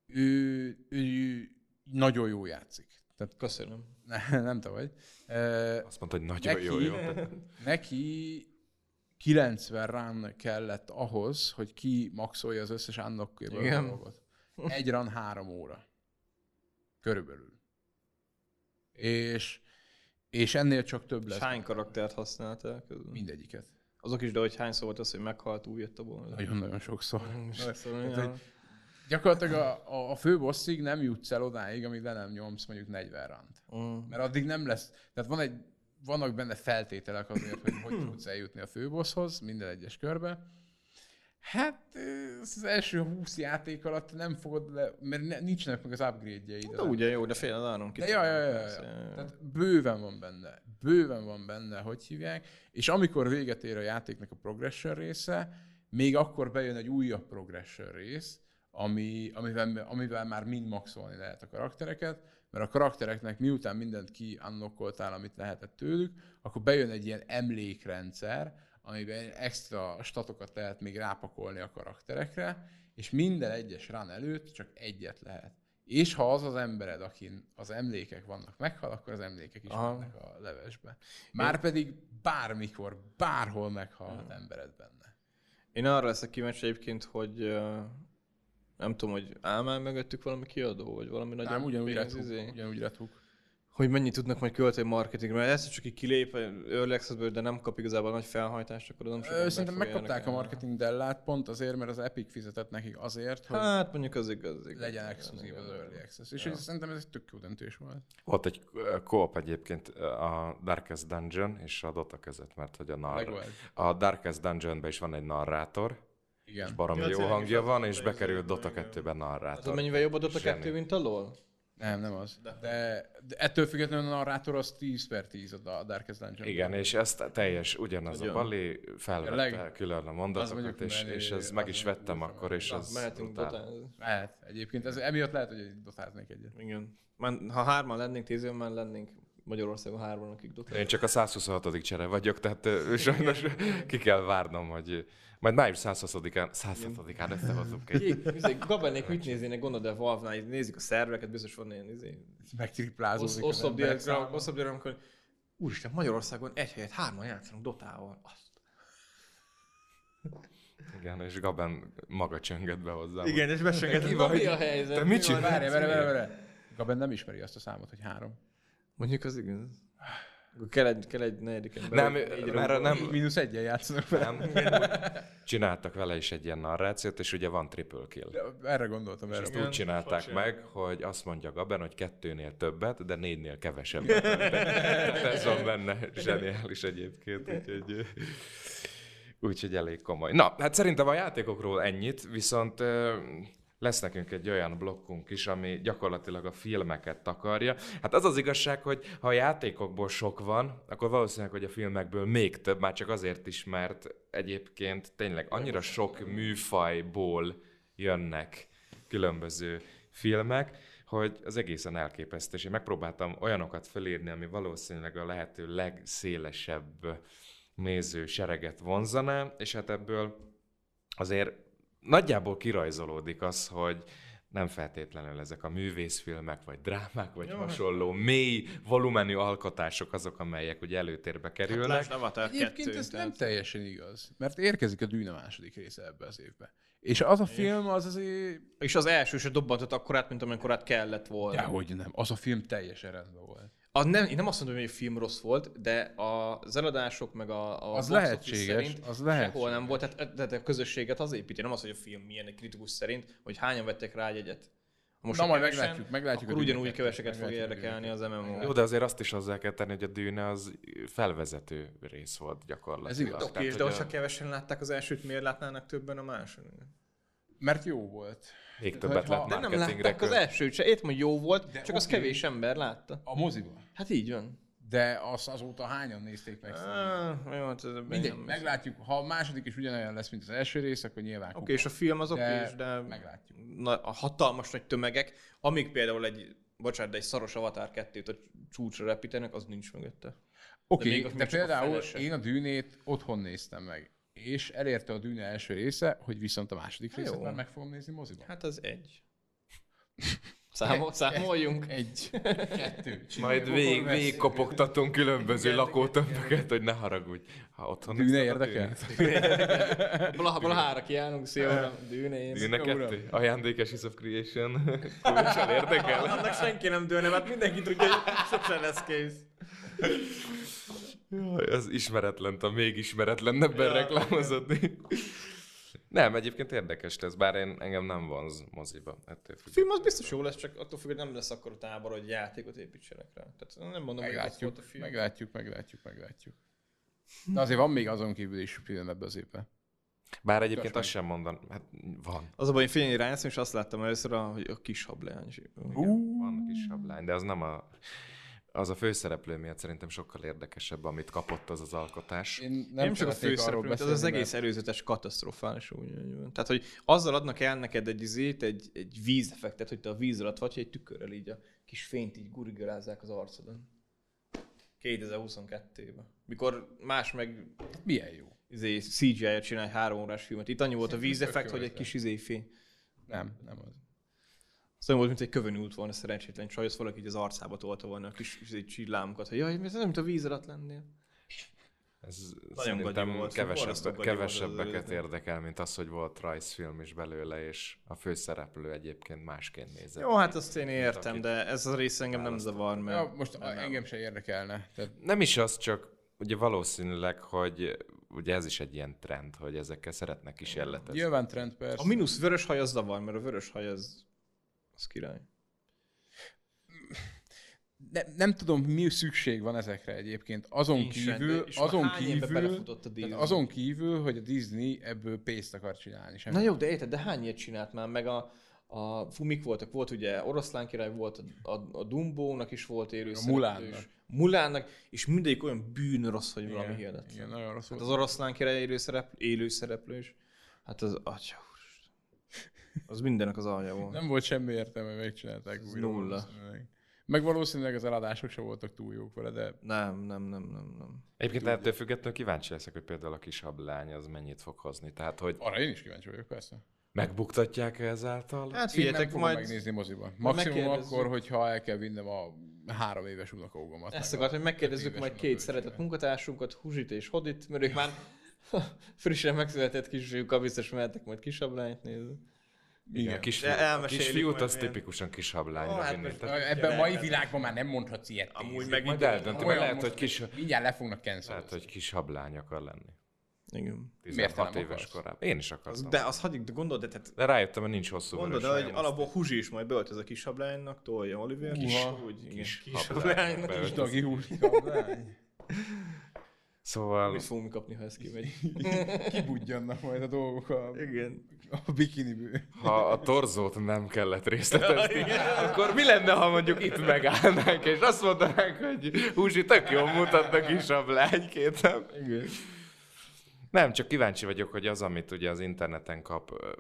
ő nagyon jó játszik. Tehát, köszönöm. Nem te vagy. Azt mondta, hogy nagyon jó. Neki 90 run kellett ahhoz, hogy ki maxolja az összes unlockable dolgot. Egy run 3 óra. Körülbelül. És ennél csak több lesz. Hány karaktert használtál közben? Mindegyiket. Azok is, de hogy hányszor volt az, hogy meghalt, új jött a volna? Nagyon-nagyon sokszor. Sokszor. Gyakorlatilag a fő bosszig nem jutsz el odáig, amíg le nem nyomsz mondjuk 40 runt. Mert addig nem lesz. Tehát vannak benne feltételek azért, hogy tudsz eljutni a főbosshoz minden egyes körbe. Hát az első 20 játék alatt nem fogod le, mert nincsenek meg az upgrade-jeid. De ugye jó, de fél az áron ki. Ja. Tehát bőven van benne, hogy hívják, és amikor véget ér a játéknak a progression része, még akkor bejön egy újabb progression rész, amivel már mind maxolni lehet a karaktereket, mert a karaktereknek miután mindent ki-unlockoltál, amit lehetett tőlük, akkor bejön egy ilyen emlékrendszer, amiben extra statokat lehet még rápakolni a karakterekre, és minden egyes run előtt csak egyet lehet. És ha az embered, akin az emlékek vannak meghal, akkor az emlékek is mennek a levesbe. Márpedig bármikor, bárhol meghalhat embered benne. Én arra leszek kíváncsi egyébként, hogy nem tudom, hogy áll mögöttük valami kiadó, vagy valami nagyon nem, ugyanúgy retuk. Hogy mennyit tudnak majd költeni marketingre, mert ezt csak így kilép Early Access-ből, de nem kap igazából nagy felhajtást, akkor nem sokan szerintem megkapták a marketing dellát, pont azért, mert az Epic fizetett nekik azért, hogy hát mondjuk az igaz. legyen exkluzív az Early Access. És szerintem ez egy tök jó döntés volt. Volt egy co-op egyébként a Darkest Dungeon és a Dota között, mert hogy a Darkest Dungeonben is van egy narrátor, igen. És baromi jó hangja van, és bekerült Dota 2-ben narrátor. Az mennyivel jobb a Dota 2, mint a LoL? Nem az. De ettől függetlenül a narrátor az 10/10 a Darkest Dungeon. Igen, és ezt teljes ugyanaz a Bali felvette külön a mondatokat, és ez meg is vettem akkor, és ez mehetünk dotázni. Lehet, egyébként emiatt lehet, hogy dotáznék egyet. Igen. Ha 3-an lennénk, 10 éven lennénk Magyarországon 3-an, akik dotáznak. Én csak a 126. csere vagyok, tehát sajnos ki kell várnom, hogy majd május 106-án összehozunk egy... Gabennék mit néznének, gondolod el Valve-nál, nézik a szerveket, biztos van ilyen megtriplázódik. Oszlop diagram, amikor úristen, Magyarországon egy helyet 3-an játszanak Dotával. Igen, és Gaben maga csönget be hozzá. Igen, és besenged. Mi a helyzet? Te mit csinálsz? Várj. Gaben nem ismeri azt a számot, hogy 3. Mondjuk az igaz. Kell egy negyedik ember. Nem, mert nem... -1-jel játszanak vele. Nem. Csináltak vele is egy ilyen narrációt, és ugye van triple kill. Erre gondoltam. És ezt úgy csinálták meg, hogy azt mondja Gaben, hogy 2-nél többet, de 4-nél kevesebbet. Ez van benne, zseniális egyébként. Úgyhogy elég komoly. Na, hát szerintem a játékokról ennyit, viszont... lesz nekünk egy olyan blokkunk is, ami gyakorlatilag a filmeket takarja. Hát az az igazság, hogy ha a játékokból sok van, akkor valószínűleg, hogy a filmekből még több, már csak azért is, mert egyébként tényleg annyira sok műfajból jönnek különböző filmek, hogy az egészen elképesztő, és én megpróbáltam olyanokat felírni, ami valószínűleg a lehető legszélesebb néző sereget vonzaná, és hát ebből azért nagyjából kirajzolódik az, hogy nem feltétlenül ezek a művészfilmek, vagy drámák, vagy hasonló mély, volumenű alkotások azok, amelyek ugye előtérbe kerülnek. Hát egyébként ez nem teljesen igaz, mert érkezik a Dűne második része ebbe az évbe. És az a film az azért... És az első se dobbantott akkorát, mint amekkorát kellett volna. Dehogy nem, az a film teljesen rendben volt. Én nem azt mondom, hogy a film rossz volt, de az eladások meg a az box lehetséges, office szerint az lehetséges. sehol nem volt. Tehát a közösséget az építi, nem az, hogy a film milyen egy kritikus szerint, hogy hányan vettek rá jegyet. Na majd meglátjuk. Akkor ugyanúgy keveseket fog érdekelni az MMO. Jó, de azért azt is hozzá kell tenni, hogy a Dűne az felvezető rész volt gyakorlatilag. Ez igaz. Oké, de ha kevesen látták az elsőt, miért látnának többen a második? Mert jó volt. Még többet lett De nem marketingre. látták az elsőt se, értem, hogy jó volt, De csak az oké. kevés ember látta. A moziban. Hát így van. De azóta hányan nézték meg? Jó, hát ez Mindegy, meglátjuk. Ha a második is ugyanolyan lesz, mint az első rész, akkor nyilván Oké, és a film az oké, de meglátjuk. a hatalmas nagy tömegek, amíg például egy szaros Avatar 2-t a csúcsra repítenek, az nincs mögötte. Oké, az de még csak a például felese. én a Dűnét otthon néztem meg. És elérte a Dűne első része, hogy viszont a második részét Jó. már meg fogom nézni moziban. Hát az egy. Számoljunk. Egy, kettő. Majd végigkopogtatunk különböző lakótömböket, hogy ne haragudj. Ha otthon Dűne nézted a érdekel? Blahára kiállunk, szia, Dűne. Dűne 2, ajándékes Is of Creation. Kulcsal érdekel? Annak senki nem dőlne, mert mindenki tudja, hogy sosem lesz kész. Jaj, az ismeretlent a még ismeretlenebben reklámozódni. Nem, egyébként érdekes lesz, bár engem nem vonz moziba. A film az biztos jó lesz, csak attól függ, hogy nem lesz akkor a tábor, hogy játékot építsenek rá. Tehát nem mondom, hogy rossz volt a film. Meglátjuk. De azért van még azon kívül is film ebbe az évben. Bár egyébként azt sem mondanám, hát van. Az a baj, én fényi rájátszom, és azt láttam először, hogy a kis hableány. Van kis hablány, de az nem az a főszereplő miatt szerintem sokkal érdekesebb, amit kapott az alkotás. Én Nem csak a főszereplő, az az egész előzetes katasztrofális úgy. Tehát, hogy azzal adnak el neked egy vízeffektet, hogy te a víz alatt vagy, hogy egy tükörrel így a kis fényt így gurigerázzák az arcodon. 2022-ben. Mikor más meg Milyen jó. CGI-et csinál egy 3 órás filmet. Itt annyi volt a vízeffekt, hogy egy kis fény. Nem az. Szóval volt, mint egy kövön ült volna szerencsétlen csaj, az valaki így az arcába tolta volna a kis csillámokat, hogy jaj, ez nem, mint a víz alatt lennél. Ez Nagyon szerintem gagyi volt, kevesebbeket az érdekel, mint az, hogy volt rajzfilm is belőle, és a főszereplő egyébként másként nézett. Jó, hát azt én értem, akit de ez a rész engem nem zavar, mert... Ja, most engem se érdekelne. Tehát Nem is az, csak ugye valószínűleg, hogy ugye ez is egy ilyen trend, hogy ezekkel szeretnek kísérletezni. nyilván trend persze. A mínusz vörös haj az zavar, mert a vörös haj az király. Nem tudom, mi szükség van ezekre egyébként. Azon kívül, hogy a Disney ebből pénzt akar csinálni. Na jó, de érted, de hány ilyet csinált már? Meg a Fumik voltak, volt ugye Oroszlán király, volt a Dumbónak is volt élőszereplős. Mulánnak, és mindegyik olyan bűnrossz, hogy valami hihetetlen. Igen, nagyon rossz Hát az Oroszlán király élőszereplős, hát az atya úristen. Az mindennek az alja volt. Nem volt semmi értelme, megcsinálták újra. Nulla. Meg valószínűleg az eladások sem voltak túl jók vele, de... Nem. Egyébként ettől függetlenül kíváncsi leszek, hogy például a kis hablány az mennyit fog hozni. Tehát, hogy Arra én is kíváncsi vagyok, persze. megbuktatják ezáltal? Hát Én nem figyeljetek, fogom megnézni moziba. Maximum akkor, hogyha el kell vinnem a 3 éves unokahúgomat. Ezt akart, hogy megkérdezzük majd 2 szeretett munkatársunkat, Huzsit és Hodit, mert ők már frissen megszületett kisfiúkkal biztos mehetek majd kisablányt nézni. Igen, a kisfiút az tipikusan kis hablányra vinni. Ebben a mai világban már nem mondhatsz ilyet. Amúgy meg Majd eldönti, mert lehet, hogy kis... Mindjárt le fognak cancel. Lehet, hogy kis hablány akar lenni. Igen. 16 éves korában. Én is akartam. De az hagyjuk, de gondold, de tehát... De rájöttem, hogy nincs hosszú Gondold, vörös hogy hajam, alapból Huzsi is majd beöltöz a kis hablánynak, tolja Oliver. kis hablánynak. hablány. Kis dagi hablány. Szóval... Mit fogunk kapni, ha ez kimegy? Kibudjannak majd a dolgok Igen. a bikiniből. Ha a torzót nem kellett részletezni, akkor mi lenne, ha mondjuk itt megállnánk, és azt mondanánk, hogy Húzsi tök jól mutatnak kis hablánykét, nem? Igen. Nem, csak kíváncsi vagyok, hogy az, amit ugye az interneten kap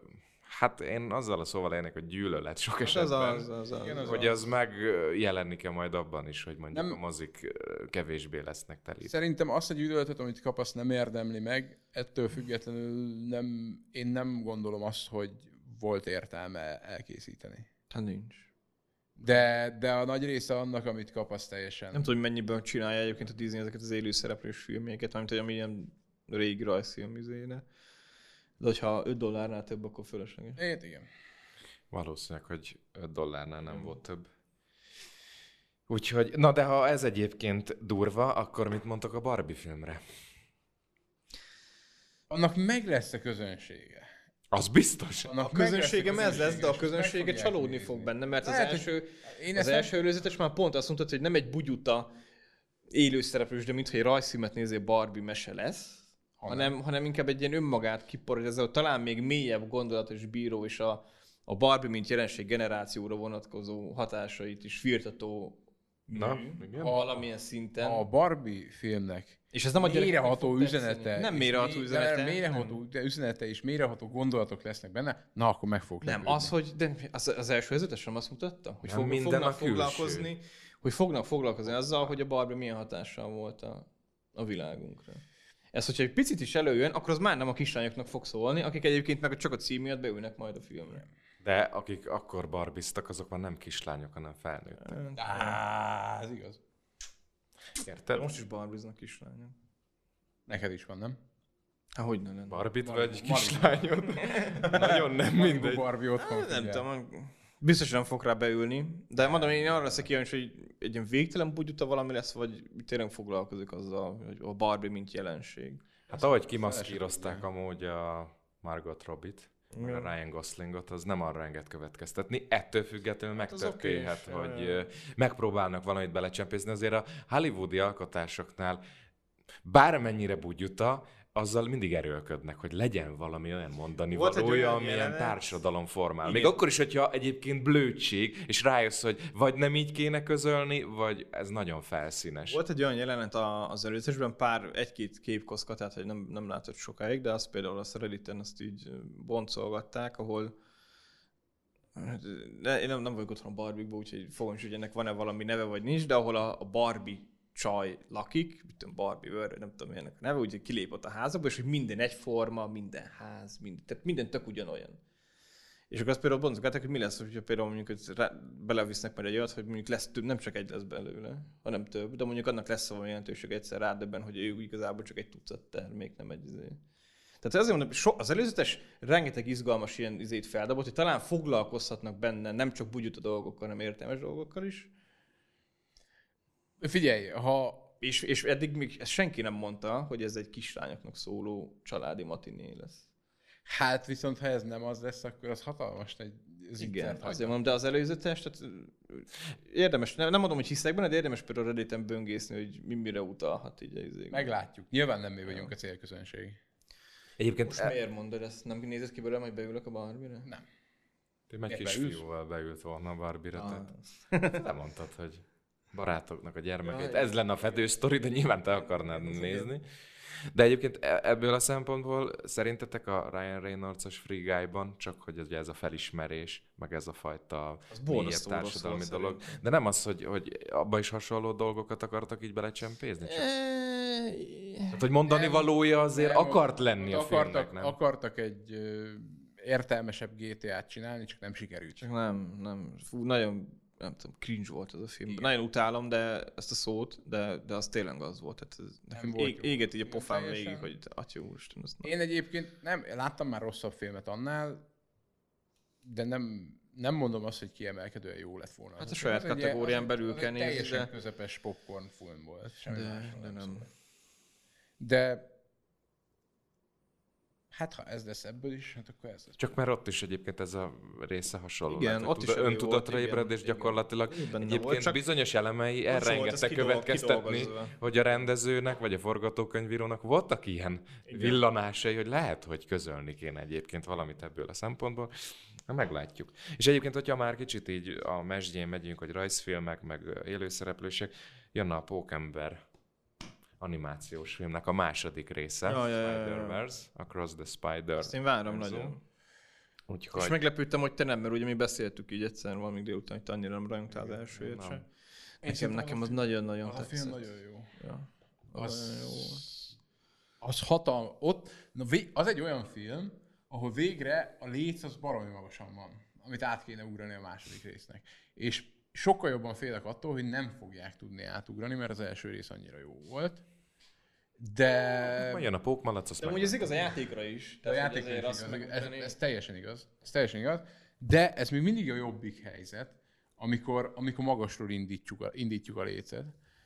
Hát én azzal a szóval élnék, hogy gyűlölet sok Az esetben. az. Hogy az megjelenik-e majd abban is, hogy mondjuk Nem. a mozik kevésbé lesznek telítve. Szerintem azt a gyűlöletet, amit kapasz, nem érdemli meg, ettől függetlenül én nem gondolom azt, hogy volt értelme elkészíteni. Hát nincs. De a nagy része annak, amit kapasz, teljesen. Nem tudom, hogy mennyiből csinálja egyébként a Disney ezeket az élőszereplős filmjéket, mármint hogy ami ilyen régi rajzfilm izéne. De hogyha $5 több, akkor fölösleges. Igen. Valószínűleg, hogy $5 nem volt több. Úgyhogy, na de ha ez egyébként durva, akkor mit mondtak a Barbie filmre? Annak meg lesz a közönsége. Az biztos. A közönségem ez lesz, de a közönsége csalódni fog benne, mert az első előzetes már pont azt mondtad, hogy nem egy bugyuta élőszereplős, de mintha egy rajzfilmet néző Barbie mese lesz, hanem inkább egy ilyen önmagát kiporozza, talán még mélyebb gondolatos bíró és a Barbie mint jelenség generációra vonatkozó hatásait is firtató valamilyen szinten. A Barbie filmnek és ez nem a mélyreható üzenete. Nem mélyreható üzenete. Mélyreható üzenete és mélyreható gondolatok lesznek benne, na akkor meg fog lepődni. Nem, az első előzetes sem azt mutatta, hogy fognak foglalkozni azzal, hogy a Barbie milyen hatással volt a világunkra. Ez, hogyha egy picit is előjön, akkor az már nem a kislányoknak fog szólni, akik egyébként meg csak a cím miatt beülnek majd a filmre. De akik akkor barbiztak, azok már nem kislányok, hanem felnőttek. Ez igaz. Érted? Most is barbiznak kislányok. Neked is van, nem? Há, hogy ne lenne? Barbit vagy kislányod? Nagyon nem mindegy. Barbie otthon. Nem tudom, biztos nem fog rá beülni, de mondom, én arra leszek kíváncsi, hogy egy ilyen végtelen bugyuta valami lesz, vagy tényleg foglalkozik azzal, hogy a Barbie mint jelenség. Hát ahogy kimaszkírozták amúgy a Margot Robbie-t, meg a Ryan Goslingot, az nem arra enged következtetni. Ettől függetlenül megtörténhet, hogy megpróbálnak valamit belecsempészni. Azért a hollywoodi alkotásoknál bármennyire bugyuta, azzal mindig erőlködnek, hogy legyen valami olyan mondani valója, amilyen társadalom formál. Még akkor is, hogyha egyébként blödség, és rájössz, hogy vagy nem így kéne közölni, vagy ez nagyon felszínes. Volt egy olyan jelenet az előzetesben, egy-két képkoszka, tehát hogy nem látott sokáig, de azt például a Redditen azt így boncolgatták, ahol én nem vagyok otthon a Barbie-ba, úgyhogy fogom is, hogy ennek van-e valami neve, vagy nincs, de ahol a Barbie csaj lakik, mit tudom, Barbie World, nem tudom, milyennek a neve, úgyhogy kilépott a házba, és hogy minden egyforma, minden ház, tehát minden tök ugyanolyan. És akkor azt például boncolgatták, hogy mi lesz, hogyha például mondjuk belevisznek majd egy olyat, hogy mondjuk lesz több, nem csak egy lesz belőle, hanem több, de mondjuk annak lesz valami jelentőség egyszer rádöbben, hogy ő igazából csak egy tucat termék, nem egy izé. Tehát azért mondom, az előzetes rengeteg izgalmas ilyen izét feldobott, hogy talán foglalkozhatnak benne nem csak bugyuta dolgokkal, hanem értelmes dolgokkal is. Figyelj, És eddig még ezt senki nem mondta, hogy ez egy kislányoknak szóló családi matiné lesz. Hát viszont ha ez nem az lesz, akkor az hatalmas nagy igen, azért mondom, de az előzetes, tehát érdemes, nem mondom, hogy hiszek benne, de érdemes például Redditen böngészni, hogy mire utalhat így az. Meglátjuk. Nyilván nem mi vagyunk a célközönség. Egyébként most miért mondod ezt? Nem nézett ki belőle, hogy beülök a Barbie-re? Nem. Te meg kisfiúval beült volna a Barbie-re, tehát nem mondtad, hogy barátoknak a gyermekét. Ez lenne a fedősztori, de nyilván te akarnád nézni. De egyébként ebből a szempontból szerintetek a Ryan Reynolds-os Free Guy-ban, csak hogy ugye ez a felismerés, meg ez a fajta mélyebb társadalmi dolog. Szerintem. De nem az, hogy abba is hasonló dolgokat akartak így belecsempézni? Tehát, hogy mondani valója azért akart lenni a filmnek, nem? Akartak egy értelmesebb GTA-t csinálni, csak nem sikerült. Csak nem. Fú, nagyon... nem tudom, cringe volt ez a film. Igen. Nagyon utálom ezt a szót, de az tényleg az volt. Tehát éget így a pofám végig, hogy atya úristen. Én egyébként nem, láttam már rosszabb filmet annál, de nem mondom azt, hogy kiemelkedően jó lett volna. Hát a saját kategórián belül kell nézni. Teljesen közepes popcorn film volt. De nem. De hát ha ez lesz ebből is, hát akkor ez lesz. Csak mert ott is egyébként ez a része hasonló. Igen, lehet, ott is öntudatra ébred, és gyakorlatilag egyébként bizonyos elemei erre engedtek következtetni, hogy a rendezőnek, vagy a forgatókönyvírónak voltak ilyen villanásai, hogy lehet, hogy közölni kéne egyébként valamit ebből a szempontból. Na, meglátjuk. És egyébként, hogyha már kicsit így a mesdjén megyünk, hogy rajzfilmek, meg élőszereplősek, jönne a Pókember animációs filmnek a második része, Spider-Verse, Across the Spider-Verse. Ezt én várom nagyon. Úgyhogy... És meglepődtem, hogy te nem, mert ugye mi beszéltük így egyszer valamíg délután, hogy te annyira nem rajongtál az elsőért sem. Nekem az nagyon-nagyon tetszett. Az a film nagyon jó. Ja, Az ott, az egy olyan film, ahol végre a léc az baromi magasan van, amit át kéne ugrani a második résznek. És sokkal jobban félek attól, hogy nem fogják tudni átugrani, mert az első rész annyira jó volt. De... Majd jön a pókmalac, azt de amúgy ez igaz a játékra is. A játékra is igaz, ez teljesen igaz. Ez teljesen igaz. De ez még mindig a jobbik helyzet, amikor magasról indítjuk a lécet.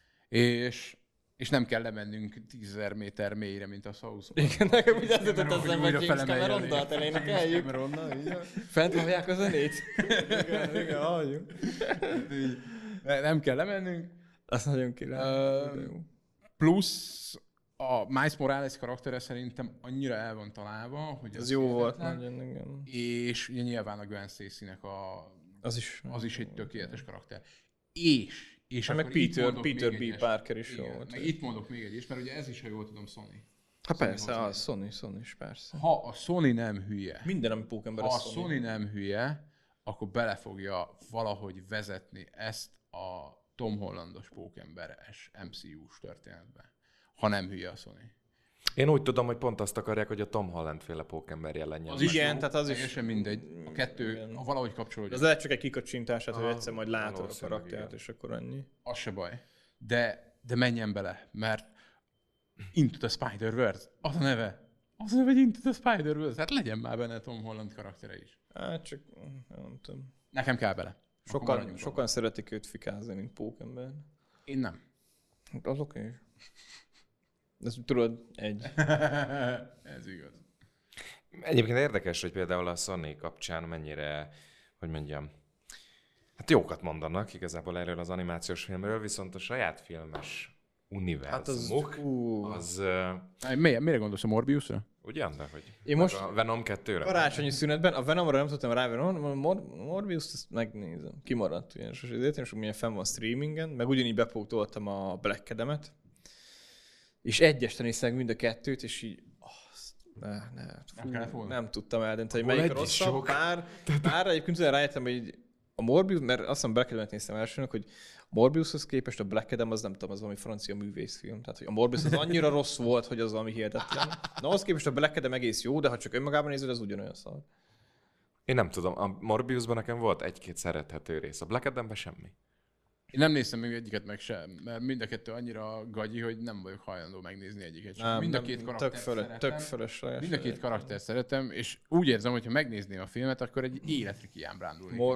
És nem kell lemennünk 10.000 méter mélyre, mint a South-ban. Igen, nekem úgy az jutott eszembe, hogy James Camerondalt elénekeljük. Fent hallják a zenét. Igen, halljuk. Nem kell lemennünk. Az nagyon király. Plusz a Miles Morales karaktere szerintem annyira el van találva, hogy ez jó volt. Nagyon, igen. És ugye nyilván a Gwen Stacy-nek az is egy tökéletes karakter. És meg Peter B. Parker is jó volt. Meg itt mondok még egy is, mert ugye ez is, ha jól tudom, Sony. Hát persze, a Sony is persze. Ha a Sony nem hülye. Minden, ami pókember a Sony nem hülye, akkor bele fogja valahogy vezetni ezt a Tom Hollandos pókemberes MCU-s történetbe. Ha nem hülye a Sony. Én úgy tudom, hogy pont azt akarják, hogy a Tom Holland féle pókember jelenjen. Az igen, tehát az is... Teljesen mindegy. A kettő valahogy kapcsolódik. Az lehet csak egy kikacsintását, hogy egyszer majd látod a karaktert, és akkor annyi. Az se baj. De menjen bele, mert Into the Spider-Verse, az a neve, hogy Into the Spider-Verse, hát legyen már benne Tom Holland karaktere is. Hát csak, nem tudom. Nekem kell bele. Sokan szeretik őt fikázni, mint pókember. Én nem. Az oké. Ez tudod, egy. Ez igaz. Egyébként érdekes, hogy például a Sony kapcsán mennyire, hogy mondjam, hát jókat mondanak igazából erről az animációs filmről, viszont a saját filmes univerzumuk, Mire gondolsz, a Morbiusra? Ugyan, de hogy én most a Venom 2-re. Karácsonyi szünetben, a Venomra nem tudtam rá, Morbius-t ezt megnézem. Kimaradt ugyanis az idején, és milyen fenn van streamingen, meg ugyanígy bepótoltam a Black Adam-et, és egy este néztem mind a kettőt, és így nem tudtam eldönteni, hogy melyik rosszabb, bár egyébként rájöttem, hogy a Morbius, mert azt hiszem Black Adam-et néztem elsőnek, hogy Morbiushoz képest a Black Adam az nem tudom, az valami francia művészfilm. Tehát, hogy a Morbius az annyira rossz volt, hogy az valami hihetetlen. Na, ahhoz képest a Black Adam egész jó, de ha csak önmagában nézed, az ugyanolyan szar. Én nem tudom, a Morbiusban nekem volt egy-két szerethető rész, a Black Adamben semmi. Én nem néztem még egyiket meg sem, mert mind a kettő annyira gagyi, hogy nem vagyok hajlandó megnézni egyiket sem. Mind a két karakter szeretem, és úgy érzem, hogy ha megnézném a filmet, akkor egy életre kiábrándulnék.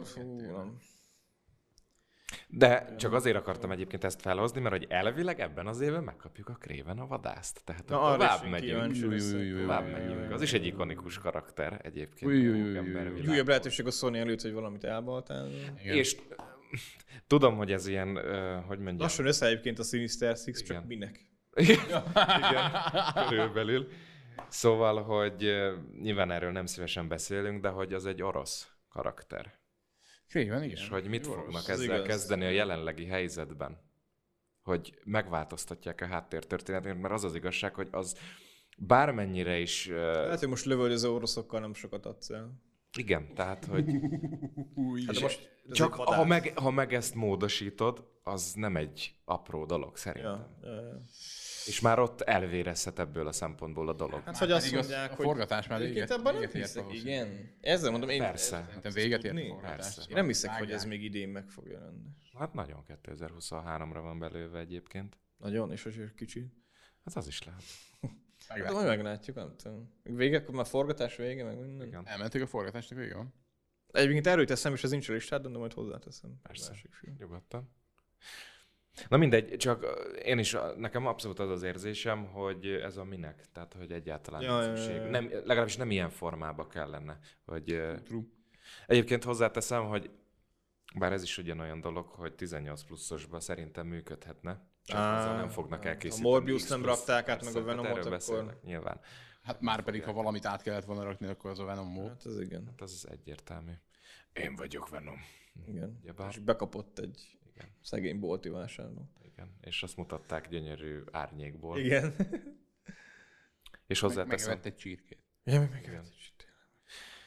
De csak azért akartam egyébként ezt felhozni, mert hogy elvileg ebben az évben megkapjuk a Kraven a vadászt. Tehát tovább megyünk. Az is egy ikonikus karakter egyébként. Újabb lehetőség a Sony előtt, hogy valamit elbaltál. És tudom, hogy ez ilyen, hogy mondjam... Lassan össze egyébként a Sinister Six, csak minek? Igen, körülbelül. Szóval, hogy nyilván erről nem szívesen beszélünk, de hogy az egy orosz karakter. Kraven, igen. És hogy mit fognak ezzel kezdeni a jelenlegi helyzetben? Hogy megváltoztatják a háttértörténetet, mert az az igazság, hogy az bármennyire is... Hát, hogy most lövöldöző oroszokkal nem sokat adsz el. Igen, tehát, hogy... Hát most csak ha meg ezt módosítod, az nem egy apró dolog szerintem. Ja. És már ott elvérezhet ebből a szempontból a dolog. Hát, hogy azt mondják, hogy... A forgatás már véget ért. Igen. Ezzel mondom, én... Persze. Szerintem véget ért a forgatás. Én nem hiszek, hogy ez még idén meg fog jelenni. Hát nagyon 2023-ra van belőve egyébként. Nagyon, és azért kicsi. Hát az is lehet. Hát majd meglátjuk, nem tudom. Vége, akkor már forgatás vége, meg minden. Igen. Elmenték a forgatásnak, vége van. Egyébként erről teszem, és az nincs a listát, de majd hozzáteszem. Persze, nyugodtan. Na mindegy, csak én is, nekem abszolút az az érzésem, hogy ez a minek, tehát hogy egyáltalán nincs szükség. Nem, legalábbis nem ilyen formába kellene. Hogy, egyébként hozzáteszem, hogy bár ez is ugyanolyan dolog, hogy 18 pluszosban szerintem működhetne, csak azzal nem fognak elkészíteni. A Morbius nem rakták át, meg a Venomot, akkor... Nyilván. Hát már pedig, ha valamit át kellett volna rakni, akkor az a Venom volt. Hát az igen. Hát az egyértelmű. Én vagyok Venom. Igen. És bekapott egy szegény bolti vásárló. Igen. És azt mutatták gyönyörű árnyékból. Igen. És hozzáteszem. Megevett egy csirkét. Ja, megevett egy csirkét.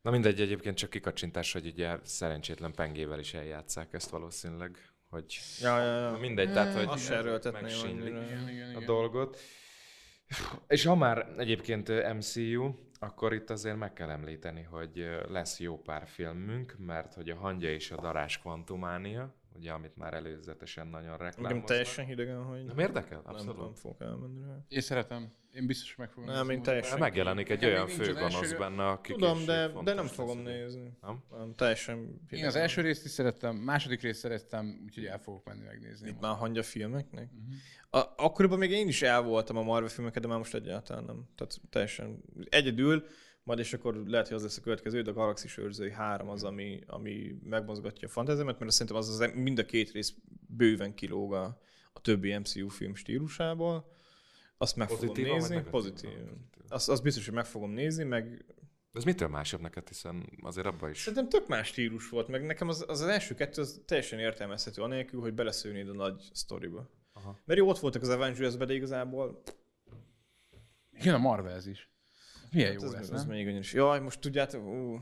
Na mindegy, egyébként csak kikacsintás, hogy ugye szerencsétlen pengével is eljátsszák ezt valószínűleg, hogy Ja. mindegy, tehát hogy Azt se erőltetném megsínlik annyira. a dolgot. És ha már egyébként MCU, akkor itt azért meg kell említeni, hogy lesz jó pár filmünk, mert hogy a Hangya és a Darázs Kvantumánia, ugye, amit már előzetesen nagyon reklámoznak. Engem teljesen hidegen, hogy Nem érdekel? Abszolút. nem fogok elmenni rá. Én szeretem. Én biztos meg fogom Nem, nézni. én teljesen... Megjelenik egy Nekem olyan még nincs az főgonosz első- benne, aki Tudom, később de fontos nem lesz. fogom nézni. Nem? Teljesen Én hidegen. az első részt is szerettem, második részt szerettem, úgyhogy el fogok menni megnézni. Itt már hangya filmeknek? Uh-huh. Akkoriban még én is el voltam a Marvel filmeket, de már most egyáltalán nem. Tehát teljesen egyedül, majd és akkor lehet, hogy az lesz a következő, de a Galaxis Őrzői 3 az, ami megmozgatja a fantáziámat, mert szerintem az mind a két rész bőven kilóg a többi MCU film stílusából. Azt meg fogom Pozitívan vagy nézni. negatívan? Pozitív. Azt biztos, hogy meg fogom nézni, meg De ez mitől másabb neked, hiszen azért abban is... szerintem tök más stílus volt, meg nekem az első kettő az teljesen értelmezhető anélkül, hogy beleszőnéd a nagy sztoriba. Aha. Mert jó, ott voltak az Avengers-be, de igazából Jön a Marvels is. Milyen hát jó ez, lesz, ez nem? még annyira is. Jaj, most tudjátok,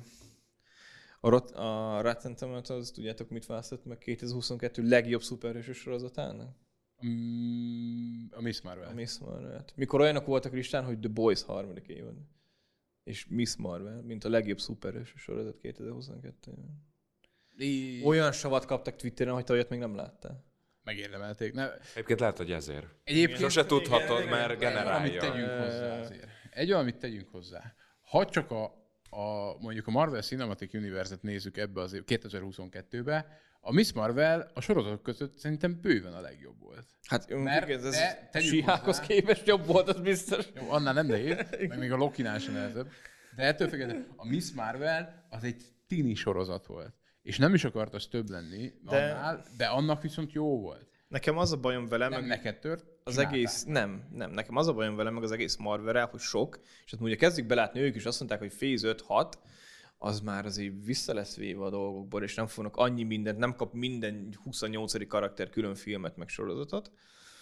a Rotten Tomatoes, tudjátok mit választott meg 2022 legjobb szuperhősös sorozatának? A Miss Marvel. A Miss Marvel. Mikor olyanok voltak listán, hogy The Boys harmadik évad. És Miss Marvel, mint a legjobb szuperhősös sorozat 2022-ben. Olyan savat kaptak Twitteren, hogy te olyat még nem láttál. Megérdemelték. Ne, Egyébként lehet, hogy ezért. egyébként Sose tudhatod, igen, mert igen. egy valamit generálja. tegyünk hozzá azért. Egy valamit tegyünk hozzá. Ha csak mondjuk a Marvel Cinematic Universe-et nézzük ebbe az 2022-be, a Miss Marvel a sorozatok között szerintem bőven a legjobb volt. Hát Mert ez de tegyük She-Hulkhoz hozzá- képest jobb volt, az biztos. Jó, annál nem nehéz, meg még a Loki-nál sem nehezebb. De ettől függetlenül a Miss Marvel az egy tini sorozat volt. És nem is akart az több lenni annál, de annak viszont jó volt. Nekem az a bajom vele, Nem meg neked tört, az csinálták. egész, nem, nekem az a bajom vele, meg az egész Marvel-rel, hogy sok, és hát ugye kezdjük belátni, ők is azt mondták, hogy Phase 5-6, az már azért vissza lesz véve a dolgokból, és nem fognak annyi mindent, nem kap minden 28. karakter külön filmet, meg sorozatot.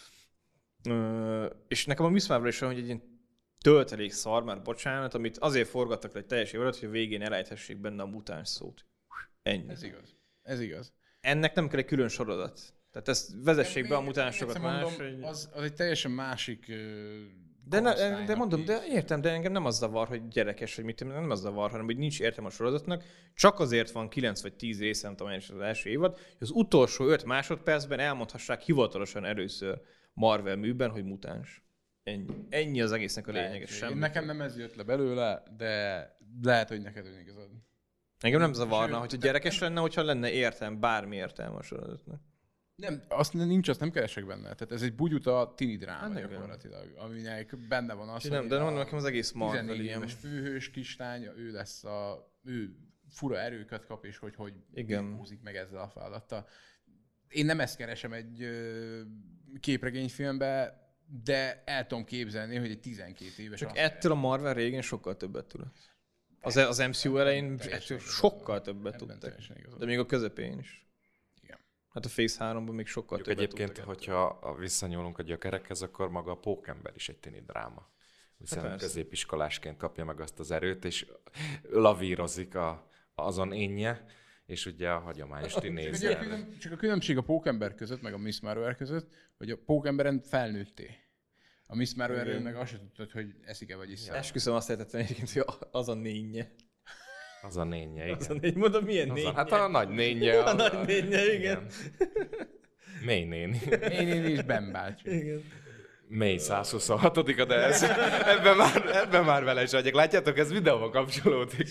És nekem a Miss Marvel is olyan, hogy egy ilyen töltelék szar, már bocsánat, amit azért forgattak le egy teljes évadat, hogy a végén elejthessék benne a mutáns szót. Ennyi. Ez igaz. Ez igaz. Ennek nem kell egy külön sorozat. Tehát ezt vezessék be a Még mutánsokat egyszer mondom, más. az egy teljesen másik De mondom, de értem, de engem nem az zavar, hogy gyerekes, hogy mit tudom, nem az zavar, hanem hogy nincs értelme a sorozatnak. Csak azért van 9 vagy 10 része, nem tudom, az első évad, hogy az utolsó 5 másodpercben elmondhassák hivatalosan először Marvel műben, hogy mutáns. Ennyi az egésznek a lényeges. Semmi. Nekem nem ez jött le belőle, de lehet, hogy neked ön igazad. Engem nem zavarna, Sőt, hogyha de- gyerekes lenne, hogyha lenne értelme, bármi értelme a sorozatnak. Nem, azt nincs, azt nem keresek benne. Tehát ez egy bugyuta tini dráma Hát, igen. gyakorlatilag, aminek benne van az, Nem, de mondom, nekem az egész Marvel 14 ilyen. éves főhős kislány, ő lesz ő fura erőket kap, és hogy Igen. húzik meg ezzel a feladattal. Én nem ezt keresem egy képregényfilmbe, de el tudom képzelni, hogy egy 12 éves... Csak ettől a Marvel régen sokkal többet tudott. Az MCU elején ettől sokkal többet tudtak. De még a közepén is. Igen. Hát a Phase 3-ban még sokkal Mondjuk többet egyébként, tudtak. hogyha visszanyúlunk a gyökerekhez, akkor maga a Pókember is egy tini dráma. Hiszen persze. középiskolásként kapja meg azt az erőt, és lavírozik azon énje, és ugye a hagyományos tinézzel. Csak a különbség a Pókember között, meg a Miss Marvel között, hogy a Pókemberen felnőtté. A Miss Marvelről Igen. meg azt sem tudtad, hogy eszik-e vagy iszza. Esküszöm, azt lehetett venni egyébként, hogy az a nénye. Az a nénye, Az a igen. nény, mondom, milyen Az nénye? hát a nagy nénye. A nagy nénye, igen. Mély néni. Én is Ben bácsi. Igen. Mély 126 de ez, ebben már vele is adjak. Látjátok, ez videóban kapcsolódik.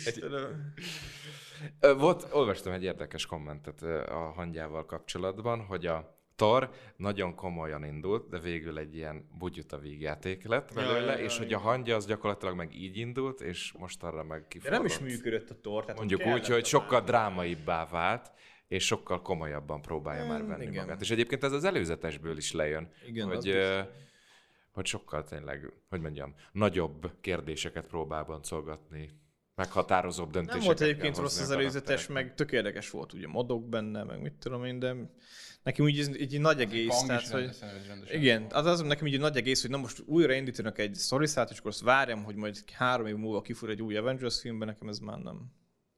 Olvastam egy érdekes kommentet a hangyával kapcsolatban, hogy a Thor nagyon komolyan indult, de végül egy ilyen bugyuta vígjáték lett belőle, és hogy a hangya az gyakorlatilag meg így indult, és most arra meg De kiforrott. nem is működött a tor. Tehát Mondjuk úgy, hogy sokkal drámaibbá vált, és sokkal komolyabban próbálja már venni igen. magát. És egyébként ez az előzetesből is lejön, Igen, az hogy, hogy sokkal tényleg, hogy mondjam, nagyobb kérdéseket próbál boncolgatni, meghatározóbb Nem döntéseket volt kell egyébként hozni rossz az a előzetes, karaktereknek. meg tök érdekes volt, ugye modok benne, meg mit tudom én, de nekem úgy egy nagy egész, tehát hogy... Igen, az nekem így egy nagy egész, hogy na most újra indítanak egy sztoriszát, és akkor azt várjam, hogy majd 3 év múlva kifut egy új Avengers filmben, nekem ez már nem.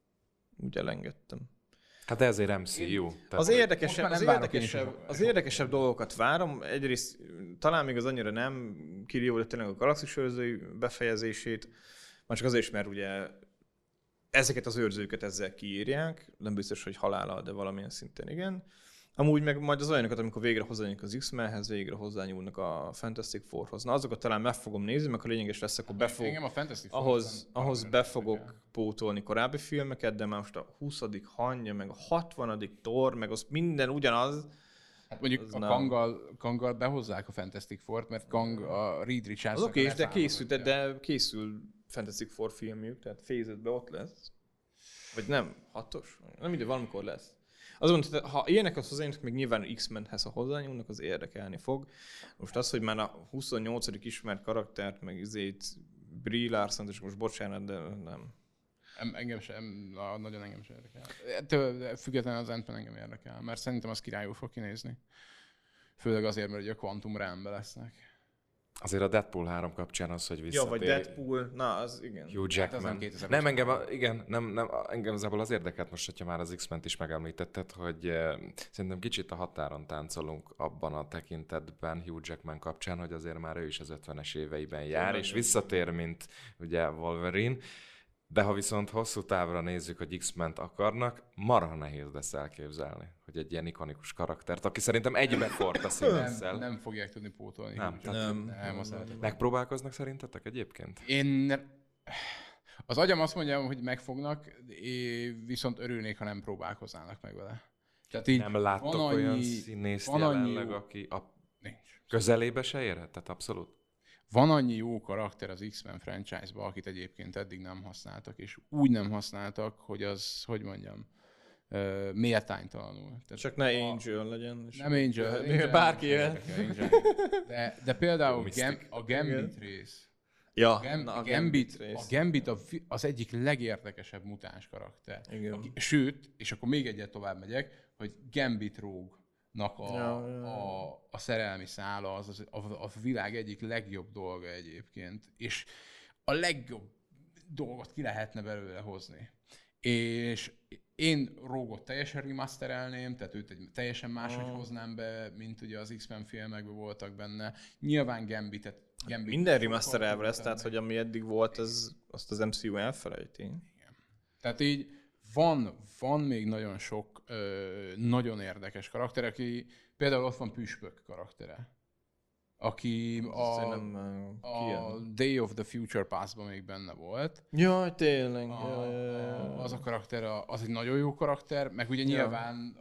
úgy elengedtem. Hát de ezért MCU. Az érdekesebb dolgokat várom. Egyrészt talán még az annyira nem Kiryu, de tényleg a Galaxis őrzői befejezését. Már csak azért is, mert ugye ezeket az őrzőket ezzel kiírják. Nem biztos, hogy halállal, de valamilyen szinten igen. Amúgy meg majd az olyanokat, amikor végre hozzányúlnak az X-Menhez, végre hozzányúlnak a Fantastic Fourhoz. Na azokat talán meg fogom nézni, mert ha lényeges lesz, akkor ahhoz be fogok pótolni korábbi filmeket, de már most a 20. Hanja, meg a 60. Thor, meg az minden ugyanaz. Hát mondjuk a Kanggal behozzák a Fantastic Fourt, mert Kang a Reed Richards. Az oké, de készül Fantastic Four filmjük, tehát Phase 5-ben ott lesz. Vagy nem, 6-os? Nem ide, valamikor lesz. Azon, ha ilyeneket hozzájönnek, még nyilván X-Menhez, ha hozzányúlnak, az érdekelni fog. Most az, hogy már a 28. ismert karaktert, meg Brie Larson, és most bocsánat, de nem. Nagyon engem sem érdekel. Ettől függetlenül az Ant-Man engem érdekel, mert szerintem az királyul fog kinézni. Főleg azért, mert ugye a Quantum Realmben lesznek. Azért a Deadpool 3 kapcsán az, hogy visszatér. Ja, vagy Deadpool, na az igen. Hugh Jackman. Hát nem, engem igazából az érdekelt most, hogyha már az X-Men-t is megemlítetted, hogy szerintem kicsit a határon táncolunk abban a tekintetben Hugh Jackman kapcsán, hogy azért már ő is az 50-es éveiben jár, és visszatér, mint ugye Wolverine. De ha viszont hosszú távra nézzük, hogy X-Men-t akarnak, marha nehéz lesz elképzelni, hogy egy ilyen ikonikus karaktert, aki szerintem egybeforrt a színésszel. Nem fogják tudni pótolni. Nem. Megpróbálkoznak szerintetek egyébként? Az agyam azt mondja, hogy megfognak, viszont örülnék, ha nem próbálkoznának meg vele. Tehát így nem láttok olyan színészt jelenleg, aki a közelébe se érhet? Tehát abszolút? Van annyi jó karakter az X-Men franchise-ban, akit egyébként eddig nem használtak, és úgy nem használtak, hogy az, hogy mondjam, méltánytalanul. Tehát csak ne Angel legyen. Nem Angel. Bárki jöhet. De például a Gambit rész. Ja, a Gambit az egyik legérdekesebb mutáns karakter. Igen. Sőt, és akkor még egyet tovább megyek, hogy Gambit Rogue-nak a szerelmi szála az a világ egyik legjobb dolga egyébként, és a legjobb dolgot ki lehetne belőle hozni. És én Rogue-ot teljesen remasterelném, tehát őt teljesen máshogy hoznám be, mint ugye az X-Men filmekben voltak benne. Nyilván Gambit minden remasterelve lesz, tehát hogy ami eddig volt, azt az MCU elfelejti. Igen. Tehát így van még nagyon sok nagyon érdekes karakter, aki például ott van Püspök karaktere, aki a Day of the Future Past-ban még benne volt. Jaj, tényleg. Az a karakter, az egy nagyon jó karakter, meg ugye nyilván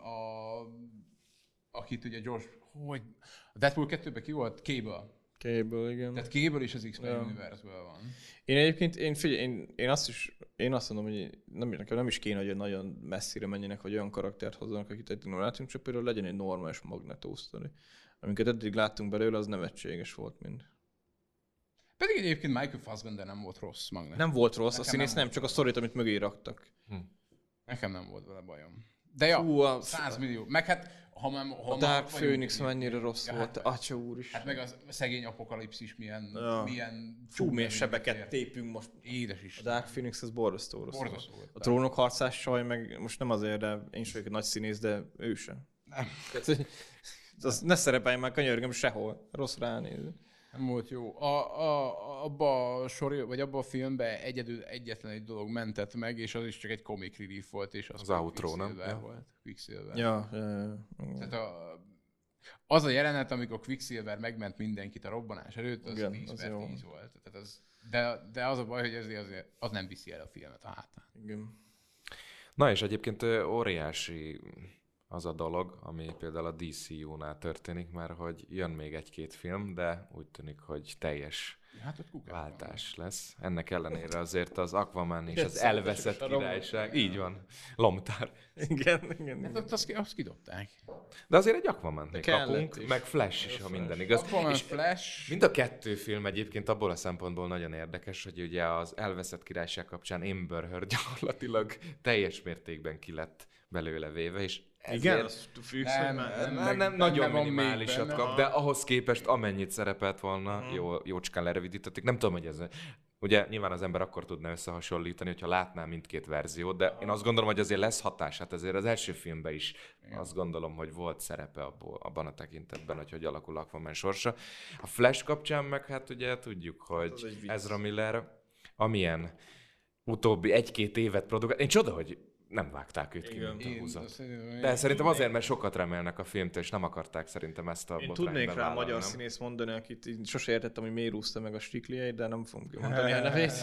akit ugye a Deadpool 2-ben ki volt? Cable, igen. Tehát Cable is az X-Men universe-ből van. Én egyébként, én azt mondom, hogy nekem nem is kéne, hogy nagyon messzire menjenek, hogy olyan karaktert hozzanak, akit eddig nem látunk, csak például legyen egy normális Magneto sztori. Amiket eddig láttunk belőle, az nevetséges volt mind. Pedig egyébként Michael Fassbender nem volt rossz Magneto. Nem volt rossz, a színész nem, csak a sztorit, amit mögé raktak. Nekem nem volt vele bajom. De ja, 100 millió. Meg hát, a Dark Phoenix mennyire rossz volt, atya úr is. Hát meg a szegény apokalipszis milyen milyen sebeket tépünk most. Édes is. A Dark Phoenix az borzasztó rossz volt. A Trónok harcás saj, meg most nem azért, de én is vagyok egy nagy színész, de ő sem. Nem. Ne szerepelj már, könyörgöm, sehol. Rossz ránézni. Nem volt jó. Abba a filmben egyetlen egy dolog mentett meg, és az is csak egy comic relief volt, és az outro, nem? Volt. Quicksilver. Ja. Tehát az a jelenet, amikor Quicksilver megment mindenkit a robbanás előtt, az 10/10 volt. Tehát de az a baj, hogy azért az nem viszi el a filmet a hátán. Igen. Na és egyébként óriási az a dolog, ami például a DCU-nál történik, mert hogy jön még egy-két film, de úgy tűnik, hogy teljes váltás lesz. Ennek ellenére azért az Aquaman és az elveszett királyság, így van, lomtár. Igen. Hát azt kidobták. De azért egy Aquaman még kapunk, meg Flash is, ha minden igaz. Aquaman, Flash. Mind a kettő film egyébként abból a szempontból nagyon érdekes, hogy ugye az elveszett királyság kapcsán Amber Heard gyakorlatilag teljes mértékben ki lett belőle véve, és igen, azt függsz, nem nagyon minimálisat kap, de ahhoz képest amennyit szerepelt volna, jócskán lerövidítették. Nem tudom, hogy ez Ugye nyilván az ember akkor tudna összehasonlítani, hogyha látná mindkét verziót, de én azt gondolom, hogy azért lesz hatás. Hát ezért az első filmben is azt gondolom, hogy volt szerepe abban a tekintetben, hogy alakul Aquaman sorsa. A Flash kapcsán meg hát ugye tudjuk, hogy Ezra Miller amilyen utóbbi 1-2 évet produkált. Én csoda, hogy nem vágták őt ki, mint a húzat. De szerintem azért, mert sokat remélnek a filmtől, és nem akarták szerintem ezt a botrányt bevállalni. Én tudnék rá magyar színész mondani, akit így sose értettem, hogy miért úszta meg a Strictlyeit, de nem fogom kimondani a nevét.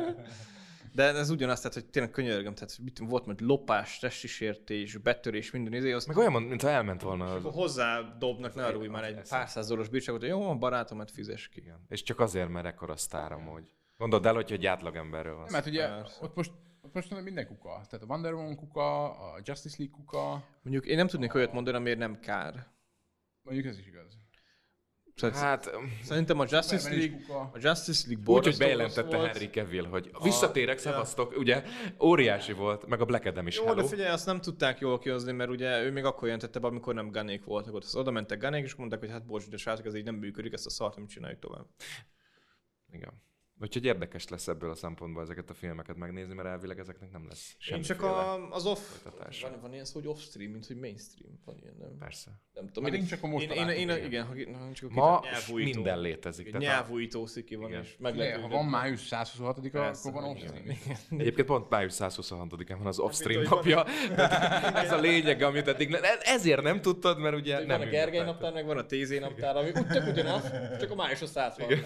De ez ugyanaz, tehát, hogy tényleg könyörgöm, tehát hogy volt majd lopás, testsísértés, betörés, minden izé. Meg olyan, mintha elment volna. Akkor hozzádobnak, ne arra, már egy pár $100 bírságot, hogy jó, barátom, hát fizes ki. Igen. És csak azért, mert ekkora sztár amúgy. Gondold el, hogy egy átlagemberről van. Mert ugye ott most minden kuka. Tehát a Wonder Woman kuka, a Justice League kuka. Mondjuk én nem tudnék olyat mondani, amiért nem kár. Mondjuk ez is igaz. Hát szerintem a Justice League úgy, hogy bejelentette Henry Cavill, hogy visszatérek, szevasztok, ugye óriási volt, meg a Black Adam is. Jó, de figyelj, azt nem tudták jól kihozni, mert ugye ő még akkor jelentette be, amikor nem Gunnék voltak ott. Oda mentek Gunnék, és mondták, hogy hát bocs, de srácok, ez így nem működik, ezt a szart nem csináljuk tovább. Igen. Úgyhogy érdekes lesz ebből a szempontból ezeket a filmeket megnézni, mert elvileg ezeknek nem lesz semmi. Én csak az off... Van ilyen szó, hogy off-stream, mint hogy mainstream. Van ilyen, nem? Persze. Nem tudom. Én csak a most igen, csak ma minden létezik. Nyelvújító sziki van, és meglepődött. Ha van május 126-a, akkor van off-stream. Egyébként pont május 126-án van az off-stream napja. Ez a lényeg, amit eddig... Ezért nem tudtad, mert ugye nem... Van a Gergely naptár, meg van a TZ naptár, ami ugyanaz, csak a május a 126.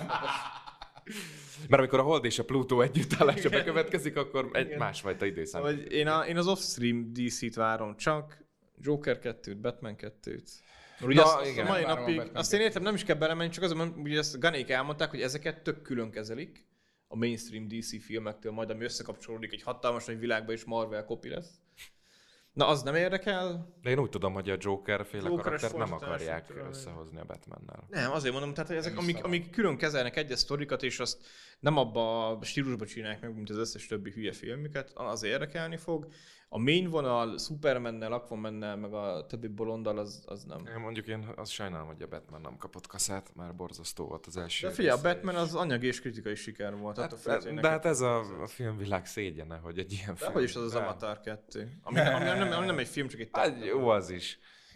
Mert amikor a Hold és a Pluto együttállása bekövetkezik, akkor egy másfajta időszám. Én az off-stream DC-t várom, csak Joker 2-t, Batman 2-t. Ugye igen, a mai napig, azt én értem, nem is kell belemenni, csak azért, mert ugye ezt Gunnék elmondták, hogy ezeket tök külön kezelik a mainstream DC filmektől, majd ami összekapcsolódik egy hatalmas nagy világba, és Marvel copy lesz. Na, az nem érdekel. De én úgy tudom, hogy a Joker-féle karaktert nem akarják összehozni a Batmannel. Nem, azért mondom, tehát hogy ezek, amik külön kezelnek egyes sztorikat, és azt nem abba a stílusba csinálják meg, mint az összes többi hülye filmüket, az érdekelni fog. A main vonal, Supermannel, Aquamannel, meg a többi bolonddal, az nem. Én azt sajnálom, hogy a Batman nem kapott kaszát, már borzasztó volt az első. De figyelj, a Batman az anyagi és kritikai siker volt. De hát ez a filmvilág szégyene, hogy egy ilyen film. Dehogy is az Avatar 2. Ami nem egy film, csak egy hát, jó, az is.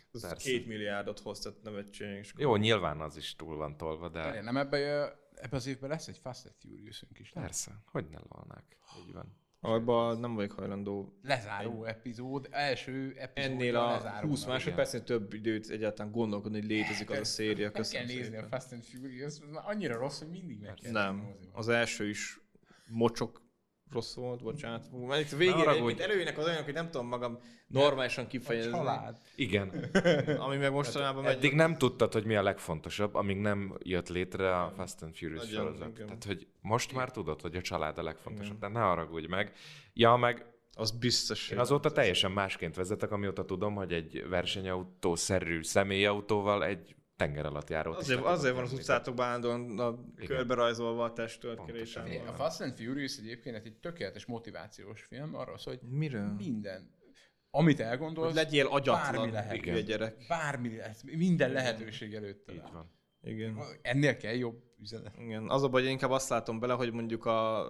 2 milliárdot hoz, tehát nevetséges. Jó, nyilván az is túl van tolva, de... Nem ebben az évben lesz egy Fast and Furious-ünk is. Persze, hogy ne lolnák. Így van. Abban nem vagyok hajlandó. Lezáró epizód, első epizód. Ennél a 20 másodpercnél több időt egyáltalán gondolkodni, hogy létezik az a széria. Meg kell nézni a Fast and Furious, ez már annyira rossz, hogy mindig meg kell. Nem, az első is mocsok rossz volt, bocsánat. Mert végén előjönnek az olyanok, hogy nem tudom magam normálisan kifejezni. Család. Igen. Ami meg mostanában megy. Eddig nem tudtad, hogy mi a legfontosabb, amíg nem jött létre a Fast and Furious sorozat. Tehát, hogy most már tudod, hogy a család a legfontosabb, de ne haragudj meg. Ja, meg az biztos. Én azóta teljesen másként vezetek, amióta tudom, hogy egy versenyautó-szerű személyautóval egy tenger alatt járó. Azért van az utcátokban állandóan körbe rajzolva a testöltkérésen. A Fast and Furious egyébként egy tökéletes motivációs film, arról szól, hogy miről? Minden, amit elgondolsz, hogy legyél agyatlan, bármi lehet, gyerek. Bármi lehet, minden lehetőség előtt. Így van. Igen. Ennél kell jobb üzenet. Igen. Az a baj, inkább azt látom bele, hogy mondjuk a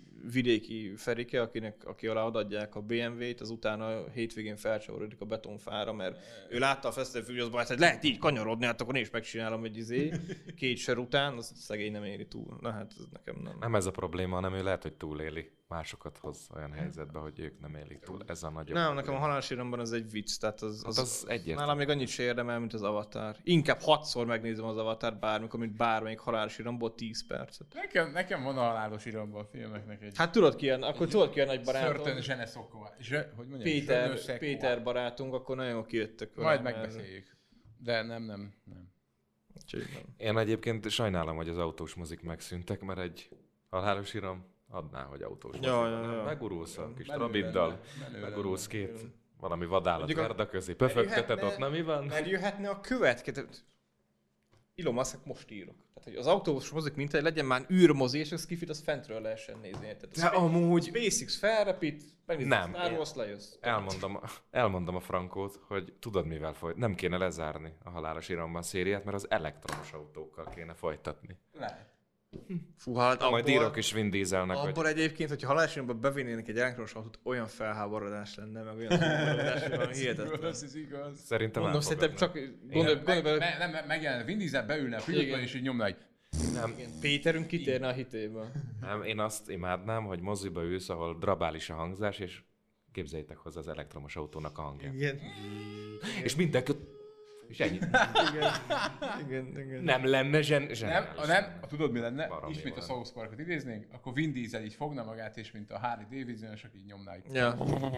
vidéki Ferike, aki alá adják a BMW-t, az utána hétvégén felcsavarodik a betonfára, mert ő látta a Fast and Furious-ban, hogy lehet így kanyarodni, hát akkor én is megcsinálom egy 2 sor után, az szegény nem éri túl. Na hát ez nekem nem. Nem ez a probléma, hanem ő lehet, hogy túléli. Másokat hoz olyan helyzetbe, hogy ők nem élik túl. Ez a nagyobb. Nem, nekem a halálos iramban az egy vicc, tehát az egyértelmű. Nálam még annyit se érdemel, mint az Avatar. Inkább 6-szor megnézem az Avatar bármikor, mint bármelyik halálos iramból 10 percet. Nekem van a halálos iramban a filmeknek egy... Hát tudod ki a nagy barátom. Szörtön zseneszokkova. Hogy mondjam? Péter barátunk, akkor nagyon kijöttek vele. Majd megbeszéljük. De nem. Én egyébként sajnálom, hogy az autós mozik megszűntek, mert egy halálos iram adná, hogy autós mozik. Ja. Megurulsz a kis Trabiddal, megurulsz két valami vadállat Verda közé, pöfögteted ott, nem mi van? Mert jöhetne a következő... Elon Musk most írok. Tehát, hogy az autós mozik minta, legyen már űrmozi, és a skifit az fentről lehessen nézni. De amúgy... SpaceX felrepít, megnézed a Star Wars, lejössz. Elmondom a frankót, hogy tudod mivel nem kéne lezárni a halálos iramban szériát, mert az elektromos autókkal kéne folytatni. Lehet. Fú, hát Majd írok is Vin Dieselnek, hogy abból egyébként, hogyha halálásomban bevinnének egy elektromos autót, olyan felháborodás lenne, meg olyan felháborodás, hogy hihetetlen. Ez igaz. szerintem Mondom, szerintem elfogadnak. csak gondolj bele, Nem, megjelenne Vin Diesel, beülne a pilótba, és így nyomna egy... Nem, Péterünk kitérne a hitéből. nem, én azt imádnám, hogy moziba ülsz, ahol drabális a hangzás, és képzeljétek hozzá az elektromos autónak a hangját. Igen. És mindenki... És ennyi. Igen. Nem lenne Tudod mi lenne? Baromi Ismét a van. South Parkot idéznénk, akkor Vin Diesel így fogna magát, és mint a Harley Davidson, és így nyomná így. Ja.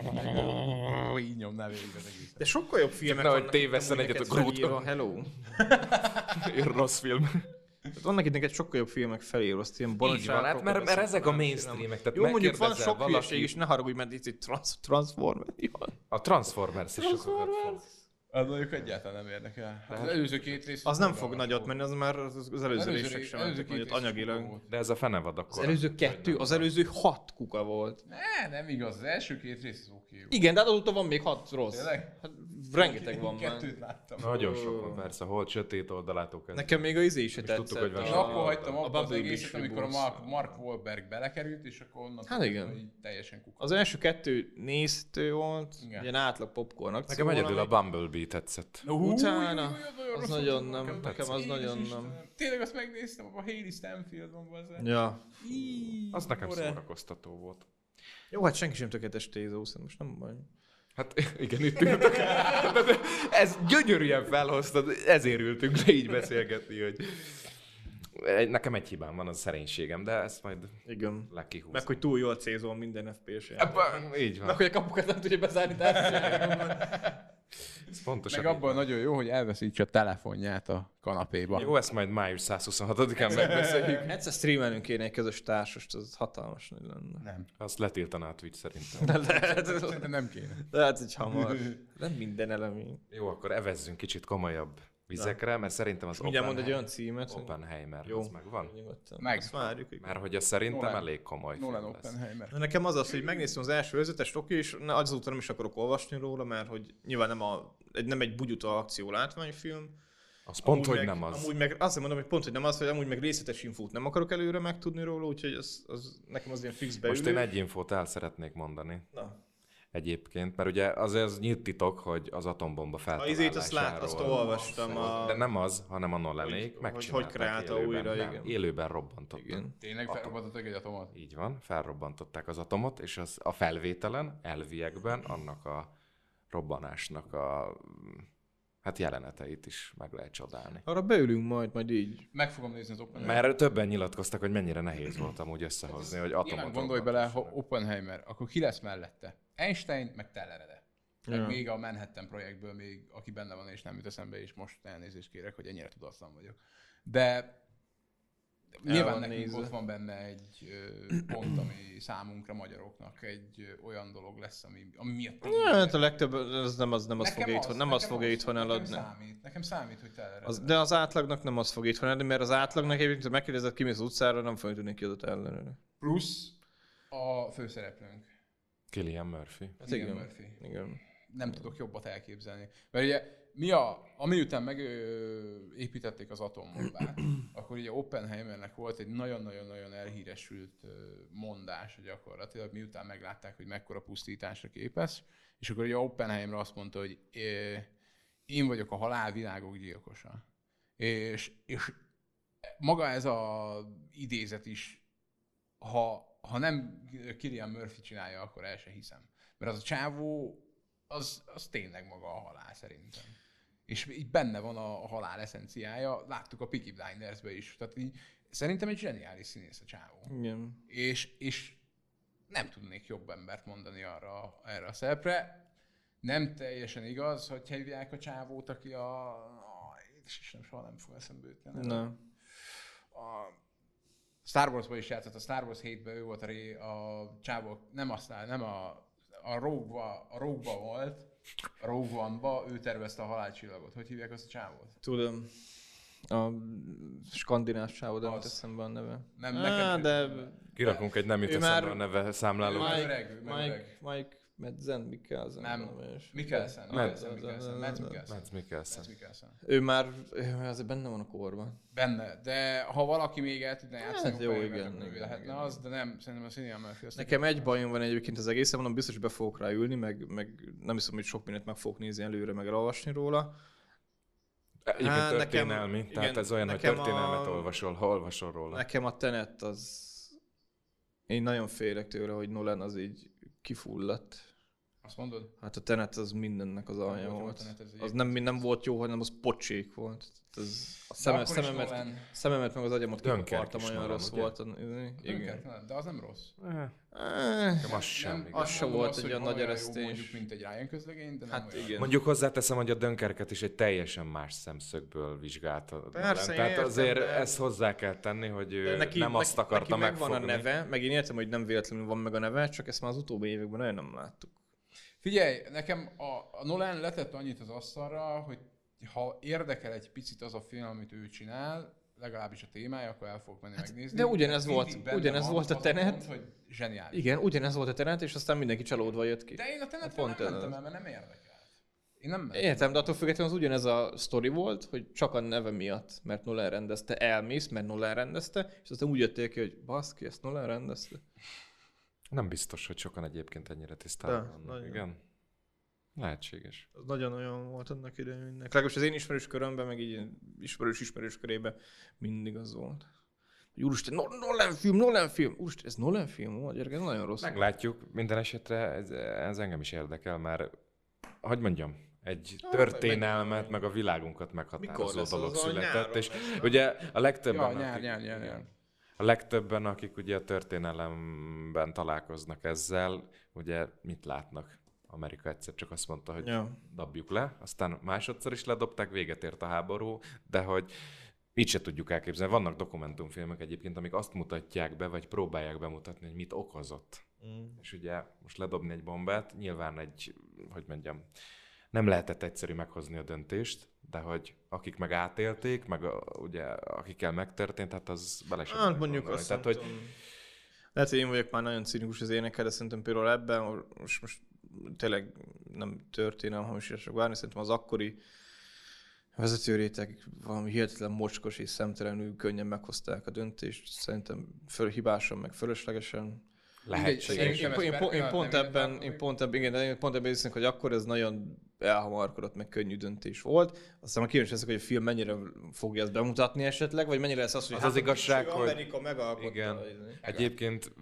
Így nyomná végig az egészet. De sokkal jobb filmek nehogy vannak, tévesszen amúgy egyet a neked Groot-on. felírva. Hello. Rossz film. Tehát vannak itt neked sokkal jobb filmek felírva, azt ilyen Így van, bolondságok. hát mert ezek a mainstreamek. Tehát Jó, mondjuk van megkérdezel sok hülyeség is, ne haragudj, mert itt egy Transformer. A Transformers is sokat fog. Az mondjuk egyáltalán nem érdekel. Hát az előző két rész... Az nem fog nagyot menni, az már az előző részek sem mentek két nagyot rész anyagilag. volt. De ez a fenevad Az akkor. előző 2, az előző 6 kuka volt. Nem igaz, az első két rész az oké. Igen, de hát azóta van még 6 rossz. Tényleg? Hát rengeteg van már. Kettőt láttam. Nagyon sok van persze, hol sötét oldalától kezdve. Nekem még a izé is És tetszett. tudtuk, hogy van Én sok. akkor hagytam abba az Bumblebee egészet, amikor a Tribbles. Mark Wahlberg belekerült, és akkor onnan Hát igen. így teljesen kuka. Az első 2 nézhető volt, Igen. ilyen átlag popcorn akció. Nekem egyedül a valami. Bumblebee tetszett. Utána, az rossz nagyon volt nem, nekem az Jézus nagyon nem. Istenem. Tényleg azt megnéztem, a Hayley Stanfieldon bazen. Ja. Az nekem szórakoztató volt. Jó, hát senki sem tökéletes Tézó, szerintem most nem baj. Hát igen, itt ültök. Ez gyönyörűen felhoztad, ezért ültünk le így beszélgetni, hogy nekem egy hibám van, az szerénységem, de ezt majd Igen. lekihúzom. Meg hogy túl jól cézol minden FPS-en. Így van. Meg hogy a kapukat nem tudja bezárni társaságban. Ez pontosan Meg így abban van. nagyon jó, hogy elveszítse a telefonját a kanapéba. Jó, ezt majd május 126-án megbeszéljük. Egyszer streamelnünk kéne egy közös társast, az hatalmas nagy lenne. Nem. Azt letiltaná a Twitch szerintem. Szerintem nem kéne. De hát, hogy hamar. Nem minden elemény. Jó, akkor evezzünk kicsit komolyabb vizekre, mert szerintem az Mindjárt mond egy olyan címet, hogy Oppenheimer, jó. az megvan. nyugodtan. Meg. Azt várjuk. igen. Mert hogy az szerintem Nolan. elég komoly Nolan film lesz. Oppenheimer. De nekem az, hogy megnéztem az első előzetes oké, és azóta nem is akarok olvasni róla, mert hogy nyilván nem egy bugyuta akció látványfilm. Az pont, Amúgy hogy meg, nem az. Amúgy meg azt mondom, hogy pont, hogy nem az, hogy amúgy meg részletes infót nem akarok előre megtudni róla, úgyhogy az nekem az ilyen fix beülő. Most én egy infót el szeretnék mondani. Na. Egyébként, mert ugye az nyílt titok, hogy az atombomba A izét azt feltalálásáról. olvastam. De nem az, hanem a Nolanék Hogy megcsinálták kreálta élőben. újra, Nem, igen. élőben robbantottak. Igen. Tényleg felrobbantottak egy atomot? Így van, felrobbantották az atomot, és az a felvételen, elviekben annak a robbanásnak a jeleneteit is meg lehet csodálni. Arra beülünk majd így. Meg fogom nézni az Oppenheimer. Mert többen nyilatkoztak, hogy mennyire nehéz volt amúgy összehozni, hogy atomot Nyilván gondolj bele, ha robbantassanak. Oppenheimer, akkor ki lesz mellette? Einstein, meg Tellerede. Meg Ja. még a Manhattan projektből még, aki benne van és nem jut eszembe, és most elnézést kérek, hogy ennyire tudatlan vagyok. De nyilván van nekünk nézve. ott van benne egy pont, ami számunkra, magyaroknak egy olyan dolog lesz, ami miatt... Ja, hát a legtöbb az nem az Nekem fogja itthon, nem az fogja itthon eladni. Nekem számít, hogy Tellerede. De az átlagnak nem az fog itthon eladni, mert az átlagnak egyébként, ha megkérdezed ki az utcára, nem fogja tudni ki adott ellenőre. Plusz a főszereplőnk. Cillian Murphy. Hát Cillian igen. Murphy. Igen. Nem tudok jobbat elképzelni. Mert ugye miután megépítették az atombombát, akkor ugye Oppenheimernek volt egy nagyon-nagyon-nagyon elhíresült mondás gyakorlatilag, miután meglátták, hogy mekkora pusztításra képes, és akkor ugye Oppenheimer azt mondta, hogy én vagyok a halál világok gyilkosa. És maga ez az idézet is, ha nem Cillian Murphy csinálja, akkor el se hiszem. Mert az a csávó, az tényleg maga a halál szerintem. És így benne van a halál eszenciája, láttuk a Peaky Blinders-be is. Tehát így, szerintem egy zseniális színész a csávó. Igen. És nem tudnék jobb embert mondani erre a szerepre. Nem teljesen igaz, hogy hívják a csávót, aki Istenem, soha nem fog eszembe jutni. Na. A Star Wars-ban is játszott, a Star Wars 7-ben ő volt a csávó, nem a Rogue-ba volt, a Rogue One-ba ő tervezte a halálcsillagot. Hogy hívják azt a csávót? Tudom. A skandináv csávó, de nem Az. teszem a neve. Nem, nekem de... Kirakunk egy nem jut Ő eszembe már- a neve számláló. Mike- öreg, ő már öreg. Mike Mads Mikkelsen. Nem. Mikkelsen. Mads Mikkelsen. Ő már azért benne van a korban. Benne, de ha valaki még el tudna játszani, Hát jó, igen, ő lehetne igen. az, de nem, szerintem a Cillian Murphy. Nekem egy bajom van egyébként az egészen, mondom, biztos, hogy be fogok rá ülni, meg nem hiszem, hogy sok mindent meg fogok nézni előre, meg olvasni róla. Egyébként történelmi, tehát igen, ez olyan, hogy történelmet olvasol róla. Nekem a Tenet az... Én nagyon félek tőle, hogy Nolan az így kifulladt. Azt mondod? Hát a Tenet az mindennek az alja volt. Az nem volt jó, hanem az pocsék volt. A szememet meg az agyamat kikapartam, olyan rossz volt. Igen. De az nem rossz. Az sem volt egy olyan nagy eresztés. Mondjuk, mint egy Ryan közlegény, de nem olyan. Igen. Mondjuk hozzáteszem, hogy a Dunkerket is egy teljesen más szemszögből vizsgálta. Persze, tehát értem, azért de... ezt hozzá kell tenni, hogy ő neki, nem azt akarta neki megfogni. Megvan a neve, meg én értem, hogy nem véletlenül van meg a neve, csak ezt már az utóbbi években nagyon nem láttuk. Figyelj, nekem a Nolan letett annyit az asztalra, hogy ha érdekel egy picit az a film, amit ő csinál, legalábbis a témája, akkor el fogok menni megnézni. De ugyanez volt a Tenet. Mond, hogy zseniális. Igen, ugyanez volt a Tenet, és aztán mindenki csalódva jött ki. De én a Tenetre nem mentem el, mert nem érdekelt. Én nem mentem. Értem, de attól függetlenül az ugyanez a sztori volt, hogy csak a neve miatt, mert Nolan rendezte, elmész, mert Nolan rendezte, és aztán úgy jöttél ki, hogy baszki, ezt Nolan rendezte. Nem biztos, hogy sokan egyébként ennyire tisztában vannak. Igen. Lehetséges. Az nagyon-nagyon volt annak idején mindenki. Legalábbis az én ismerős körömben, meg így ismerős körében mindig az volt. Úristen, Nolan film! Úristen, ez Nolan film volt, gyerek, ez nagyon rossz. Meglátjuk, minden esetre ez engem is érdekel, mert, hogy mondjam, egy történelmet, meg a világunkat meghatározó dolog született, és ugye a legtöbben... Nyár. A legtöbben, akik ugye a történelemben találkoznak ezzel, ugye mit látnak? Amerika egyszer csak azt mondta, hogy dobjuk le, aztán másodszor is ledobták, véget ért a háború, de hogy így se tudjuk elképzelni. Vannak dokumentumfilmek egyébként, amik azt mutatják be, vagy próbálják bemutatni, hogy mit okozott. És ugye most ledobni egy bombát, nyilván nem lehetett egyszerű meghozni a döntést, de hogy akik meg átélték, meg ugye akikkel megtörtént, hát az bele sem hát mondjuk azt tehát, hogy lehet, hogy én vagyok már nagyon cinikus az énekel, de szerintem például ebben most tényleg nem történelem hamisítások várni, szerintem az akkori vezetőréteg valami hihetetlen mocskos és szemtelenül könnyen meghozták a döntést. Szerintem hibásan, meg fölöslegesen. Lehetséges. Én pont ebben hiszem, hogy akkor ez nagyon elhamarkodott, meg könnyű döntés volt. Aztán már kíváncsi leszek, hogy a film mennyire fogja ezt bemutatni esetleg, vagy mennyire lesz az, hogy az igazság, hogy Amerika megalkotta. Igen. Egyébként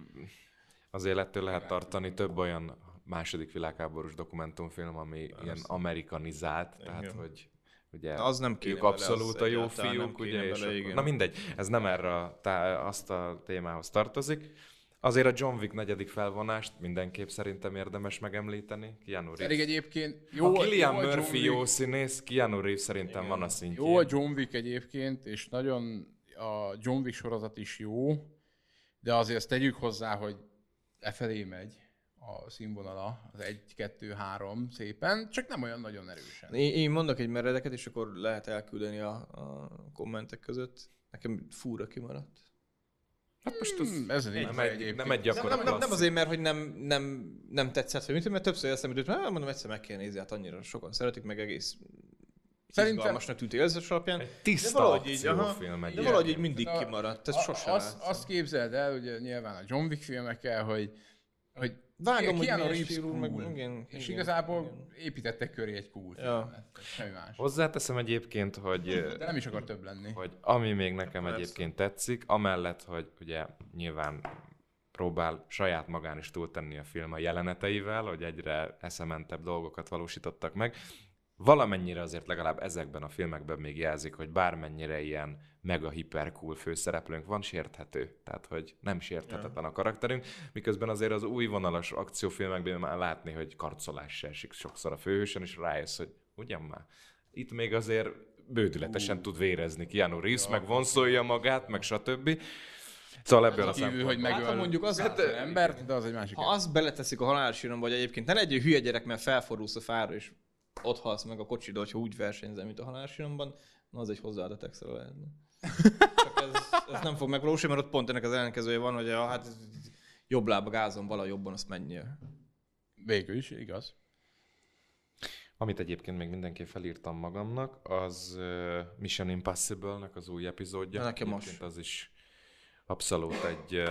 azért ettől lehet tartani több olyan második világháborús dokumentumfilm, ami ilyen amerikanizált, tehát hogy ugye az nem ők abszolút a jó fiúk, ugye, és akkor, na mindegy, ez nem erre azt a témához tartozik. Azért a John Wick 4. felvonást mindenképp szerintem érdemes megemlíteni. Keanu Reeves. Pedig egyébként jó, a Cillian Murphy jó színész, Keanu Reeves szerintem van a szintjén. Jó a John Wick egyébként, és nagyon a John Wick sorozat is jó, de azért ezt tegyük hozzá, hogy lefelé megy a színvonala, az 1, 2, 3 szépen, csak nem olyan nagyon erősen. Én mondok egy meredeket, és akkor lehet elküldeni a kommentek között. Nekem fúra kimaradt. Hát most ez nem egy gyakorlat. Nem azért, mert hogy nem tetszett, vagy mit, mert többször eszembe jutott, mert mondom, egyszer meg kell nézni, hát annyira sokan szeretik, meg egész izgalmasnak tűnt érzés alapján. Egy tiszta akciófilm. De valahogy így mindig kimaradt, ez sosem azt képzeld el, ugye nyilván a John Wick filmekkel, hogy vágom, hogy Keanu Reeves cool, és igazából építettek köré egy cool filmet. Semmi más. Hozzáteszem egyébként, hogy... De nem is akar több lenni. Hogy ami még nekem egyébként tetszik, amellett, hogy ugye nyilván próbál saját magán is túltenni a film a jeleneteivel, hogy egyre eszementebb dolgokat valósítottak meg. Valamennyire azért legalább ezekben a filmekben még jelzik, hogy bármennyire ilyen mega hipercool főszereplőnk van, sérthető. Tehát, hogy nem sérthetetlen a karakterünk, miközben azért az új vonalas akciófilmekben már látni, hogy karcolás se esik sokszor a főhősen, és rájössz, hogy ugyan már. Itt még azért bődületesen tud vérezni Keanu Reeves, meg vonszolja magát, meg stb. Szóval ebből a szempontból. Hogy megöl mondjuk az embert, de az egy másik. Ha azt beleteszik a halálsíromba, vagy egyébként ne legyél hülye gyerek, mert felfordulsz a fára, és ott halsz meg a kocsidba, hogyha úgy versenyzel, mint a halálsíromban, na az egy hozzáadott extra lehetne. Csak ez nem fog megvalósulni, mert ott pont ennek az ellenkezője van, hogy hát jobb lába gázon vala jobban, azt menjél. Végül is, igaz. Amit egyébként még mindenképp felírtam magamnak, az Mission Impossible-nek az új epizódja. Nekem most. Az is abszolút egy...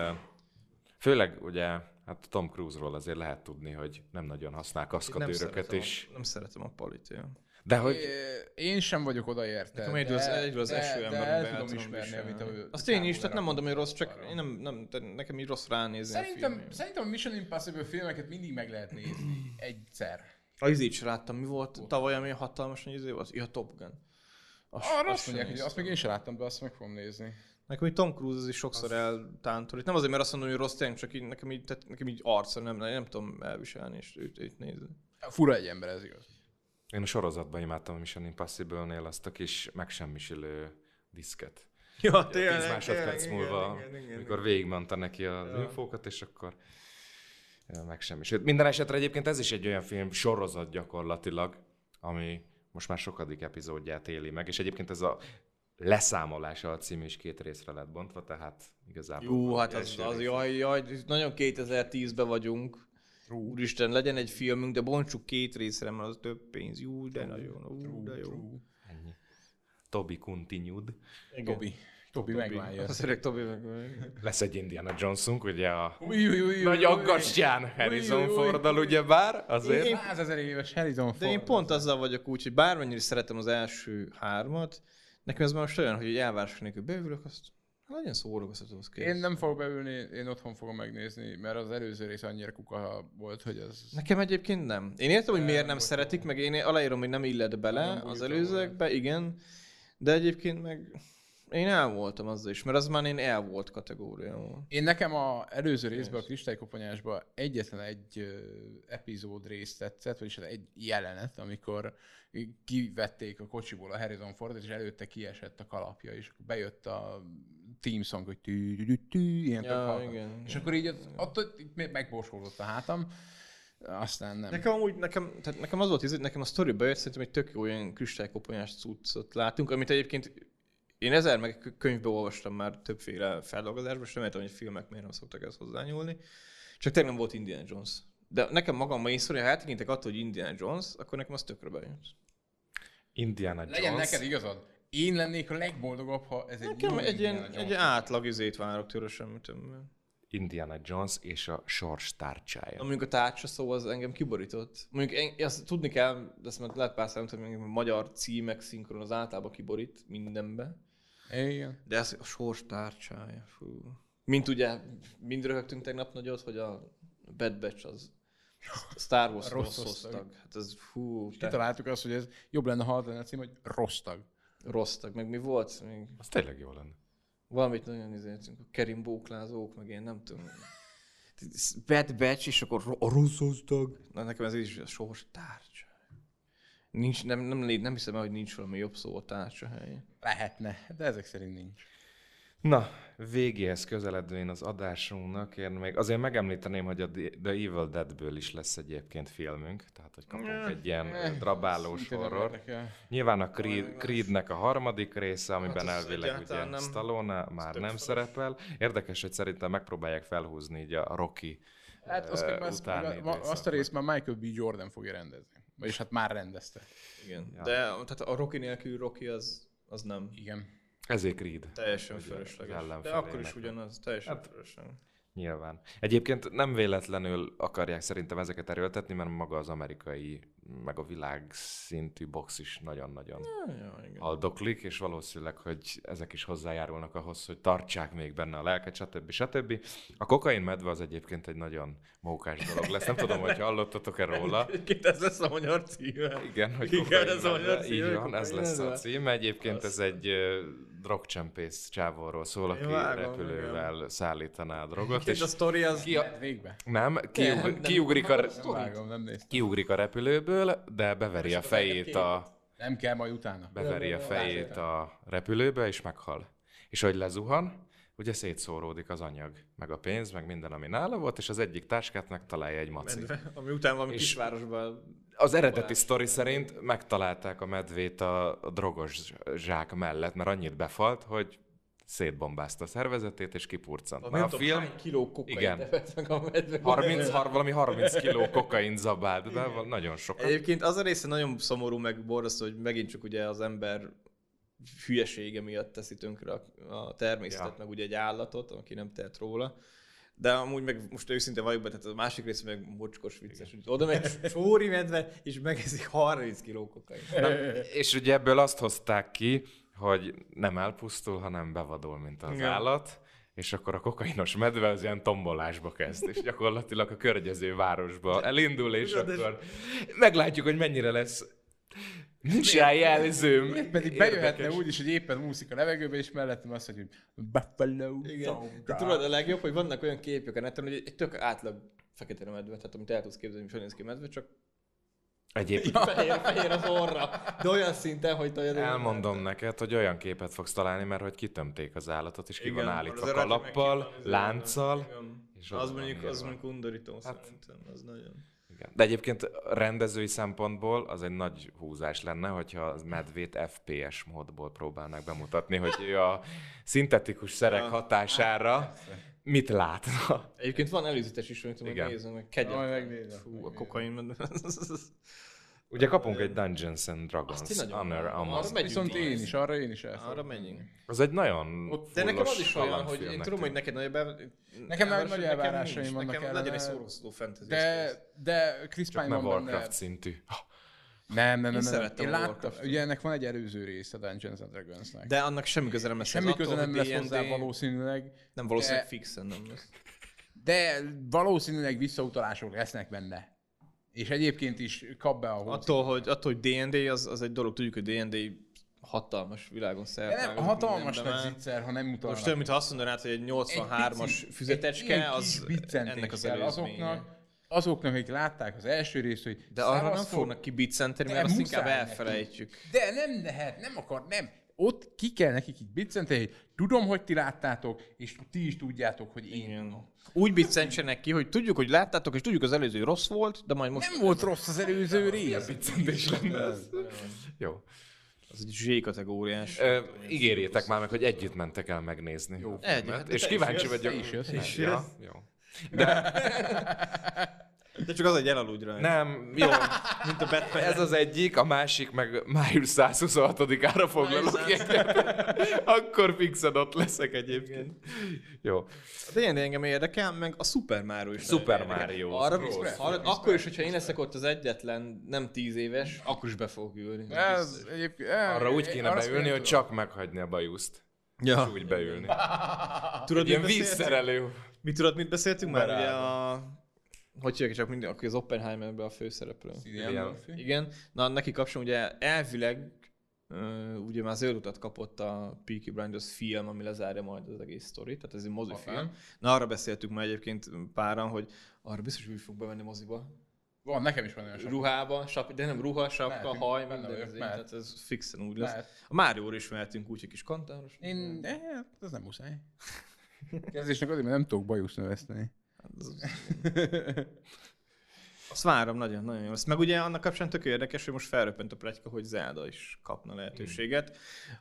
Főleg ugye, hát Tom Cruise-ról azért lehet tudni, hogy nem nagyon használ kaszkadőröket is. Nem szeretem a palit, De hogy... Én sem vagyok odaérte. Nekem egyről az első emberben el tudom ismerni, amit azt én is, tehát nem mondom, hogy rossz, csak én nekem így rossz ránézni Szerintem a Mission Impossible filmeket mindig meg lehet nézni. Egyszer. Az így sem láttam, mi volt tavaly, ami hatalmas nagy izé volt? Ja, Top Gun. Azt mondják, hogy azt még én sem láttam, de azt meg fogom nézni. Nekem így Tom Cruise is sokszor eltántorít. Nem azért, mert azt mondom, hogy rossz tényleg, csak így, nekem így arca nem tudom elviselni, és őt nézni. Fura egy ember, ez igaz. Én a sorozatban imádtam a Mission Impossible-nél azt a kis megsemmisülő diszket. Ja, 10 másodperc múlva, amikor végigmondta neki az infókat, és akkor megsemmisült. Minden esetre egyébként ez is egy olyan film, sorozat gyakorlatilag, ami most már sokadik epizódját éli meg, és egyébként ez a Leszámolása a című is 2 részre lett bontva, tehát igazából... Jó, hát az jaj, nagyon 2010-ben vagyunk. Úristen, legyen egy filmünk, de bontsuk 2 részre, mert az több pénz. Jó, de nagyon, de jó. Ennyi. Toby continued. Toby megválja. Toby Lesz egy Indiana Jonesunk, ugye a nagy aggastyán Harrison Forddal, ugyebár, azért. 100 000 éves Harrison Ford. De én pont azzal vagyok úgy, hogy bármennyire szeretem az első 3-at, nekem ez most olyan, hogy elvárás nélkül beülök, azt legyen szórakoztató, az kész. Én nem fogok beülni, én otthon fogom megnézni, mert az előző rész annyira kuka volt, hogy az... Nekem egyébként nem. Én értem, hogy miért nem szeretik, meg én aláírom, hogy nem illed bele az előzőekbe, igen, de egyébként meg én el voltam azzal is, mert az már én el volt kategória. Én nekem az előző részben, a Kristálykoponyásban egyetlen egy epizód részt tetszett, vagyis egy jelenet, amikor kivették a kocsiból a Harrison Fordot, és előtte kiesett a kalapja, és akkor bejött a theme song, hogy ilyen igen. és akkor így ott megbóskolódott a hátam, aztán nem. Nekem az volt, hogy nekem a sztori bejött, szerintem egy tök jó olyan kristálykoponyás cuccot látunk, amit egyébként én 1000 meg könyvbe olvastam már többféle feldolgozásban, és nem értem, hogy filmek miért nem szoktak ezt hozzányúlni. Csak tényleg nem volt Indiana Jones. De nekem magamban én sztori, ha eltekintek attól, hogy Indiana Jones, akkor nekem az tökre bejött. Indiana Jones. Legyen neked igazad. Én lennék a legboldogabb, ha ez nekem egy átlag izét várok tőle, semmit többen. Indiana Jones és a sors tárcsája. Mondjuk a tárcsa szó az engem kiborított. Mondjuk azt tudni kell, de ezt már lehet pár számot, hogy a magyar címek szinkron az általában kiborít mindenbe. Igen. De ez a sors tárcsája, fú. Mint ugye, mind röhögtünk tegnap nagyot, hogy a Bad Batch az Star Wars rossz osztag. Hát ez fú. Kitaláltuk azt, hogy ez jobb lenne, ha lenne a cím, hogy rossz tag. Rossz tag. Meg mi volt? Még... Az tényleg jó lenne. Valamit nagyon izéltünk, a kerimbóklázók, meg én nem tudom. Bad Batch, és akkor a rossz osztag. Na nekem ez is a sors tárcsa. Nincs, nem hiszem el, hogy nincs valami jobb szó a tárcsa helyén. Lehetne, de ezek szerint nincs. Na, végéhez közeledvén az adásunknak, én még azért megemlíteném, hogy a The Evil Deadből is lesz egyébként filmünk, tehát hogy kapunk egy ilyen drabálós horror. Nyilván a Creednek a 3. része, amiben hát elvileg ugye Stallone már nem szerepel. Érdekes, hogy szerintem megpróbálják felhúzni így a Rocky hát azt a részt már Michael B. Jordan fogja rendezni. Vagyis hát már rendezte. Igen. Ja. De tehát a Rocky nélkül Rocky az nem. Igen. Ezért Creed. Teljesen fölösleges. De akkor is ugyanaz, teljesen fölösleges. Nyilván. Egyébként nem véletlenül akarják szerintem ezeket erőltetni, mert maga az amerikai, meg a világszintű box is nagyon-nagyon haldoklik, és valószínűleg, hogy ezek is hozzájárulnak ahhoz, hogy tartsák még benne a lelket, stb. A kokain medve az egyébként egy nagyon mókás dolog lesz. Nem tudom, hogy hallottatok-e róla. Egyébként ez lesz a magyar címe. Igen, hogy kokain medve. Így van, ez lesz a címe. Egyébként ez egy drogcsempész csávóról szól, aki repülővel szállítaná a drogot. És a sztori az nem, kiugrik a repülőből, de beveri a fejét nem kell majd utána. Beveri a fejét a repülőbe, és meghal. És hogy lezuhan, ugye szétszóródik az anyag, meg a pénz, meg minden, ami nála volt, és az egyik táskát megtalálja egy maci. Medve, ami után valami kisvárosban... Az eredeti sztori szerint megtalálták a medvét a drogos zsák mellett, mert annyit befalt, hogy szétbombázta a szervezetét, és kipurcant. Nem tudom, hány kiló kokain igen. evett meg a medve. Valami 30 kiló kokain zabált be, nagyon sokat. Egyébként az a része nagyon szomorú, meg borzasztó, hogy megint csak ugye az ember hülyesége miatt teszi tönkre a természetet, meg ugye egy állatot, aki nem tehet róla. De amúgy meg most őszinte vagyok be, tehát a másik része meg mocskos vicces, hogy oda megy sóri medve, és megeszik 30 kiló kokain. És ugye ebből azt hozták ki, hogy nem elpusztul, hanem bevadul, mint az állat, és akkor a kokainos medve az ilyen tombolásba kezd, és gyakorlatilag a környező városba elindul, és akkor meglátjuk, hogy mennyire lesz. Nincs rá jelzőm. Pedig bejöhetne úgy is, hogy éppen úszik a levegőbe, és mellettem azt, hogy Buffalo. Igen. De tudod, a legjobb, hogy vannak olyan képek a neten, hogy egy tök átlag fekete medve, tehát amit el tudsz képzelni, hogy néz ki medve, csak Egyébként fehér az orra. De olyan szinten, hogy elmondom neked, hogy olyan képet fogsz találni, mert hogy kitömték az állatot, és ki van állítva az kalappal, lánccal. És az mondjuk undorító szerintem, az nagyon. Igen. De egyébként rendezői szempontból az egy nagy húzás lenne, hogyha a medvét FPS módból próbálnák bemutatni, hogy ő a szintetikus szerek hatására mit látna. Egyébként van előzetes is, amit nézem, hogy kegyet. Fú, a kokain. Ugye kapunk egy Dungeons and Dragons Honor Amaz. Viszont arra én is el. Arra menjünk. Az egy nagyon de nekem az is olyan, hogy én tudom, hogy neked nekem nagy elvárásaim vannak ellene. Nekem legyen egy szórakoztató fantasy. De Chris Pine van benne. Warcraft szintű. Nem. Én láttam, ugye ennek van egy előző rész a Dungeons and Dragonsnak. De annak semmi köze nem lesz. Semmi köze nem lesz hozzá valószínűleg. Nem valószínűleg fixen nem lesz. De valószínűleg visszautalások lesznek benne. És egyébként is kap be a attól, hogy D&D az egy dolog, tudjuk, hogy D&D hatalmas világon szerte. Nem hatalmasnak zicser, ha nem mutatnak. Most olyan, mintha azt mondanád, hogy egy 83-as füzetecske, az ennek az előzménye. Azoknak, akik látták az első részt, hogy... De arra nem fognak kibiccenteni, mert azt inkább elfelejtjük. De nem lehet, nem. Ott ki kell nekik így biccenteni, hogy tudom, hogy ti láttátok, és ti is tudjátok, hogy én. Úgy biccentsenek ki, hogy tudjuk, hogy láttátok, és tudjuk, az előző rossz volt, de majd most... Nem volt rossz az előző rész. Biccentés lenne ez. Jó. Az egy Z-kategóriás. Ígérjétek már meg, hogy együtt mentek el megnézni. Jó. És kíváncsi vagyok. Jó. De csak az egy elaludj rá. Nem, jó. Mint a Batman. Ez az egyik, a másik meg május 126-ára foglalok egyet. Akkor fixen ott leszek egyébként. Jó. De ilyen engem érdekel, meg a Super Mario is. Super Mario. Akkor is, hogyha én leszek ott az egyetlen, nem 10 éves, akkor is be fogok ülni. Arra úgy kéne beülni, hogy csak meghagyni a bajuszt. Ja. És úgy beülni. Tudod, ilyen vízszerelő. Mit beszéltünk már? Ugye hogy hívják csak mindig, aki az Oppenheimerben a főszereplő. Igen. Na, neki kapcsolatban ugye elvileg ugye már zöld utat kapott a Peaky Blinders film, ami lezárja majd az egész sztorit, tehát ez egy mozifilm. Na, arra beszéltük már egyébként páran, hogy arra biztos, hogy úgy fog bevenni moziba. Van, nekem is van olyan sapka. Ruhába, de nem ruha, sapka, haj, minden, tehát ez fixen úgy lesz. A Márióra is mehetünk úgy, egy kis kantáros. Ez nem muszáj. Kezdésnek azért, mert nem tudok bajuszt növeszteni. Azt várom, nagyon, nagyon jó. Meg ugye annak kapcsán tök érdekes, hogy most felröppent a pletyka, hogy Zelda is kapna lehetőséget.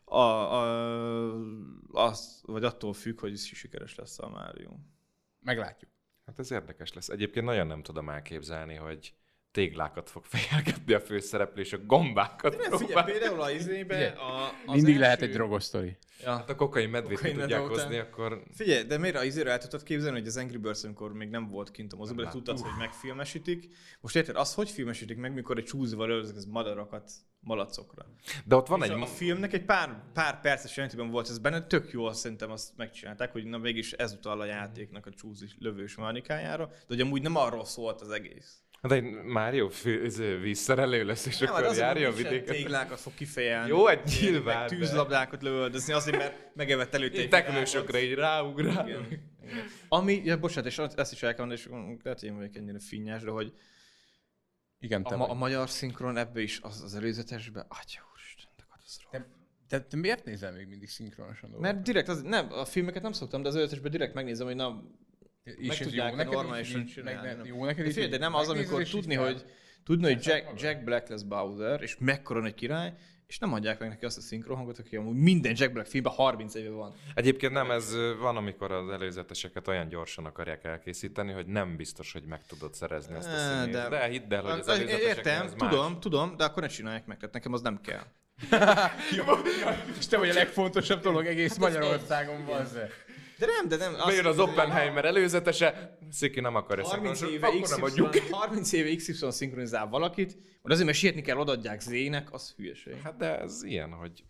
Vagy attól függ, hogy sikeres lesz a Mario. Meglátjuk. Hát ez érdekes lesz. Egyébként nagyon nem tudom elképzelni, hogy téglákat fog fejelgetni a főszereplő, és a gombákat próbál. Figyelj, például az izébe mindig első... lehet egy drogos sztori. Ja. Hát a kokain medvét tudják hozni, akkor... Figyelj, de miért az izéről el tudtad képzelni, hogy az Angry Birds, amikor még nem volt kint a moziban, de tudtad, hogy megfilmesítik. Most érted, az hogy filmesítik meg, mikor egy csúzival ölözik az madarakat malacokra. De ott van és a filmnek egy pár perces jelentében volt ez benne, tök jó, azt szerintem azt megcsinálták, hogy na mégis ez utal a játéknak a csúzi lövős mechanikájára, de hogy amúgy nem arról szólt az egész. De egy Mário vízszerelő lesz, és akkor járja a vidéket. Téglákat fog kifejelni. Jó, egy nyilván. Meg tűzlabdákat lövöldözni, azért, mert megevett előtt teknősökre így ráugrál. Ami, ja, bocsánat, és ezt is el kell mondani, és lehet, hogy én vagyok ennyire finnyás, de hogy igen, a magyar szinkron ebbe is, az előzetesben, atya úristen, de katasztrófa. Te miért nézel még mindig szinkronosan dolgokat? Mert direkt, a filmeket nem szoktam, de az előzetesben direkt megnézem, hogy na, meg tudják normálisan csinálni. Jó neked de nem az, amikor tudni, hogy Jack Black lesz Bowser, és mekkora nagy király, és nem adják meg neki azt a szinkronhangot, aki amúgy minden Jack Black filmben 30 éve van. Egyébként nem, ez van, amikor az előzeteseket olyan gyorsan akarják elkészíteni, hogy nem biztos, hogy meg tudod szerezni azt a színészt. De hidd el, hogy az előzeteseknél ez más. Tudom, de akkor ne csinálják meg, tehát nekem az nem kell. És te vagy a legfontosabb dolog egész Magyarországon van. De nem. Bejön az Oppenheimer előzetese, Sziki nem akarja 30 éve XY szinkronizál valakit, mert azért, mert sietni kell, odaadják Z-nek, az hülyeség. Hát de ez ilyen, hogy...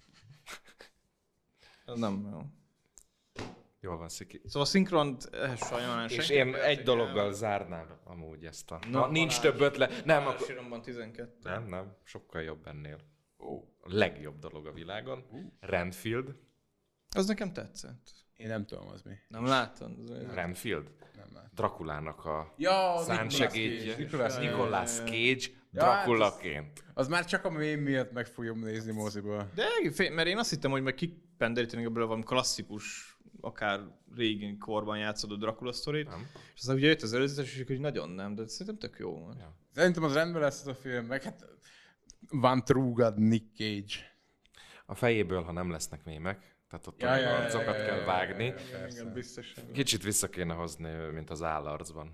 Az nem jó. Jól van, Sziki. Szóval a szinkront sajnálás. És én egy dologgal zárnám amúgy ezt a... Nincs több ötlet. Nem, akkor... 12. Nem, sokkal jobb ennél. A legjobb dolog a világon. Renfield. Az nekem tetszett. Én nem tudom, az mi. Nem láttam. Renfield? Nem láttam. Drakulának a szánsegédje. Nicolas Cage Drakulaként. Az már csak a mém miatt meg fogom nézni moziból. De mert én azt hittem, hogy meg kipenderítenek ebből valami klasszikus, akár régi korban játszódó Dracula sztorit. És aztán ugye jött az előzetes, és hogy nagyon nem, de szerintem tök jó. Ja. Szerintem az rendben lesz az a film, meg hát Van True God Nick Cage. A fejéből, ha nem lesznek mémek, tehát ott arcokat kell vágni. Igen, biztosan. Kicsit vissza kéne hozni, mint az állarcban.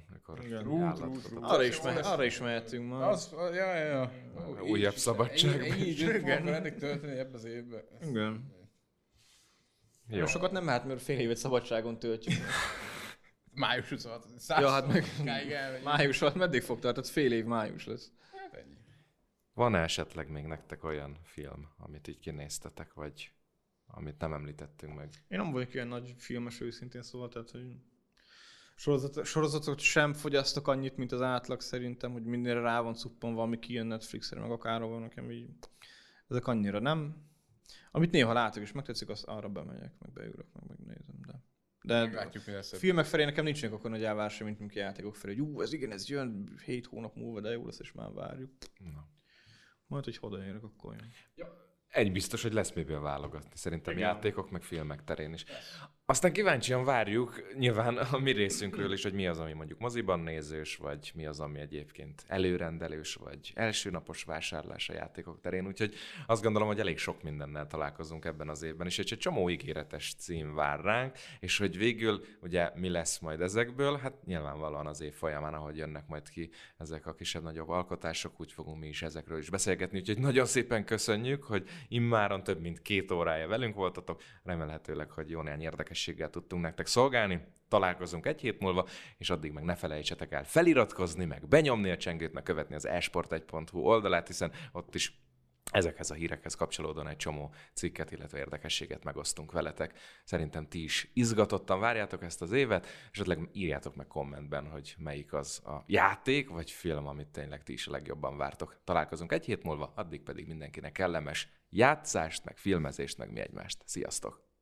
Arra is mehetünk ma. Újabb szabadság. Ennyi időt fogom veletek tölteni ebben az évben. Igen. Jó. Sokat nem mehet, mert fél évet szabadságon töltjük. Május 26. Ja, hát meg május 6, meddig fog tartani? Fél év május lesz. Hát ennyi. Van esetleg még nektek olyan film, amit így kinéztetek, vagy amit nem említettünk meg? Én nem vagyok ilyen nagy filmes őszintén, szóval, tehát, hogy sorozatot sem fogyasztok annyit, mint az átlag szerintem, hogy mindenre rá van cuppanva, ami kijön Netflixre, meg akárhol, nekem így ezek annyira nem. Amit néha látok és megtetszik, azt arra bemegyek, meg beügrök, meg megnézem, de Meglátjuk, mi lesz. Filmek felé nekem nincsenek akkor nagy elvárása, mint játékok felé, hogy ez jön 7 hónap múlva, de jó lesz, és már várjuk. Na. Majd, hogy odaérek, akkor jön. Ja. Egy biztos, hogy lesz miből válogatni, szerintem igen. Játékok, meg filmek terén is. Aztán kíváncsian várjuk nyilván a mi részünkről is, hogy mi az, ami mondjuk moziban nézős, vagy mi az, ami egyébként előrendelős, vagy elsőnapos vásárlás a játékok terén. Úgyhogy azt gondolom, hogy elég sok mindennel találkozunk ebben az évben, és egy csomó ígéretes cím vár ránk, és hogy végül ugye mi lesz majd ezekből, hát nyilvánvalóan az év folyamán, ahogy jönnek majd ki ezek a kisebb-nagyobb alkotások, úgy fogunk mi is ezekről is beszélgetni. Úgyhogy nagyon szépen köszönjük, hogy immáron több mint 2 órája velünk voltatok. Remélhetőleg, hogy jó néhány érdekességgel tudtunk nektek szolgálni. Találkozunk egy hét múlva, és addig meg ne felejtsetek el feliratkozni, meg benyomni a csengőt, meg követni az esport1.hu oldalát, hiszen ott is ezekhez a hírekhez kapcsolódóan egy csomó cikket, illetve érdekességet megosztunk veletek. Szerintem ti is izgatottan várjátok ezt az évet, és esetleg írjátok meg kommentben, hogy melyik az a játék vagy film, amit tényleg ti is a legjobban vártok. Találkozunk egy hét múlva, addig pedig mindenkinek kellemes játszást, meg filmezést, meg mi egymást. Sziasztok!